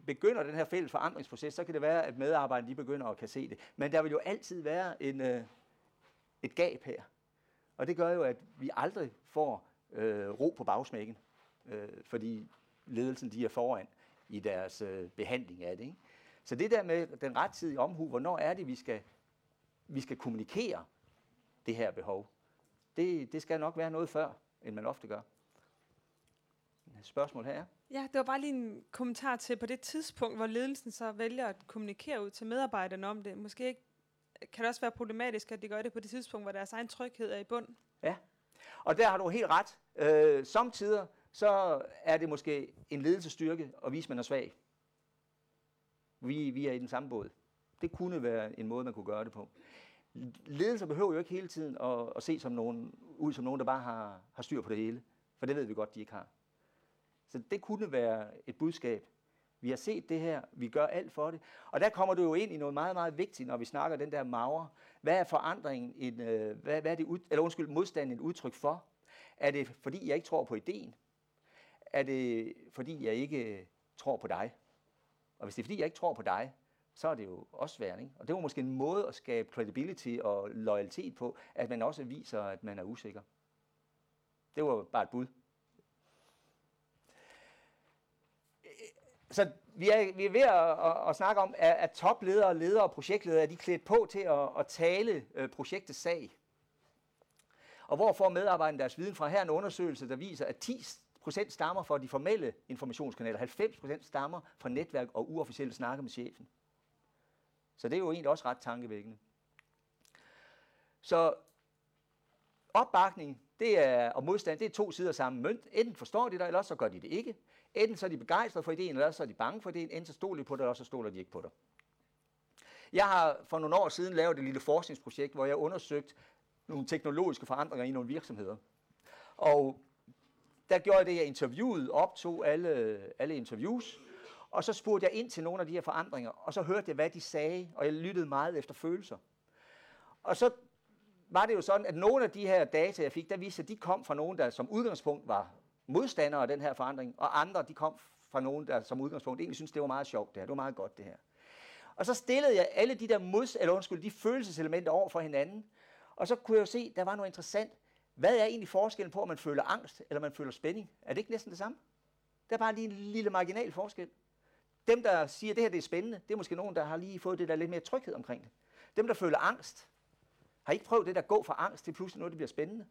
begynder den her fælles forandringsproces, så kan det være, at medarbejderne de begynder at kan se det. Men der vil jo altid være et gab her. Og det gør jo, at vi aldrig får ro på bagsmækken, fordi ledelsen de er foran i deres behandling af det. Ikke? Så det der med den rettidige omhu, hvornår er det, vi skal kommunikere det her behov, det skal nok være noget før, end man ofte gør. Spørgsmål her? Ja, det var bare lige en kommentar til på det tidspunkt, hvor ledelsen så vælger at kommunikere ud til medarbejderne om det. Måske ikke, kan det også være problematisk, at de gør det på det tidspunkt, hvor deres egen tryghed er i bund. Ja, og der har du helt ret. Samtidig så er det måske en ledelsesstyrke at vise, at man er svag. Vi er i den samme båd. Det kunne være en måde, man kunne gøre det på. Ledelser behøver jo ikke hele tiden at se ud som nogen, der bare har styr på det hele. For det ved vi godt, de ikke har. Så det kunne være et budskab. Vi har set det her, vi gør alt for det. Og der kommer du jo ind i noget meget, meget vigtigt, når vi snakker den der magre. Hvad er forandringen, hvad er det modstanden et udtryk for? Er det fordi, jeg ikke tror på ideen? Er det fordi, jeg ikke tror på dig? Og hvis det er fordi, jeg ikke tror på dig, så er det jo også svært, ikke? Og det var måske en måde at skabe credibility og loyalitet på, at man også viser, at man er usikker. Det var bare et bud. Så vi er ved at snakke om, at topledere, ledere og projektledere, er de klædt på til at tale projektets sag. Og hvor får medarbejderne deres viden fra? Her en undersøgelse, der viser, at 10% stammer fra de formelle informationskanaler, 90% stammer fra netværk og uofficielle snakker med chefen. Så det er jo egentlig også ret tankevækkende. Så opbakning og modstand, det er to sider af samme mønt. Enten forstår de dig, eller så gør de det ikke. Enten så er de begejstrede for ideen, eller så er de bange for ideen. Enten så stoler de på dig, eller så stoler de ikke på dig. Jeg har for nogle år siden lavet et lille forskningsprojekt, hvor jeg undersøgte nogle teknologiske forandringer i nogle virksomheder. Og der gjorde jeg det, jeg interviewede, optog alle interviews, og så spurgte jeg ind til nogle af de her forandringer, og så hørte jeg, hvad de sagde, og jeg lyttede meget efter følelser. Og så var det jo sådan, at nogle af de her data, jeg fik, der viste, at de kom fra nogen, der som udgangspunkt var modstandere af den her forandring, og andre, de kom fra nogen, der som udgangspunkt egentlig syntes, det var meget sjovt det her, det var meget godt det her. Og så stillede jeg alle de der de følelseselementer over for hinanden, og så kunne jeg jo se, der var noget interessant. Hvad er egentlig forskellen på, om man føler angst, eller man føler spænding? Er det ikke næsten det samme? Der er bare lige en lille marginal forskel. Dem, der siger, at det her det er spændende, det er måske nogen, der har lige fået det der lidt mere tryghed omkring det. Dem, der føler angst, har ikke prøvet det der gå fra angst til pludselig noget, det bliver spændende.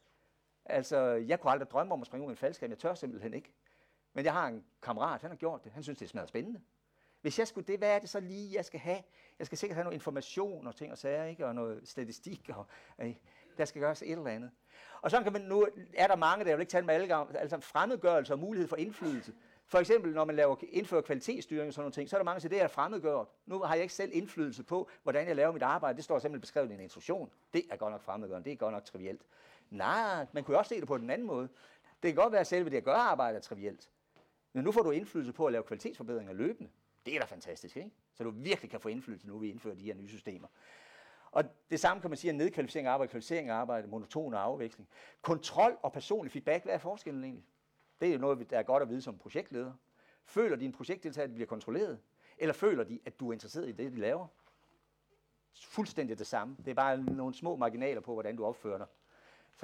Altså, jeg kunne aldrig drømme om at springe ud i en faldskærm. Jeg tør simpelthen ikke. Men jeg har en kammerat, han har gjort det. Han synes, det smadret spændende. Hvis jeg skulle det, hvad er det så lige, jeg skal have? Jeg skal sikkert have noget information og ting og sager, ikke? Og noget statistik, og der skal gøres et eller andet. Og så kan man nu, er der mange, der vil ikke tale med alle gange, altså fremmedgørelse og mulighed for indflydelse. For eksempel, når man indfører kvalitetsstyring og sådan nogle ting, så er der mange, der siger, det er fremmedgjort. Nu har jeg ikke selv indflydelse på, hvordan jeg laver mit arbejde. Det står simpelthen beskrevet i en instruktion. Det er godt nok fremmedgørende, det er godt nok trivielt. Nej, man kunne også se det på den anden måde. Det kan godt være, at selve det at gøre arbejde er trivielt. Men nu får du indflydelse på at lave kvalitetsforbedringer løbende. Det er da fantastisk, ikke? Så du virkelig kan få indflydelse, nu vi indfører de her nye systemer. Og det samme kan man sige, at nedkvalificering af arbejde, kvalificering af arbejde, monoton og afveksling. Kontrol og personlig feedback, hvad er forskellen egentlig? Det er jo noget, der er godt at vide som projektleder. Føler dine projektdeltagere, at de bliver kontrolleret? Eller føler de, at du er interesseret i det, de laver? Fuldstændig det samme. Det er bare nogle små marginaler på, hvordan du opfører dig. Så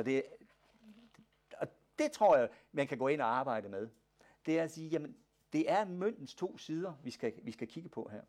det tror jeg, man kan gå ind og arbejde med. Det er at sige, jamen, det er møntens to sider, vi skal kigge på her.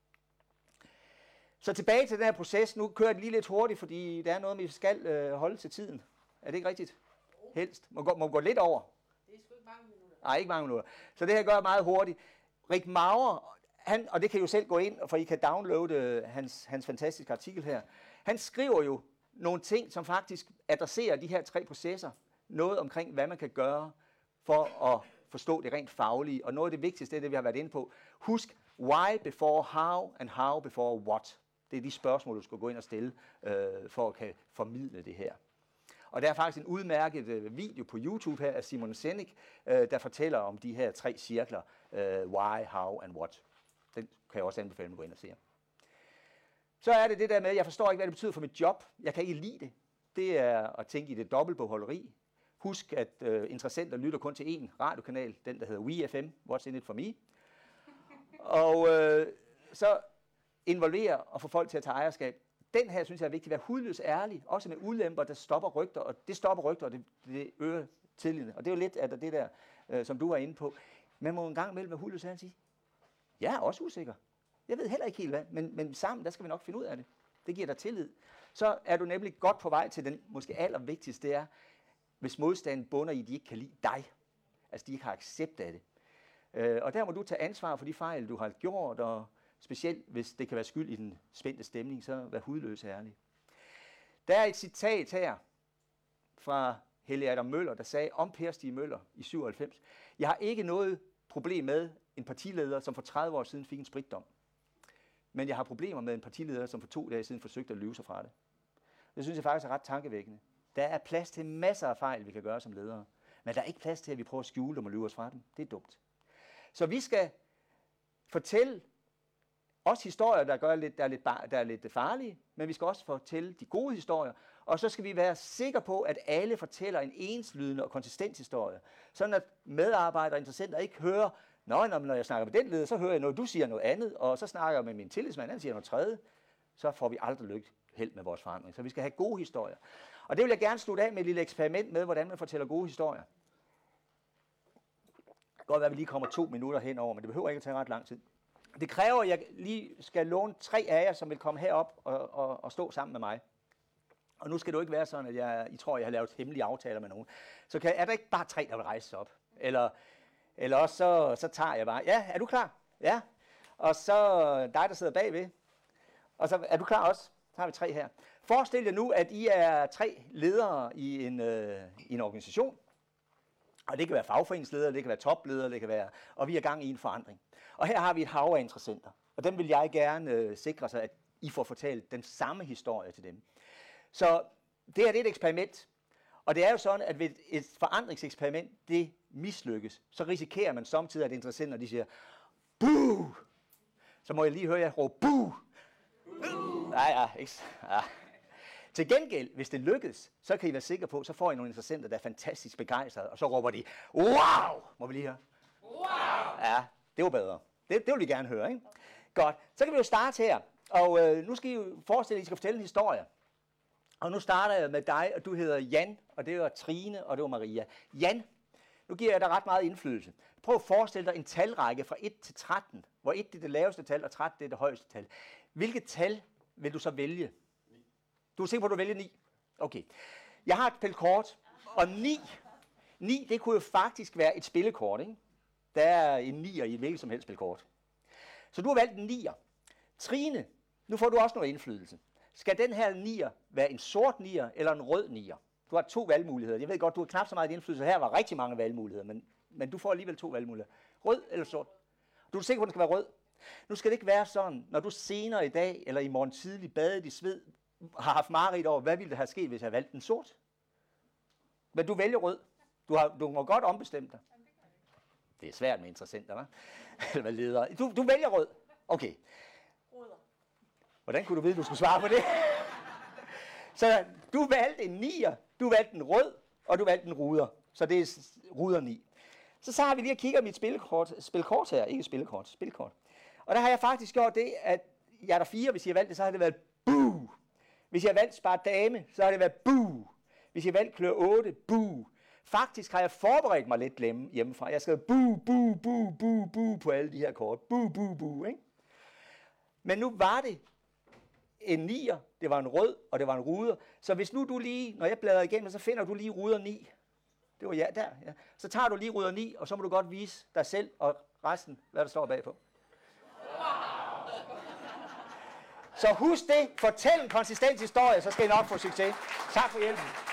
Så tilbage til den her proces. Nu kører det lige lidt hurtigt, fordi der er noget, vi skal holde til tiden. Er det ikke rigtigt? Helst. Må gå lidt over. Det er sgu ikke mange minutter. Nej, ikke mange minutter. Så det her gør jeg meget hurtigt. Rik Maurer, og det kan I jo selv gå ind, for I kan downloade hans fantastiske artikel her. Han skriver jo nogle ting, som faktisk adresserer de her tre processer. Noget omkring, hvad man kan gøre for at forstå det rent faglige. Og noget af det vigtigste, det er det, vi har været inde på. Husk, why before how, and how before what. Det er de spørgsmål, du skal gå ind og stille, for at kan formidle det her. Og der er faktisk en udmærket video på YouTube her af Simon Sinek, der fortæller om de her tre cirkler. Why, how and what. Den kan jeg også anbefale, at gå ind og se. Så er det der med, jeg forstår ikke, hvad det betyder for mit job. Jeg kan ikke lide det. Det er at tænke i det dobbeltbogholderi. Husk, at interessenter lytter kun til én radiokanal, den der hedder WeFM, What's in it for me. Og så involvere og få folk til at tage ejerskab. Den her, synes jeg er vigtigt. Vær hudløs ærlig, også med ulemper, der stopper rygter, og det stopper rygter, og det øger tilliden. Og det er jo lidt af det der, som du var inde på. Man må en gang imellem være hudløs ærlig og sige, jeg er også usikker. Jeg ved heller ikke helt hvad, men sammen, der skal vi nok finde ud af det. Det giver dig tillid. Så er du nemlig godt på vej til den måske allervigtigste, det er, hvis modstanden bunder i, at de ikke kan lide dig. Altså, de ikke har accept af det. Og der må du tage ansvar for de fejl, du har gjort, og specielt hvis det kan være skyld i den spændte stemning, så vær hudløs ærlig. Der er et citat her fra Helge Adam Møller, der sagde om Per Stig Møller i 97, jeg har ikke noget problem med en partileder, som for 30 år siden fik en spritdom. Men jeg har problemer med en partileder, som for 2 dage siden forsøgte at lyve sig fra det. Det synes jeg faktisk er ret tankevækkende. Der er plads til masser af fejl, vi kan gøre som ledere. Men der er ikke plads til, at vi prøver at skjule dem og lyve os fra dem. Det er dumt. Så vi skal fortælle også historier, der er lidt farlige, men vi skal også fortælle de gode historier. Og så skal vi være sikre på, at alle fortæller en enslydende og konsistent historie. Sådan at medarbejdere og interessenter ikke hører, når jeg snakker med den leder, så hører jeg noget, du siger noget andet, og så snakker jeg med min tillidsmand, han siger noget tredje. Så får vi aldrig held med vores forandring. Så vi skal have gode historier. Og det vil jeg gerne slutte af med et lille eksperiment med, hvordan man fortæller gode historier. Det kan godt være, at vi lige kommer 2 minutter henover, men det behøver ikke at tage ret lang tid. Det kræver, at jeg lige skal låne 3 af jer, som vil komme herop og stå sammen med mig. Og nu skal det jo ikke være sådan, at I tror, jeg har lavet hemmelige aftaler med nogen. Så er der ikke bare 3, der vil rejse sig op? Eller også så tager jeg bare. Ja, er du klar? Ja. Og så dig, der sidder bagved. Og så er du klar også? Så har vi 3 her. Forestil jer nu, at I er 3 ledere i en organisation. Og det kan være fagforeningsledere, det kan være topledere, det kan være, og vi er i gang i en forandring. Og her har vi et hav af interessenter. Og dem vil jeg gerne sikre sig, at I får fortalt den samme historie til dem. Så det her det er et eksperiment. Og det er jo sådan, at hvis et forandringseksperiment, det mislykkes, så risikerer man samtidig, at interessenter, de siger, buh! Så må jeg lige høre jer råbe, buh! Ja, ikke? Ja. Til gengæld, hvis det lykkes, så kan I være sikre på, så får I nogle interessenter, der er fantastisk begejstrede, og så råber de, wow! Må vi lige høre? Wow! Ja, det var bedre. Det vil vi gerne høre, ikke? Godt, så kan vi jo starte her. Og nu skal I jo forestille, at I skal fortælle en historie. Og nu starter jeg med dig, og du hedder Jan, og det var Trine, og det var Maria. Jan, nu giver jeg dig ret meget indflydelse. Prøv at forestille dig en talrække fra 1 til 13, hvor 1 det er det laveste tal, og 13 det er det højeste tal. Hvilket tal vil du så vælge? 9. Du er sikker på, at du vælger 9? Okay. Jeg har et spilkort, og 9, det kunne jo faktisk være et spillekort, ikke? Der er en 9'er i et hvilket som helst spilkort. Så du har valgt en 9'er. Trine, nu får du også noget indflydelse. Skal den her 9'er være en sort 9'er eller en rød 9'er? Du har 2 valgmuligheder. Jeg ved godt, du har knap så meget indflydelse. Her var rigtig mange valgmuligheder, men du får alligevel 2 valgmuligheder. Rød eller sort? Du er sikker på, at den skal være rød? Nu skal det ikke være sådan, når du senere i dag eller i morgen tidlig badet i sved, har haft mareridt over, hvad ville der have sket, hvis jeg valgte den sort? Men du vælger rød. Du må godt ombestemme dig. Det er svært med interessenter, hva'? Eller ledere. Du vælger rød. Okay. Hvordan kunne du vide, du skulle svare på det? Så du valgte en 9'er, du valgte en rød, og du valgte en ruder. Så det er ruder 9. Så har vi lige at kigge på mit spilkort her. Ikke spilkort. Og der har jeg faktisk gjort det, at jeg er der 4, hvis jeg valgte det, så har det været buh. Hvis jeg valgte spare dame, så har det været buh. Hvis jeg valgte klør 8, buh. Faktisk har jeg forberedt mig lidt hjemmefra. Jeg har skrevet buh på alle de her kort. Buh, ikke? Men nu var det en 9'er, det var en rød, og det var en ruder. Så hvis nu du lige, når jeg bladrer igennem, så finder du lige ruder 9. Det var ja. Så tager du lige ruder 9, og så må du godt vise dig selv og resten, hvad der står bagpå. Så husk det. Fortæl en konsistent historie, så skal I nok få succes. Tak for hjælpen.